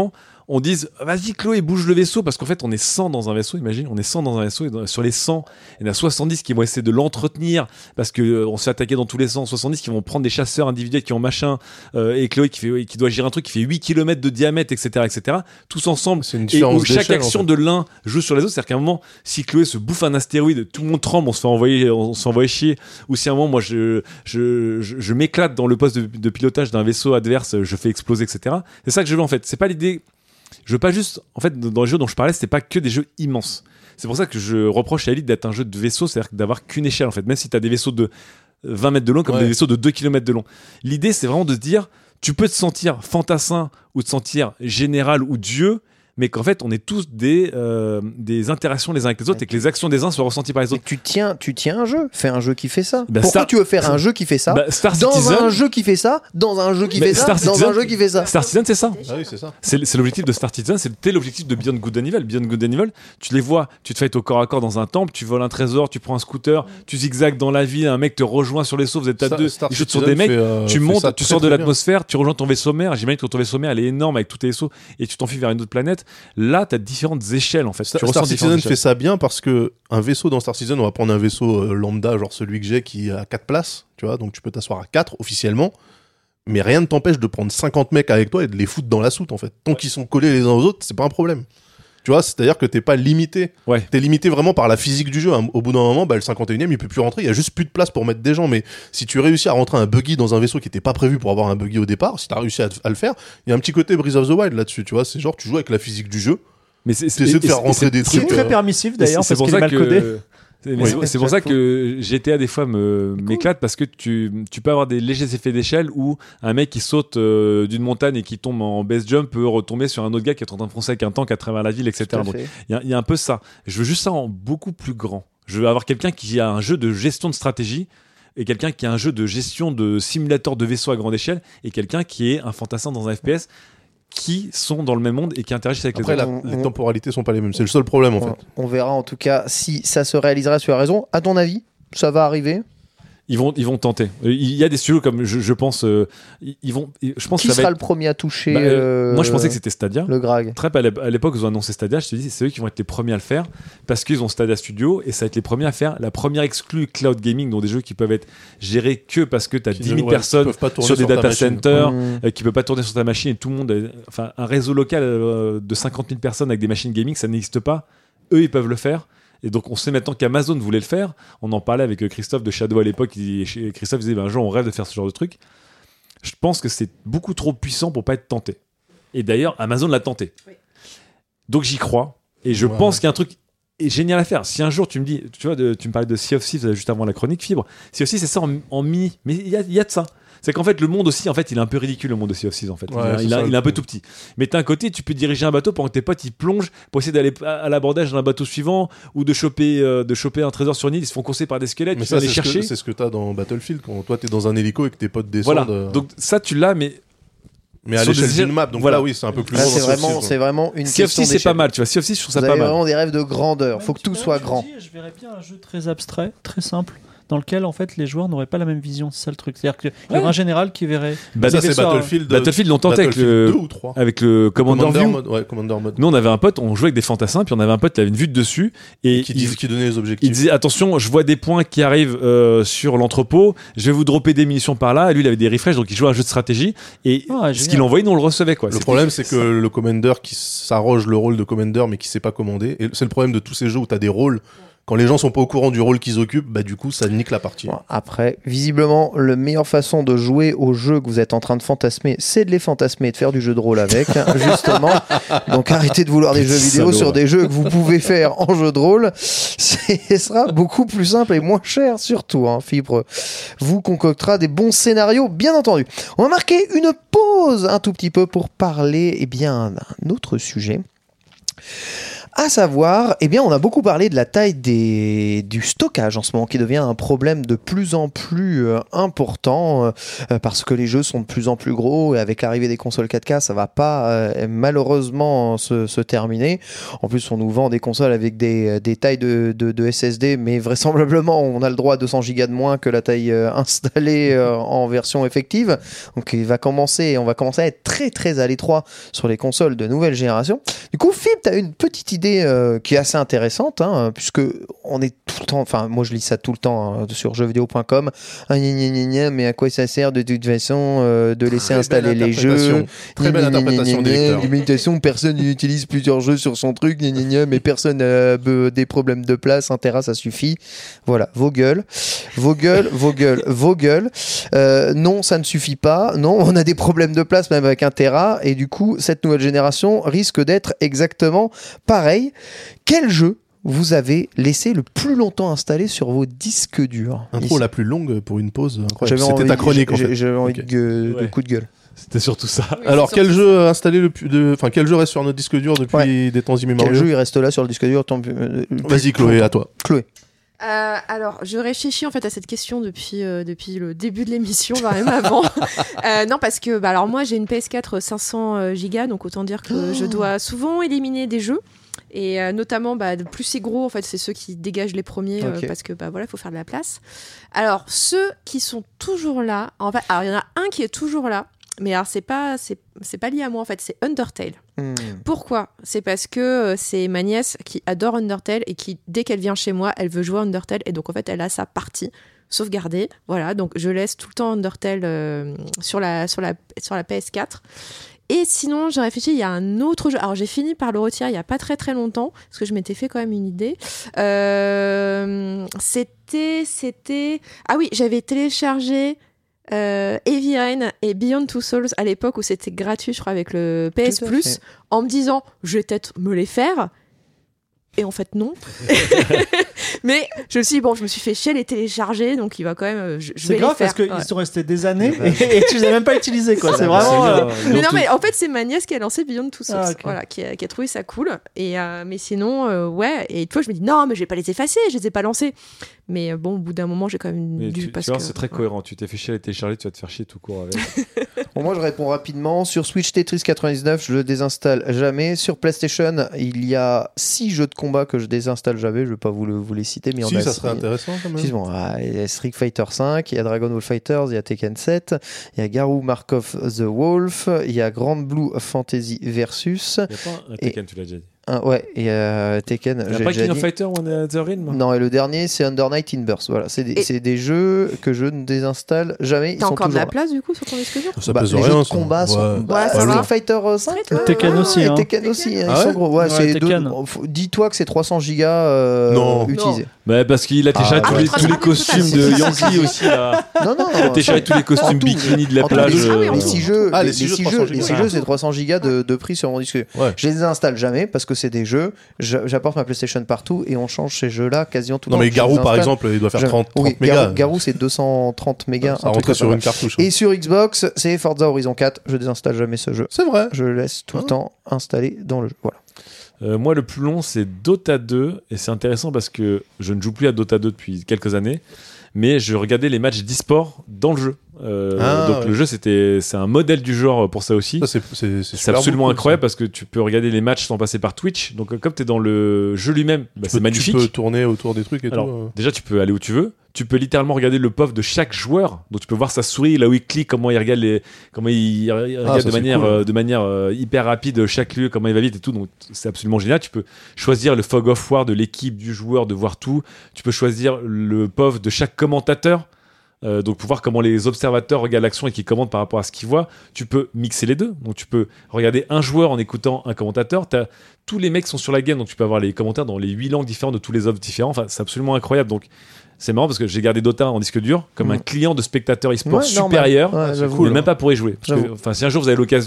on dise vas-y Chloé bouge le vaisseau parce qu'en fait on est cent dans un vaisseau, imagine on est cent dans un vaisseau et dans, sur les cent il y en a soixante-dix qui vont essayer de l'entretenir parce que euh, on se fait attaquer dans tous les sens, soixante-dix qui vont prendre des chasseurs individuels qui ont machin euh, et Chloé qui, fait, qui doit gérer un truc qui fait huit kilomètres de diamètre etc etc tous ensemble C'est une et différence où chaque d'échelle, action en fait. de l'un joue sur les autres, c'est-à-dire qu'à un moment si Chloé se bouffe un astéroïde tout le monde tremble, on se fait envoyer, on se fait envoyer chier, ou si à un moment moi je, je, je, je m'éclate dans le poste de, de pilotage d'un vaisseau adverse, je fais exploser etc, c'est ça que je veux en fait, c'est pas l'idée. Je veux pas juste, en fait, dans les jeux dont je parlais, c'était pas que des jeux immenses. C'est pour ça que je reproche à Elite d'être un jeu de vaisseau, c'est-à-dire d'avoir qu'une échelle, en fait. Même si t'as des vaisseaux de vingt mètres de long, comme Ouais. des vaisseaux de deux kilomètres de long. L'idée, c'est vraiment de se dire, tu peux te sentir fantassin ou te sentir général ou dieu, mais qu'en fait, on est tous des, euh, des interactions les uns avec les autres et que les actions des uns soient ressenties par les Mais autres. tu tiens, tu tiens un jeu. Fais un jeu qui fait ça. Bah, Pourquoi Star- tu veux faire un jeu qui fait ça Bah, Star dans Citizen, un jeu qui fait ça, dans un jeu qui Mais fait ça, Star dans Citizen- un jeu qui fait ça. Star Citizen, c'est ça. Ah oui, c'est ça. C'est c'est l'objectif de Star Citizen, c'était l'objectif de Beyond Good and Evil. Beyond Good and Evil, tu les vois, tu te fights au corps à corps dans un temple, tu voles un trésor, tu prends un scooter, tu zigzags dans la ville, un mec te rejoint sur les sauts, vous êtes à Star- deux, Star ils chutent sur Citizen des mecs, fait, euh, tu fait montes, ça tu très, sors de très bien. l'atmosphère, tu rejoins ton vaisseau mère, j'imagine que ton vaisseau mère elle est énorme avec tous tes vaisseaux et tu t'enfuis vers une autre planète. Là, t'as différentes échelles en fait. Star, tu ressens Star différentes Citizen échelles. fait ça bien parce que un vaisseau dans Star Citizen, on va prendre un vaisseau euh, lambda, genre celui que j'ai qui a quatre places, tu vois, donc tu peux t'asseoir à quatre officiellement, mais rien ne t'empêche de prendre cinquante mecs avec toi et de les foutre dans la soute en fait. Tant qu'ils sont collés les uns aux autres, c'est pas un problème. Tu vois, c'est-à-dire que t'es pas limité. Ouais. T'es limité vraiment par la physique du jeu. Au bout d'un moment, bah, le cinquante et unième, il peut plus rentrer. Il y a juste plus de place pour mettre des gens. Mais si tu réussis à rentrer un buggy dans un vaisseau qui était pas prévu pour avoir un buggy au départ, si t'as réussi à, à le faire, il y a un petit côté Breath of the Wild là-dessus. Tu vois, c'est genre tu joues avec la physique du jeu. Mais c'est Tu essaies de et- faire et- et rentrer c'est- des C'est trucs. très euh, permissif d'ailleurs c'est parce pour qu'il est ça mal que codé. c'est mais Oui. c'est- c'est pour ça que G T A des fois me m'éclate parce que tu tu peux avoir des légers effets d'échelle où un mec qui saute euh, d'une montagne et qui tombe en base jump peut retomber sur un autre gars qui est en train de foncer avec un tank à travers la ville, et cetera. Tout à Donc fait. il y, a- il y a un peu ça. Je veux juste ça en beaucoup plus grand. Je veux avoir quelqu'un qui a un jeu de gestion de stratégie et quelqu'un qui a un jeu de gestion de simulateur de vaisseau à grande échelle et quelqu'un qui est un fantassin dans un F P S qui sont dans le même monde et qui interagissent avec Après, les autres. la- On- les on- temporalités sont pas les mêmes. C'est le seul problème en On, fait. on verra en tout cas si ça se réalisera. Tu as raison. À ton avis, ça va arriver. Ils vont, ils vont tenter. Euh, Il y a des studios comme je, je pense, euh, ils ils vont. Je pense Qui que ça va sera être- le premier à toucher Bah, euh, euh, Moi, je pensais que c'était Stadia. le Grag. Trap, à l'ép- à l'époque, ils ont annoncé Stadia. Je te dis, c'est eux qui vont être les premiers à le faire parce qu'ils ont Stadia Studio et ça va être les premiers à faire la première exclue cloud gaming, dont des jeux qui peuvent être gérés que parce que tu as Qui dix ne- mille ouais, personnes qui peuvent pas tourner sur des ta data machine. centers, Mmh. euh, qui peut pas tourner sur ta machine et tout le monde, euh, enfin, un réseau local euh, de cinquante mille personnes avec des machines gaming, ça n'existe pas. Eux, ils peuvent le faire. Et donc, on sait maintenant qu'Amazon voulait le faire. On en parlait avec euh, Christophe de Shadow à l'époque. Il- chez- Christophe disait, ben, un jour, on rêve de faire ce genre de truc. Je pense que c'est beaucoup trop puissant pour pas être tenté. Et d'ailleurs, Amazon l'a tenté. Donc, j'y crois. Et je Ouais. pense qu'il y a un truc génial à faire. Si un jour, tu me dis, tu vois, de- tu me parlais de Sea of Thieves euh, juste avant la chronique Fibre. Sea of Thieves, c'est ça en, en mini. Mais il y a, il y a de ça. C'est qu'en fait, le monde aussi, en fait, il est un peu ridicule, le monde de Sea of Thieves, en fait. Ouais, il, est- c'est il, ça, a- le il est un peu truc. tout petit. Mais t'as un côté, tu peux diriger un bateau pendant que tes potes ils plongent pour essayer d'aller à, à l'abordage d'un bateau suivant ou de choper, euh, de choper un trésor sur une île. Ils se font courser par des squelettes. Mais Tu ça, vas aller c'est ce que- chercher. c'est ce que t'as dans Battlefield quand toi t'es dans un hélico et que tes potes Voilà. descendent. euh, Donc ça, tu l'as, mais mais à sur l'échelle des échelles- d'une map. Donc voilà. là, oui, c'est un peu plus Là, gros c'est dans Sea of vraiment, Thieves, c'est vraiment une Sea of question Thieves, c'est d'échelle. pas mal. Tu vois, Sea of Thieves, je trouve ça Vous pas avez mal. vraiment des rêves de grandeur. Faut que tout soit grand. Je verrais bien un jeu très abstrait, très simple, dans lequel en fait les joueurs n'auraient pas la même vision. C'est ça le truc. C'est-à-dire qu'il y Ouais. aura un général qui verrait. Bah, ça, des c'est vaisseaux, Battlefield. Battlefield l'ont tenté avec Battlefield le, deux ou trois. avec le Commander, View. Mode. Ouais, Commander Mode. Nous, on avait un pote, on jouait avec des fantassins, puis on avait un pote qui avait une vue de dessus et Qui, il, disent, qui donnait les il objectifs. disait attention, je vois des points qui arrivent euh, sur l'entrepôt, je vais vous dropper des munitions par là. Et lui, il avait des refresh, donc il jouait à un jeu de stratégie et Ah, ce génial. qu'il envoyait, nous on le recevait quoi. Le C'était- problème, c'est que le commander qui s'arroge le rôle de commander mais qui sait pas commander, et c'est le problème de tous ces jeux où t'as des rôles. Quand les gens sont pas au courant du rôle qu'ils occupent, bah du coup, ça nique la partie. Bon, après, visiblement, la meilleure façon de jouer au jeu que vous êtes en train de fantasmer, c'est de les fantasmer et de faire du jeu de rôle avec, hein, justement. Donc arrêtez de vouloir des jeux vidéo Salaud, sur ouais. des jeux que vous pouvez faire en jeu de rôle. C'est- Ce sera beaucoup plus simple et moins cher, surtout. Hein. Fibre vous concoctera des bons scénarios, bien entendu. On va marquer une pause un tout petit peu pour parler eh bien, d'un autre sujet. À savoir, eh bien, on a beaucoup parlé de la taille des... du stockage en ce moment, qui devient un problème de plus en plus euh, important euh, parce que les jeux sont de plus en plus gros et avec l'arrivée des consoles quatre K, ça va pas euh, malheureusement se, se terminer. En plus, on nous vend des consoles avec des, des tailles de, de, de S S D, mais vraisemblablement, on a le droit à deux cents gigas de moins que la taille euh, installée euh, en version effective. Donc, il va commencer, on va commencer à être très très à l'étroit sur les consoles de nouvelle génération. Du coup, Phil, tu as une petite idée Euh, qui est assez intéressante, hein, puisque on est tout le temps, enfin moi je lis ça tout le temps hein, sur jeux vidéo point com, ah, gna, gna, gna, gna, mais à quoi ça sert de toute façon euh, de laisser Très installer les jeux, très belle interprétation des lecteurs. Limitation, personne n'utilise plusieurs jeux sur son truc, gna, gna, gna, mais personne a euh, des problèmes de place, un téra ça suffit, voilà, vos gueules, vos gueules, vos gueules, vos gueules, euh, non ça ne suffit pas, non on a des problèmes de place même avec un téra, et du coup cette nouvelle génération risque d'être exactement pareil. Quel jeu vous avez laissé le plus longtemps installé sur vos disques durs? Intro la plus longue pour une pause. J'avais C'était envie, ta chronique. En j'ai- fait. J'avais envie Ok. de, gueu- de Ouais. coup de gueule. C'était surtout ça. Oui, Alors c'est quel surtout jeu installé le plus de, enfin quel jeu reste sur notre disque dur depuis Ouais. des temps Quel jeu immémoriaux? il reste là sur le disque dur tant- euh, Vas-y Chloé, à toi. Chloé. Euh, alors, je réfléchis en fait à cette question depuis, euh, depuis le début de l'émission, voire même avant. Euh, non, parce que bah, alors moi j'ai une P S quatre cinq cents gigas, donc autant dire que je dois souvent éliminer des jeux. Et euh, notamment, bah, plus c'est gros, en fait, c'est ceux qui dégagent les premiers euh, Ok. parce que bah voilà, il faut faire de la place. Alors, ceux qui sont toujours là, en fait, alors il y en a un qui est toujours là, mais alors c'est pas, c'est, c'est pas lié à moi en fait, c'est Undertale. Hmm. Pourquoi ? C'est parce que euh, c'est ma nièce qui adore Undertale et qui, dès qu'elle vient chez moi, elle veut jouer à Undertale et donc en fait, elle a sa partie sauvegardée. Voilà, donc je laisse tout le temps Undertale euh, sur, la, sur, la, sur la P S quatre. Et sinon, j'ai réfléchi, il y a un autre jeu. Alors, j'ai fini par le retirer il n'y a pas très très longtemps, parce que je m'étais fait quand même une idée. Euh, c'était, c'était... Ah oui, j'avais téléchargé euh, Heavy Rain et Beyond Two Souls à l'époque où c'était gratuit, je crois, avec le P S Tout à Plus, fait. en me disant, je vais peut-être me les faire. Et en fait, non. Mais je me suis dit, bon, je me suis fait chier les télécharger, donc il va quand même... euh, Je, je C'est vais grave les faire. parce qu'ils Ouais. sont restés des années et, et tu les as même pas utilisés quoi. C'est vraiment. euh, Mais non, mais en fait, c'est ma nièce qui a lancé Beyond Two Souls, Ah, ok. voilà, qui a, qui a trouvé ça cool. Et, euh, mais sinon, euh, ouais, et toi, je me dis, non, mais je vais pas les effacer, je les ai pas lancés. Mais euh, bon, au bout d'un moment, j'ai quand même Mais dû. tu, parce tu vois, que, c'est très ouais. cohérent. Tu t'es fait chier à les télécharger, tu vas te faire chier tout court avec. Bon, moi je réponds rapidement. Sur Switch Tetris quatre-vingt-dix-neuf, je le désinstalle jamais. Sur PlayStation, il y a six jeux de combat que je désinstalle jamais. Je vais pas vous, le- vous les citer, mais il y en Si a ça six. serait intéressant quand même. Si, bon, ah, il y a Street Fighter cinq, il y a Dragon Ball Fighters, il y a Tekken sept, il y a Garou Mark of the Wolf, il y a Grand Blue Fantasy Versus. Il n'y a pas un Tekken, tu l'as déjà dit. Un- ouais, et euh, Tekken, Il n'y a j'ai pas déjà King of dit. Fighter One The Ring Non, et le dernier, c'est Under Night in Burst. Voilà, c'est des, Et- c'est des jeux que je ne désinstalle jamais. Ils T'as sont encore de toujours la là. place du coup sur ton disque dur Ça Bah, pèse les rien. jeux de ça. combat sont. Ouais. Bah, ça va. Street Fighter cinq, Street, ouais, Tekken ouais, aussi, et hein. Tekken aussi, hein, Ah ils sont ouais gros. Ouais, Ouais, c'est deux- Tekken. faut- dis-toi que c'est trois cents gigas euh, Non. utilisés. Bah, parce qu'il a téléchargé Ah, tous, ouais. les, Ah, tous les oui, costumes total. de Yankee aussi. Là. Non, non, Il a non. téléchargé tous les costumes En tout, bikini de la en tout, plage. les, Ah oui, euh, en les tout. six jeux, Ah, les, les six les jeux six trois jeux, cents les six gigas. jeux, c'est trois cents gigas de, de prix sur mon disque. Ouais. Je les installe jamais parce que c'est des jeux. je- J'apporte ma PlayStation partout et on change ces jeux-là quasiment tout le Non temps. mais Je Garou les par installe. exemple, il doit faire Je- trente, oui, trente mégas. Garou, Garou, c'est deux cent trente mégas. Ça un truc rentre comme sur ça. une cartouche. hein. Et sur Xbox, c'est Forza Horizon quatre. Je désinstalle jamais ce jeu. C'est vrai. Je le laisse tout le Ah. temps installé dans le jeu. Voilà. Euh, moi, le plus long, c'est Dota deux. Et c'est intéressant parce que je ne joue plus à Dota deux depuis quelques années. Mais je regardais les matchs d'e-sport dans le jeu. Euh, Ah, donc ouais. le jeu, c'était, c'est un modèle du genre pour ça aussi. Ça, c'est c'est- c'est C'est super absolument cool, incroyable ça. parce que tu peux regarder les matchs sans passer par Twitch. Donc euh, comme tu es dans le jeu lui-même, bah, Tu c'est peux- magnifique. Tu peux tourner autour des trucs et Alors, tout. euh. déjà, tu peux aller où tu veux. Tu peux littéralement regarder le P O V de chaque joueur. Donc, tu peux voir sa souris, là où il clique, comment il regarde, les, comment il, il regarde Ah, ça, de, c'est manière, cool. euh, de manière euh, hyper rapide chaque lieu, comment il va vite et tout. Donc, c'est absolument génial. Tu peux choisir le fog of war de l'équipe, du joueur, de voir tout. Tu peux choisir le P O V de chaque commentateur. Euh, donc pour voir comment les observateurs regardent l'action et qui commentent par rapport à ce qu'ils voient. Tu peux mixer les deux, donc tu peux regarder un joueur en écoutant un commentateur. T'as, tous les mecs sont sur la game, donc tu peux avoir les commentaires dans les huit langues différentes de tous les offres différents. Enfin, c'est absolument incroyable. Donc c'est marrant parce que j'ai gardé Dota en disque dur comme Mmh. un client de spectateur e-sport Ouais, normal. supérieur, Ouais, c'est j'avoue. mais cool, même hein. pas pour y jouer. Parce que, J'avoue. enfin, si un jour vous avez l'occasion,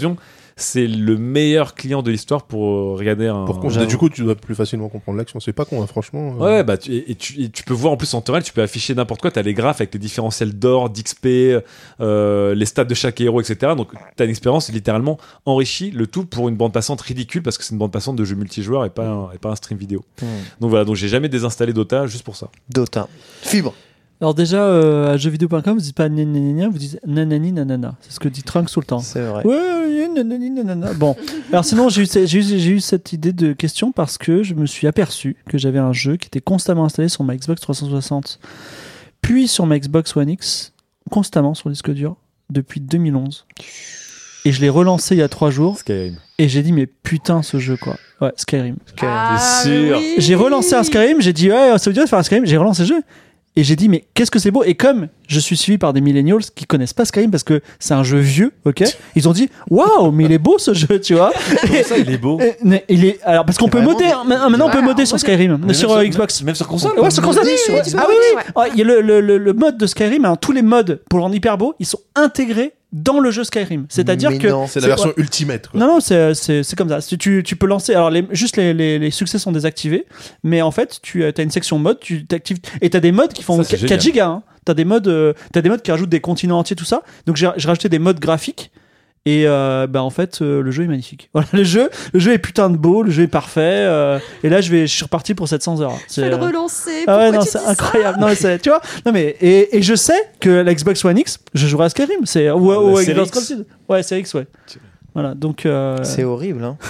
c'est le meilleur client de l'histoire pour euh, regarder un. Pour con- du coup, tu dois plus facilement comprendre l'action. C'est pas con, hein, franchement. euh. Ouais, bah, tu, et, et tu, et tu peux voir en plus en temps réel, tu peux afficher n'importe quoi. T'as les graphes avec les différentiels d'or, d'X P, euh, les stats de chaque héros, et cetera. Donc, t'as une expérience littéralement enrichie, le tout pour une bande passante ridicule parce que c'est une bande passante de jeu multijoueur et pas un, et pas un stream vidéo. Hmm. Donc voilà, donc j'ai jamais désinstallé Dota juste pour ça. Dota. Fibre. Alors déjà, euh, à jeux vidéo point com, vous dites pas nanani, vous dites nanani nanana. C'est ce que dit Trunks tout le temps. C'est vrai. Ouais, nanani nanana. Bon, alors sinon, j'ai eu, ce- j'ai, eu, j'ai eu cette idée de question parce que je me suis aperçu que j'avais un jeu qui était constamment installé sur ma Xbox trois cent soixante, puis sur ma Xbox One X, constamment sur le disque dur, depuis deux mille onze. Et je l'ai relancé il y a trois jours, Skyrim. et j'ai dit, mais putain, ce jeu, quoi. Ouais, Skyrim. Ah, T'es mais sûr oui. J'ai relancé un Skyrim, j'ai dit, ouais, ça veut dire de faire un Skyrim, j'ai relancé le jeu. Et j'ai dit, mais qu'est-ce que c'est beau! Et comme je suis suivi par des millennials qui connaissent pas Skyrim parce que c'est un jeu vieux, ok? Ils ont dit, waouh, mais il est beau ce jeu, tu vois? Comment ça, il est beau. Et- mais il est, alors, parce qu'on peut Vraiment modder, des- hein, maintenant on peut Ouais, modder en sur modder. Skyrim, Mais sur même euh, sur- Xbox. Même sur console. Ouais, sur console. modder sur Ouais, Xbox. ah oui, oui. Ouais. Ah, il y a le, le, le, le mode de Skyrim, hein, tous les modes pour le rendre hyper beau, ils sont intégrés dans le jeu Skyrim. C'est-à-dire Mais que. non. C'est la version ultimate, quoi. Non, non, c'est, c'est, c'est comme ça. Si tu, tu peux lancer. Alors, les, juste les, les, les succès sont désactivés, mais en fait, tu as une section mode, tu t'actives. Et tu as des modes qui font Ça, c'est qu- quatre génial. gigas. Hein. Tu as des modes euh, t'as des modes qui rajoutent des continents entiers, tout ça. Donc, j'ai, j'ai rajouté des modes graphiques. Et euh, bah en fait euh, le jeu est magnifique. Voilà, le jeu, le jeu est putain de beau, le jeu est parfait. euh, et là je vais, je suis reparti pour sept cents heures. Je vais le relancer. Ah ouais, Pourquoi non, tu c'est dis ça incroyable. Non, mais c'est, tu vois, non mais et, et je sais que la Xbox One X, je jouerai à Skyrim, c'est ou, Ah, ou la à série Xbox X. One. Ouais, c'est X, ouais. Voilà, donc euh, C'est horrible. Hein.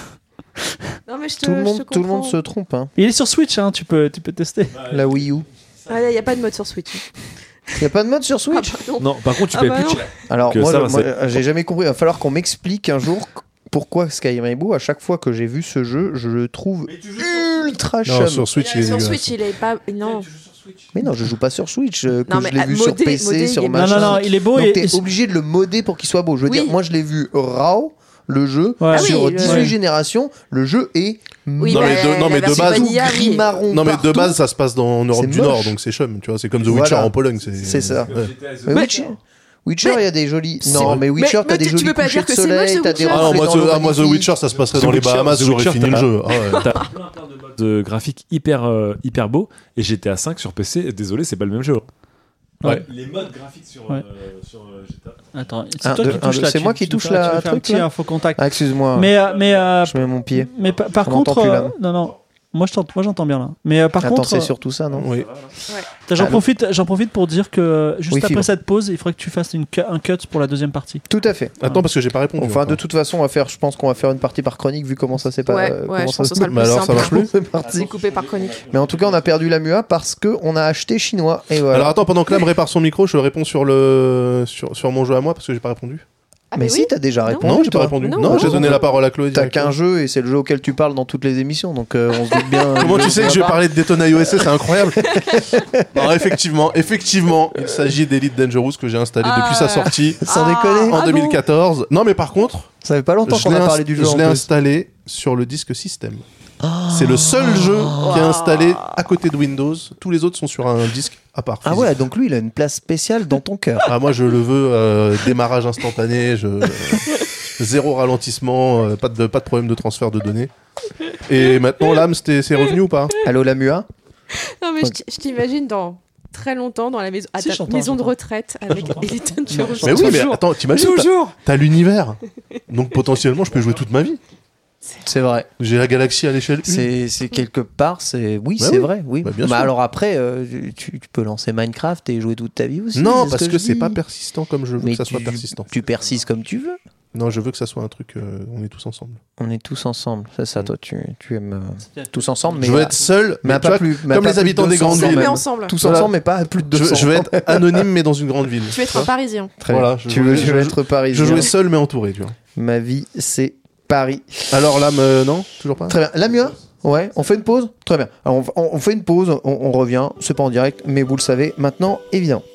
Non, mais je te, Tout le je monde, te tout le monde comprends. se trompe. Hein. il est sur Switch, hein, tu peux, tu peux tester. La Wii U. Ah, il n'y a pas de mode sur Switch. Il y a pas de mode sur Ah, Switch. bah non. Non, par contre, tu Ah payes bah plus non. cher. Alors Que moi, ça, je- va, moi, c'est- j'ai jamais compris. Il va falloir qu'on m'explique un jour pourquoi Skyrim est beau. À chaque fois que j'ai vu ce jeu, je le trouve ultra Non, chum. sur Switch, il est Sur dégueulasse. Switch, il est pas. Non. Mais non, je joue pas sur Switch. euh, que Non, je mais, l'ai ah, vu modé- sur P C, modé, sur il est Non, machin. non, non, il est beau Donc et, t'es et- obligé de le modder pour qu'il soit beau. Je veux Oui. dire, moi je l'ai vu raw, le jeu, Ouais. Ah oui, sur le- dix-huit ouais. générations. Le jeu est Oui, Non, bah, mais de- non, la mais de version base- vanilla, oui. gris marron. Non, mais de partout. base, ça se passe dans, en Europe C'est du moche. Nord, donc c'est chum, tu vois. C'est comme The Voilà. Witcher en Pologne. C'est, C'est ça. Ouais. Mais Mais- Witcher, Witcher, il y a des jolis. C'est- Non, mais Witcher, mais- t'as mais des tu- tu jolis peux pas couchers dire de que c'est soleil, moche, t'as The des Witcher. Ah non, moi, reflets dans The, l'eau ah, moi, The magnifique. Witcher, ça se passerait The dans les Witcher, Bahamas, The j'aurais Witcher, fini t'as le pas- jeu. Ah ouais. T'as plein, plein de modes de graphiques hyper, euh, hyper beaux et G T A cinq sur P C. Désolé, c'est pas le même jeu. Ouais. Les modes graphiques sur, Ouais. euh, sur euh, G T A. Attends, c'est Un, toi deux, qui un, touche deux. là. C'est tu- moi qui tu touche fais- la tu fais un truc, petit là info contact. Ah, excuse-moi. Mais euh, mais euh, Je mets mon pied. mais pa- par On m'entend contre, plus, euh, là. non non, moi je t'entends, moi j'entends bien là. Mais euh, par Attends, contre, c'est euh, surtout ça, non Oui. j'en Allô profite, j'en profite pour dire que euh, juste Oui, après Fibre. cette pause, il faudrait que tu fasses une cu- un cut pour la deuxième partie. Tout à fait. Attends, parce que j'ai pas répondu. Enfin, encore. de toute façon, on va faire. Je pense qu'on va faire une partie par chronique vu comment ça s'est pas. Ouais, euh, ouais, comment je pense ça que ce sera le Mais plus alors, ça simple. marche plus C'est parti. C'est coupé par chronique. Mais en tout cas, on a perdu la M U A parce que on a acheté chinois. Et voilà. Alors attends, pendant que Lam répare son micro, je réponds sur le sur, sur mon jeu à moi parce que j'ai pas répondu. Ah, mais mais si, oui. t'as déjà Non. répondu. Non, j'ai pas toi. répondu. Non, Non, non, j'ai non, donné non. la parole à Chloé. T'as directement. qu'un jeu et c'est le jeu auquel tu parles dans toutes les émissions, donc euh, on se doute bien. Comment le tu jeu sais que va je vais pas. parler de Daytona U S A, c'est incroyable. Alors effectivement, effectivement, il s'agit d'Elite Dangerous que j'ai installé Ah. depuis sa sortie Sans Ah. déconner. en Ah deux mille quatorze. Non mais par contre, Ça fait pas longtemps je qu'on l'ai a inst- parlé du jeu. je en l'ai plus. installé sur le disque système. C'est le seul jeu qui est installé à côté de Windows. Tous les autres sont sur un disque à part. Ah physique. ouais, donc lui, il a une place spéciale dans ton cœur. Ah moi je le veux euh, démarrage instantané, je euh, zéro ralentissement, euh, pas de pas de problème de transfert de données. Et maintenant l'âme c'était c'est revenu ou pas? Allô, la M U A Non, mais je t- je t'imagine dans très longtemps dans la maison, à Si, ta j'entends, maison de j'entends. retraite avec Elite Dangerous. Mais oui, mais Toujours. attends, t'imagines t'as- Toujours. T'as l'univers, donc potentiellement je peux jouer toute ma vie. C'est vrai. J'ai la galaxie à l'échelle une. C'est c'est quelque part, c'est oui, Bah c'est oui. vrai, oui. Bah, bien Bah sûr. alors après, euh, tu, tu peux lancer Minecraft et jouer toute ta vie aussi. Non, c'est ce parce que, je c'est dis. pas persistant comme je veux Mais que ça tu, soit persistant. tu persistes comme tu veux. Non, je veux que ça soit un truc, euh, on est tous ensemble. On est tous ensemble, c'est ça. Toi, tu, tu aimes euh, tous ensemble, mais je veux à- être seul, mais à tu pas vois, plus, mais à comme pas les plus habitants de des deux cents grandes Ensemble, villes. mais même. ensemble. Tous Voilà. ensemble, mais pas à plus de Je, deux cents. je veux être anonyme mais dans une grande ville. Tu veux être un Parisien. Très Voilà, bien. je tu veux- veux, je tu veux veux- être parisien. Je jouais seul mais entouré, tu vois. Ma vie, c'est Paris. Alors l'âme, euh, non, toujours pas. Très bien. La M U A Ouais, on fait une pause. Très bien. Alors on, on- on fait une pause, on, on revient. C'est pas en direct, mais vous le savez maintenant, évidemment.